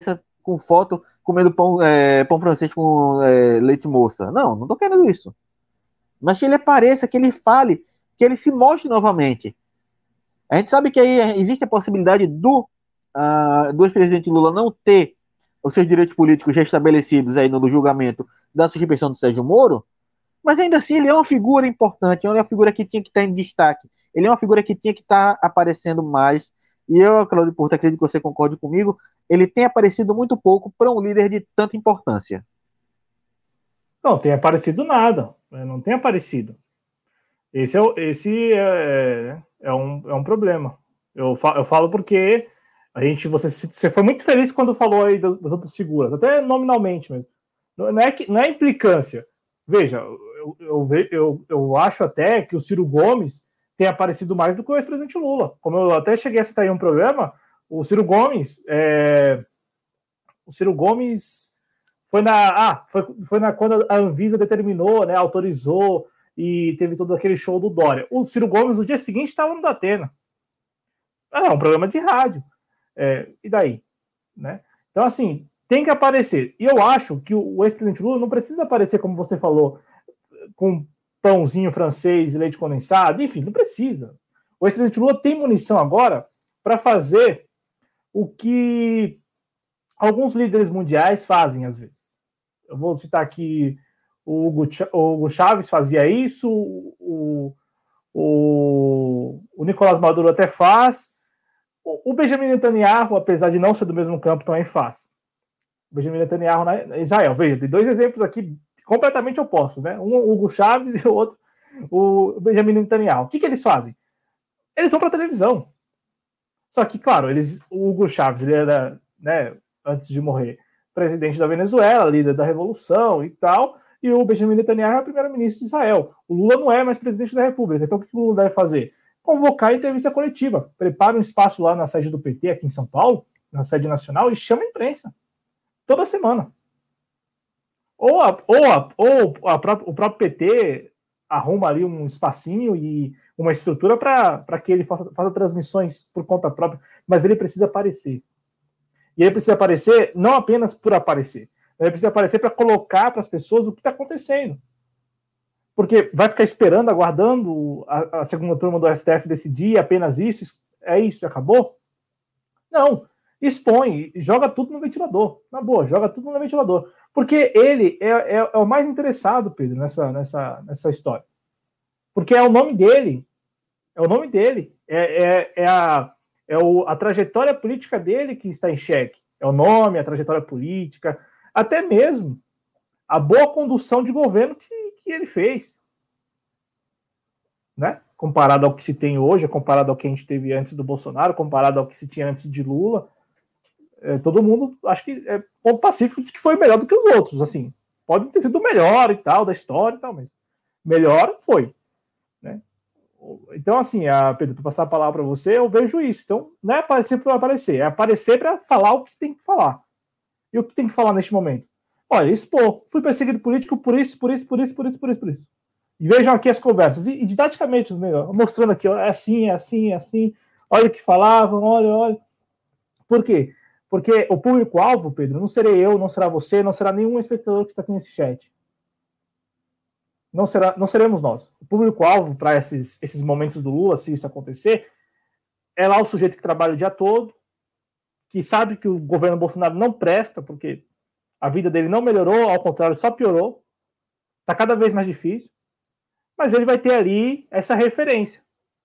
com foto comendo pão francês com leite moça. Não tô querendo isso. Mas que ele apareça, que ele fale, que ele se mostre novamente. A gente sabe que aí existe a possibilidade do ex-presidente Lula não ter os seus direitos políticos já estabelecidos aí no julgamento da suspeição do Sérgio Moro, mas ainda assim ele é uma figura importante, ele é uma figura que tinha que estar em destaque, ele é uma figura que tinha que estar aparecendo mais, e eu, Claudio Porto, acredito que você concorde comigo, ele tem aparecido muito pouco para um líder de tanta importância. Não tem aparecido nada, não tem aparecido. Esse é um problema. Eu falo porque você foi muito feliz quando falou aí das outras figuras, até nominalmente mesmo. Não é implicância. Veja, eu acho até que o Ciro Gomes tem aparecido mais do que o ex-presidente Lula. Como eu até cheguei a citar em um programa, o Ciro Gomes foi quando a Anvisa determinou, né, autorizou e teve todo aquele show do Dória. O Ciro Gomes, no dia seguinte, estava no Datena. É um programa de rádio. E daí? Né? Então, assim, tem que aparecer. E eu acho que o ex-presidente Lula não precisa aparecer, como você falou, com pãozinho francês e leite condensado. Enfim, não precisa. O ex-presidente Lula tem munição agora para fazer o que alguns líderes mundiais fazem, às vezes. Eu vou citar aqui o Hugo Chávez fazia isso, o Nicolás Maduro até faz, o Benjamin Netanyahu, apesar de não ser do mesmo campo, também faz. O Benjamin Netanyahu na Israel. Veja, tem dois exemplos aqui completamente opostos, né? Um o Hugo Chávez e o outro o Benjamin Netanyahu. O que eles fazem? Eles vão para a televisão. Só que, claro, o Hugo Chávez, ele era, né, antes de morrer, presidente da Venezuela, líder da revolução e tal, e o Benjamin Netanyahu é o primeiro-ministro de Israel. O Lula não é mais presidente da República. Então, o que o Lula deve fazer? Convocar a entrevista coletiva. Prepara um espaço lá na sede do PT, aqui em São Paulo, na sede nacional, e chama a imprensa. Toda semana. O próprio PT arruma ali um espacinho e uma estrutura para que ele faça transmissões por conta própria, mas ele precisa aparecer. E ele precisa aparecer não apenas por aparecer, ele precisa aparecer para colocar para as pessoas o que está acontecendo. Porque vai ficar esperando, aguardando a segunda turma do STF decidir apenas isso, é isso, acabou? Não, expõe, joga tudo no ventilador, na boa, joga tudo no ventilador. Porque ele é o mais interessado, Pedro, nessa história. Porque é o nome dele, a trajetória política dele que está em xeque. É o nome, a trajetória política, até mesmo a boa condução de governo que ele fez. Né? Comparado ao que se tem hoje, comparado ao que a gente teve antes do Bolsonaro, comparado ao que se tinha antes de Lula, todo mundo acho que é ponto pacífico de que foi melhor do que os outros. Assim, pode ter sido melhor e tal, da história e tal, mas melhor foi. Né? Então, assim, Pedro, para passar a palavra para você, eu vejo isso. Então, não é aparecer por aparecer, é aparecer para falar o que tem que falar. E o que tem que falar neste momento? Olha, expor, fui perseguido político por isso. E vejam aqui as conversas, e didaticamente, mostrando aqui, ó, é assim, olha o que falavam, olha. Por quê? Porque o público-alvo, Pedro, não serei eu, não será você, não será nenhum espectador que está aqui nesse chat. Não seremos nós. O público-alvo para esses momentos do Lula, se isso acontecer, é lá o sujeito que trabalha o dia todo, que sabe que o governo Bolsonaro não presta, porque a vida dele não melhorou, ao contrário, só piorou. Está cada vez mais difícil. Mas ele vai ter ali essa referência.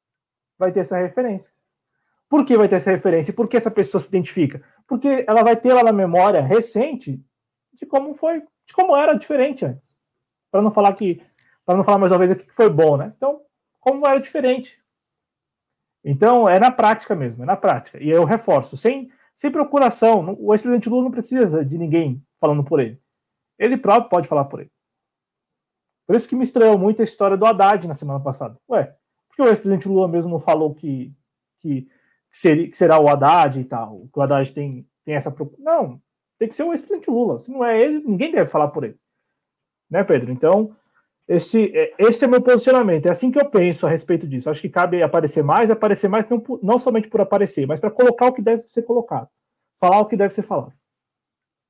Por que vai ter essa referência? E por que essa pessoa se identifica? Porque ela vai ter lá na memória recente de como era diferente antes. Para não falar mais uma vez aqui que foi bom, né? Então, como era diferente. Então, é na prática mesmo, é na prática. E eu reforço, sem procuração. O ex-presidente Lula não precisa de ninguém falando por ele. Ele próprio pode falar por ele. Por isso que me estranhou muito a história do Haddad na semana passada. Ué, por que o ex-presidente Lula mesmo não falou que será o Haddad e tal? Que o Haddad tem essa procura? Não, tem que ser o ex-presidente Lula. Se não é ele, ninguém deve falar por ele. Né, Pedro? Então, este é o meu posicionamento. É assim que eu penso a respeito disso. Acho que cabe aparecer mais não somente por aparecer, mas para colocar o que deve ser colocado. Falar o que deve ser falado.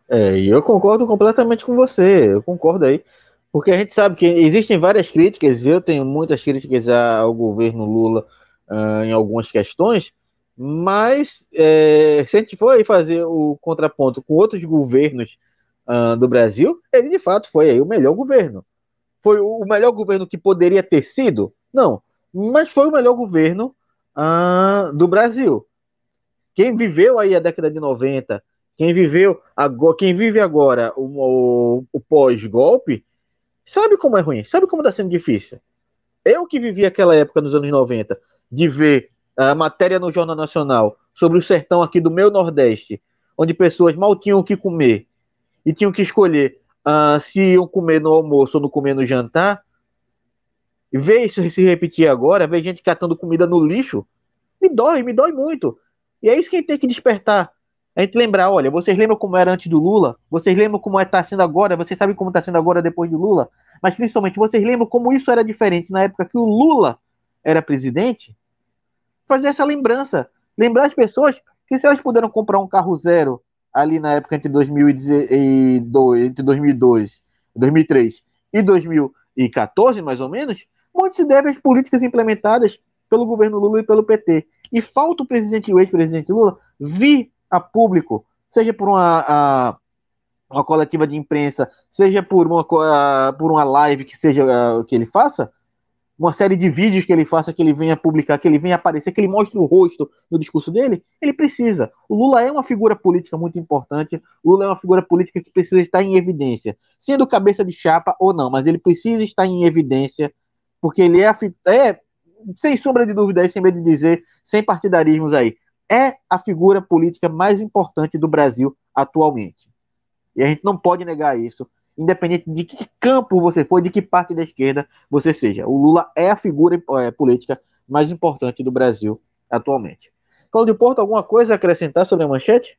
E eu concordo completamente com você, eu concordo aí, porque a gente sabe que existem várias críticas, eu tenho muitas críticas ao governo Lula em algumas questões, mas se a gente for aí fazer o contraponto com outros governos do Brasil, ele de fato foi aí o melhor governo. Foi o melhor governo que poderia ter sido? Não, mas foi o melhor governo do Brasil. Quem viveu aí a década de 90, quem viveu agora, quem vive agora o pós-golpe, sabe como é ruim, sabe como está sendo difícil. Eu que vivi aquela época nos anos 90, de ver a matéria no Jornal Nacional sobre o sertão aqui do meu Nordeste, onde pessoas mal tinham o que comer e tinham que escolher se iam comer no almoço ou não comer no jantar, e ver isso se repetir agora, ver gente catando comida no lixo, me dói muito. E é isso que a gente tem que despertar. A gente lembrar, olha, vocês lembram como era antes do Lula? Vocês lembram como está sendo agora? Vocês sabem como está sendo agora depois do Lula? Mas principalmente, vocês lembram como isso era diferente na época que o Lula era presidente? Fazer essa lembrança. Lembrar as pessoas que se elas puderam comprar um carro zero ali na época entre 2002, entre 2002, 2003 e 2014, mais ou menos, muito se deve às políticas implementadas pelo governo Lula e pelo PT. E falta o presidente e o ex-presidente Lula vir a público, seja por uma coletiva de imprensa, seja por uma live que seja que ele faça, uma série de vídeos que ele faça, que ele venha publicar, que ele venha aparecer, que ele mostre o rosto no discurso dele, ele precisa. O Lula é uma figura política muito importante, o Lula é uma figura política que precisa estar em evidência, sendo cabeça de chapa ou não, mas ele precisa estar em evidência, porque ele sem sombra de dúvida, sem medo de dizer, sem partidarismos aí, é a figura política mais importante do Brasil atualmente. E a gente não pode negar isso, independente de que campo você for, de que parte da esquerda você seja. O Lula é a figura política mais importante do Brasil atualmente. Cláudio Porto, alguma coisa a acrescentar sobre a manchete?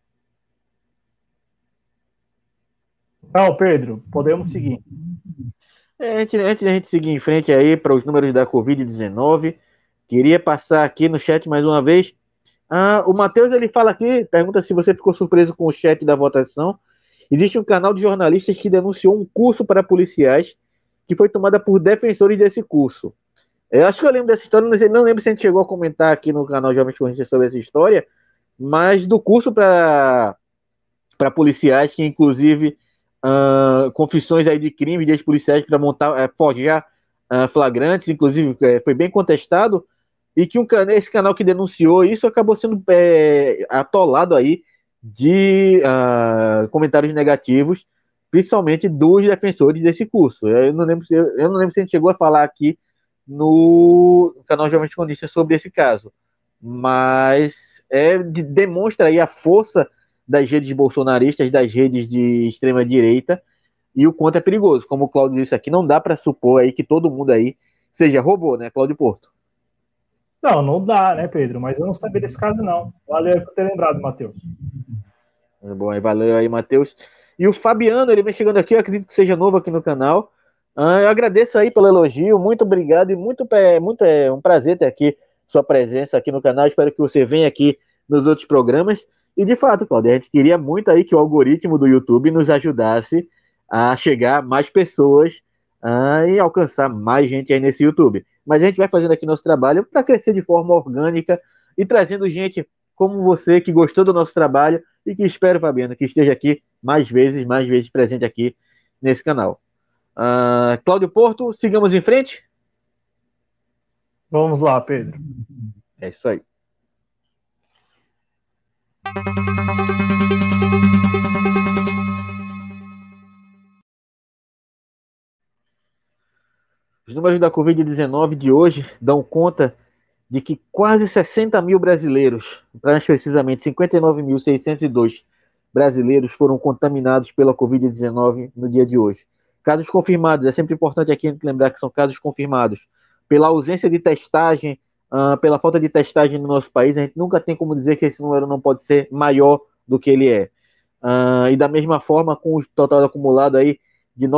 Não, Pedro, podemos seguir. Antes da gente seguir em frente aí para os números da Covid-19, queria passar aqui no chat mais uma vez. O Matheus ele fala aqui, pergunta se você ficou surpreso com o chat da votação. Existe um canal de jornalistas que denunciou um curso para policiais que foi tomada por defensores desse curso. Eu acho que eu lembro dessa história, não lembro se a gente chegou a comentar aqui no canal Jovens Corinthians sobre essa história, mas do curso para policiais, que inclusive confissões aí de crime de ex-policiais para montar, forjar flagrantes, inclusive foi bem contestado, e que esse canal que denunciou isso acabou sendo atolado aí de comentários negativos, principalmente dos defensores desse curso. Eu não lembro se a gente chegou a falar aqui no canal Jovens Cronistas sobre esse caso, mas demonstra aí a força das redes bolsonaristas, das redes de extrema direita, e o quanto é perigoso. Como o Cláudio disse aqui, não dá para supor aí que todo mundo aí seja robô, né, Cláudio Porto? Não, não dá, né, Pedro? Mas eu não sabia desse caso, não. Valeu por ter lembrado, Matheus. Bom, aí valeu aí, Matheus. E o Fabiano, ele vem chegando aqui, eu acredito que seja novo aqui no canal. Eu agradeço aí pelo elogio, muito obrigado e é um prazer ter aqui sua presença aqui no canal. Espero que você venha aqui nos outros programas. E de fato, Claudio, a gente queria muito aí que o algoritmo do YouTube nos ajudasse a chegar a mais pessoas e alcançar mais gente aí nesse YouTube. Mas a gente vai fazendo aqui nosso trabalho para crescer de forma orgânica e trazendo gente como você que gostou do nosso trabalho e que espero, Fabiano, que esteja aqui mais vezes presente aqui nesse canal. Cláudio Porto, sigamos em frente? Vamos lá, Pedro. É isso aí. Os números da Covid-19 de hoje dão conta de que quase 60 mil brasileiros, mais precisamente 59.602 brasileiros foram contaminados pela Covid-19 no dia de hoje. Casos confirmados, é sempre importante aqui a gente lembrar que são casos confirmados. Pela ausência de testagem, pela falta de testagem no nosso país, a gente nunca tem como dizer que esse número não pode ser maior do que ele é. E da mesma forma, com o total acumulado aí de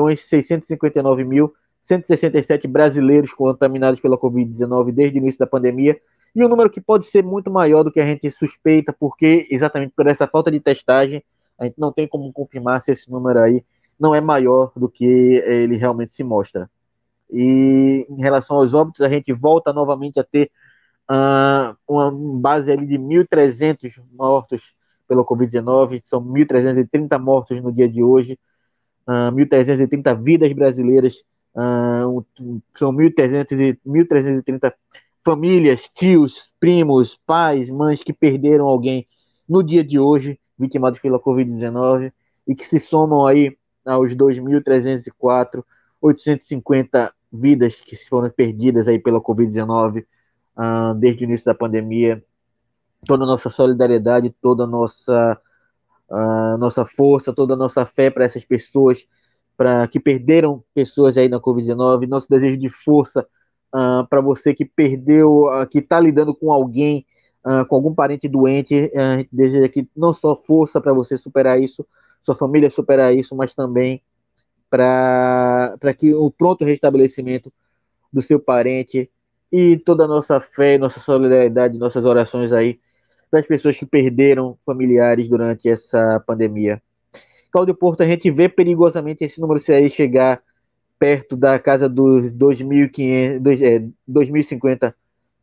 9.659.167 brasileiros contaminados pela Covid-19 desde o início da pandemia, e um número que pode ser muito maior do que a gente suspeita, porque exatamente por essa falta de testagem, A gente não tem como confirmar se esse número aí não é maior do que ele realmente se mostra. E em relação aos óbitos, a gente volta novamente a ter uma base ali de 1.300 mortos pela Covid-19, são 1.330 mortos no dia de hoje, 1.330 vidas brasileiras, são 1.330 famílias, tios, primos, pais, mães que perderam alguém no dia de hoje, vitimados pela Covid-19, e que se somam aí aos 2.304, 850 vidas que foram perdidas aí pela Covid-19 desde o início da pandemia. Toda a nossa solidariedade, toda a nossa força, toda a nossa fé para essas pessoas que perderam pessoas aí na Covid-19, nosso desejo de força para você que perdeu, que está lidando com alguém, com algum parente doente, a gente deseja que não só força para você superar isso, sua família superar isso, mas também para que o pronto restabelecimento do seu parente e toda a nossa fé, nossa solidariedade, nossas orações aí das pessoas que perderam familiares durante essa pandemia. Cláudio Porto, a gente vê perigosamente esse número se aí chegar perto da casa dos 2.500, 2050,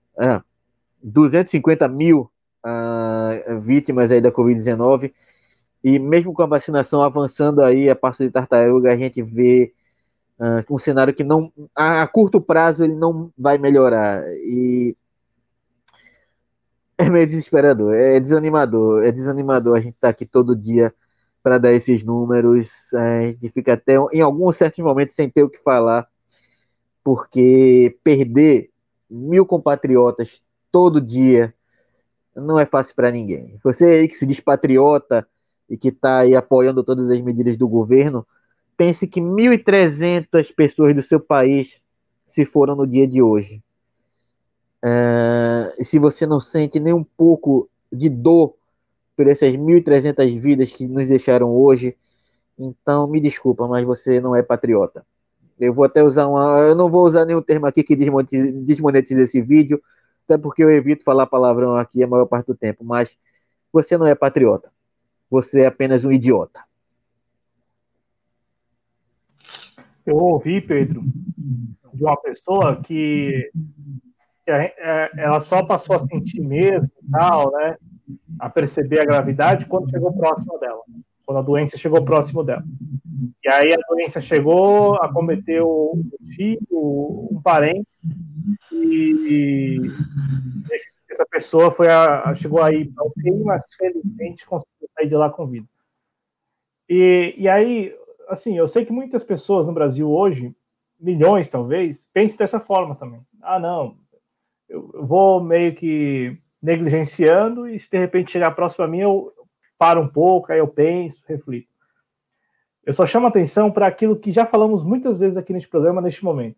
250 mil vítimas aí da Covid-19, e mesmo com a vacinação avançando aí a passo de tartaruga, a gente vê um cenário que não, a curto prazo ele não vai melhorar, e é meio desesperador, é desanimador a gente estar aqui todo dia para dar esses números, a gente fica até em alguns certos momentos sem ter o que falar, porque perder 1.000 compatriotas todo dia não é fácil para ninguém. Você aí que se diz patriota e que está aí apoiando todas as medidas do governo, pense que 1.300 pessoas do seu país se foram no dia de hoje. E se você não sente nem um pouco de dor por essas 1.300 vidas que nos deixaram hoje, então me desculpa, mas você não é patriota. Eu vou até usar eu não vou usar nenhum termo aqui que desmonetize esse vídeo, até porque eu evito falar palavrão aqui a maior parte do tempo, mas você não é patriota. Você é apenas um idiota. Eu ouvi, Pedro, de uma pessoa que ela só passou a sentir mesmo e tal, né? A perceber a gravidade quando chegou próximo dela, quando a doença chegou próximo dela. E aí a doença chegou, acometeu um tio, um parente, e essa pessoa chegou aí para o fim, mas felizmente conseguiu sair de lá com vida. E aí, assim, eu sei que muitas pessoas no Brasil hoje, milhões talvez, pensam dessa forma também. Não, eu vou meio que negligenciando e se de repente chegar próximo a mim, eu paro um pouco, aí eu penso, reflito. Eu só chamo atenção para aquilo que já falamos muitas vezes aqui neste programa, neste momento.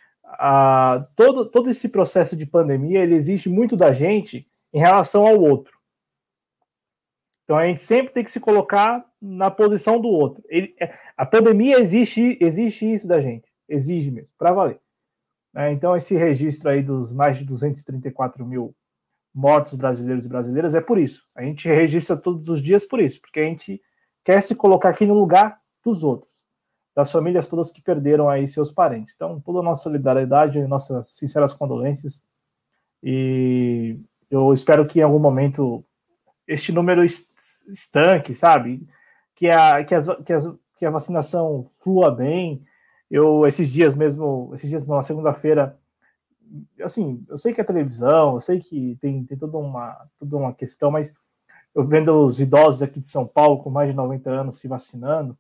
Todo esse processo de pandemia, ele exige muito da gente em relação ao outro. Então a gente sempre tem que se colocar na posição do outro. A pandemia exige isso da gente, exige mesmo, para valer. Então esse registro aí dos mais de 234 mil mortos brasileiros e brasileiras é por isso. A gente registra todos os dias por isso, porque a gente quer se colocar aqui no lugar dos outros, das famílias todas que perderam aí seus parentes. Então, toda a nossa solidariedade, nossas sinceras condolências, e eu espero que em algum momento este número estanque, sabe? Que a vacinação flua bem. Esses dias, na segunda-feira, assim, eu sei que é televisão, eu sei que tem toda uma questão, mas eu vendo os idosos aqui de São Paulo com mais de 90 anos se vacinando,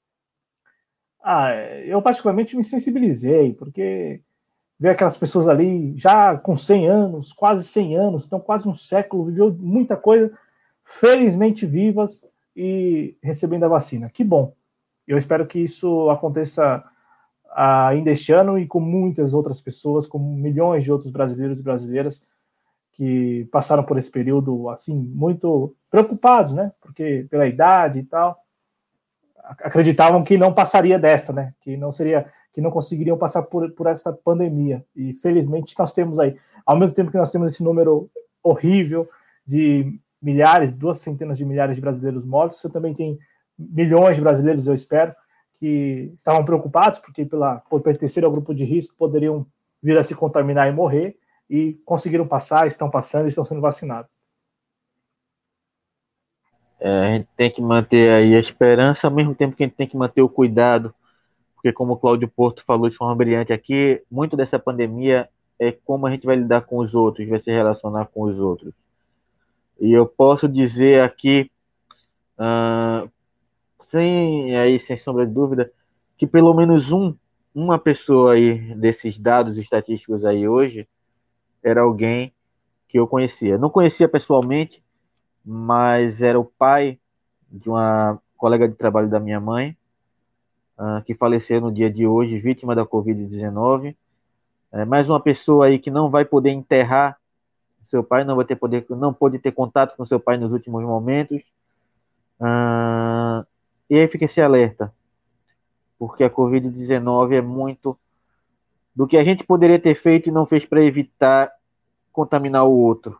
eu particularmente me sensibilizei, porque ver aquelas pessoas ali já com 100 anos, quase 100 anos, então quase um século, viveu muita coisa, felizmente vivas e recebendo a vacina. Que bom. Eu espero que isso aconteça ainda este ano e com muitas outras pessoas, com milhões de outros brasileiros e brasileiras que passaram por esse período, assim, muito preocupados, né? Porque pela idade e tal, acreditavam que não passaria dessa, né? Que não conseguiriam passar por essa pandemia. E felizmente nós temos aí, ao mesmo tempo que nós temos esse número horrível de milhares, 2 centenas de milhares de brasileiros mortos, você também tem milhões de brasileiros, eu espero, que estavam preocupados porque por pertencer ao grupo de risco poderiam vir a se contaminar e morrer, e conseguiram passar, estão passando e estão sendo vacinados. A gente tem que manter aí a esperança, ao mesmo tempo que a gente tem que manter o cuidado, porque como o Cláudio Porto falou de forma brilhante aqui, muito dessa pandemia é como a gente vai lidar com os outros, vai se relacionar com os outros. E eu posso dizer aqui, sem sombra de dúvida, que pelo menos uma pessoa aí desses dados estatísticos aí hoje era alguém que eu conhecia. Não conhecia pessoalmente, mas era o pai de uma colega de trabalho da minha mãe, que faleceu no dia de hoje, vítima da Covid-19. Mais uma pessoa aí que não vai poder enterrar seu pai, não pôde ter contato com seu pai nos últimos momentos. E aí fica esse alerta, porque a Covid-19 é muito do que a gente poderia ter feito e não fez para evitar contaminar o outro.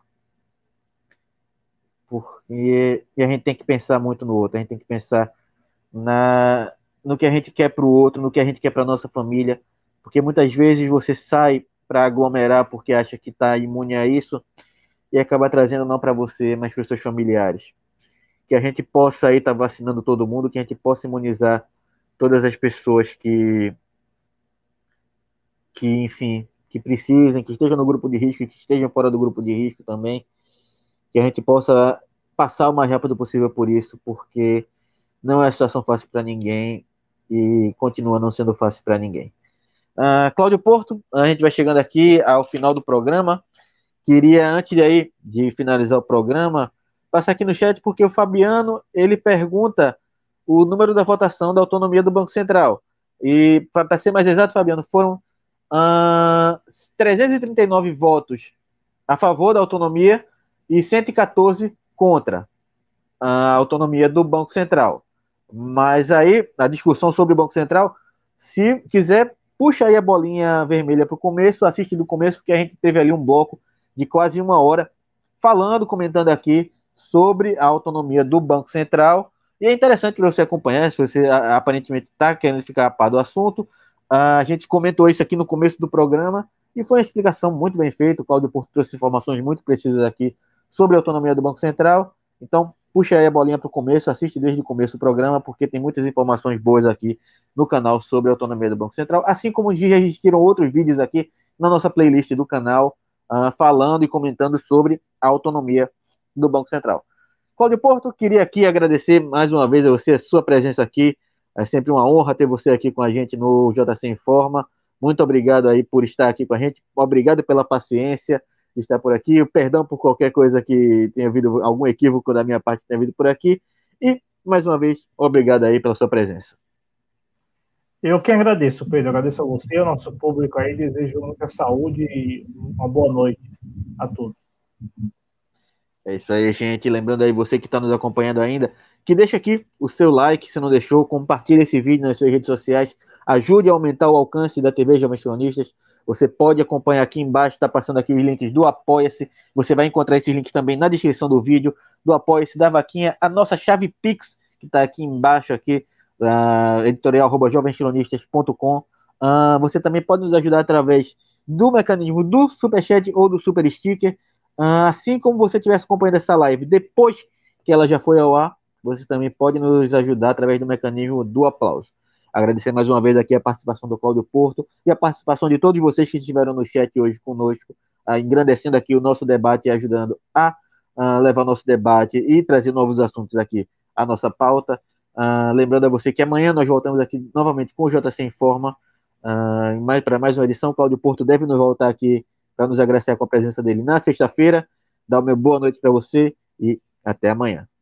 E a gente tem que pensar muito no outro, a gente tem que pensar no que a gente quer para o outro, no que a gente quer para nossa família, porque muitas vezes você sai para aglomerar porque acha que está imune a isso e acaba trazendo não para você, mas para os seus familiares. Que a gente possa aí estar vacinando todo mundo, que a gente possa imunizar todas as pessoas enfim, que precisem, que estejam no grupo de risco, que estejam fora do grupo de risco também, que a gente possa passar o mais rápido possível por isso, porque não é situação fácil para ninguém e continua não sendo fácil para ninguém. Cláudio Porto, a gente vai chegando aqui ao final do programa. Queria, antes de finalizar o programa, passar aqui no chat, porque o Fabiano, ele pergunta o número da votação da autonomia do Banco Central. E, para ser mais exato, Fabiano, foram 339 votos a favor da autonomia e 114 contra a autonomia do Banco Central. Mas aí, a discussão sobre o Banco Central, se quiser, puxa aí a bolinha vermelha para o começo, assiste do começo, porque a gente teve ali um bloco de quase 1 hora falando, comentando aqui sobre a autonomia do Banco Central. E é interessante para você acompanhar, se você aparentemente está querendo ficar a par do assunto. A gente comentou isso aqui no começo do programa e foi uma explicação muito bem feita. O Cláudio Porto trouxe informações muito precisas aqui sobre a autonomia do Banco Central. Então, puxa aí a bolinha para o começo, assiste desde o começo do programa, porque tem muitas informações boas aqui no canal sobre a autonomia do Banco Central, assim como já existiram outros vídeos aqui na nossa playlist do canal, falando e comentando sobre a autonomia do Banco Central. Cláudio Porto, queria aqui agradecer mais uma vez a você, a sua presença aqui. É sempre uma honra ter você aqui com a gente no JC Informa. Muito obrigado aí por estar aqui com a gente. Obrigado pela paciência de estar por aqui. Perdão por qualquer coisa que tenha havido, algum equívoco da minha parte tenha havido por aqui. E, mais uma vez, obrigado aí pela sua presença. Eu que agradeço, Pedro. Agradeço a você, ao nosso público aí. Desejo muita saúde e uma boa noite a todos. É isso aí, gente. Lembrando aí, você que está nos acompanhando ainda, que deixa aqui o seu like, se não deixou, compartilhe esse vídeo nas suas redes sociais, ajude a aumentar o alcance da TV Jovens Cronistas. Você pode acompanhar aqui embaixo, está passando aqui os links do Apoia-se. Você vai encontrar esses links também na descrição do vídeo, do Apoia-se, da Vaquinha, a nossa chave Pix, que está aqui embaixo, aqui, editorial@jovenscronistas.com. Você também pode nos ajudar através do mecanismo do Superchat ou do Super Sticker. Assim como você estivesse acompanhando essa live depois que ela já foi ao ar, você também pode nos ajudar através do mecanismo do aplauso. Agradecer mais uma vez aqui a participação do Cláudio Porto e a participação de todos vocês que estiveram no chat hoje conosco, engrandecendo aqui o nosso debate e ajudando a levar o nosso debate e trazer novos assuntos aqui à nossa pauta. Lembrando a você que amanhã nós voltamos aqui novamente com o JC Informa, para mais uma edição. O Cláudio Porto deve nos voltar aqui para nos agraciar com a presença dele na sexta-feira. Dá uma boa noite para você e até amanhã.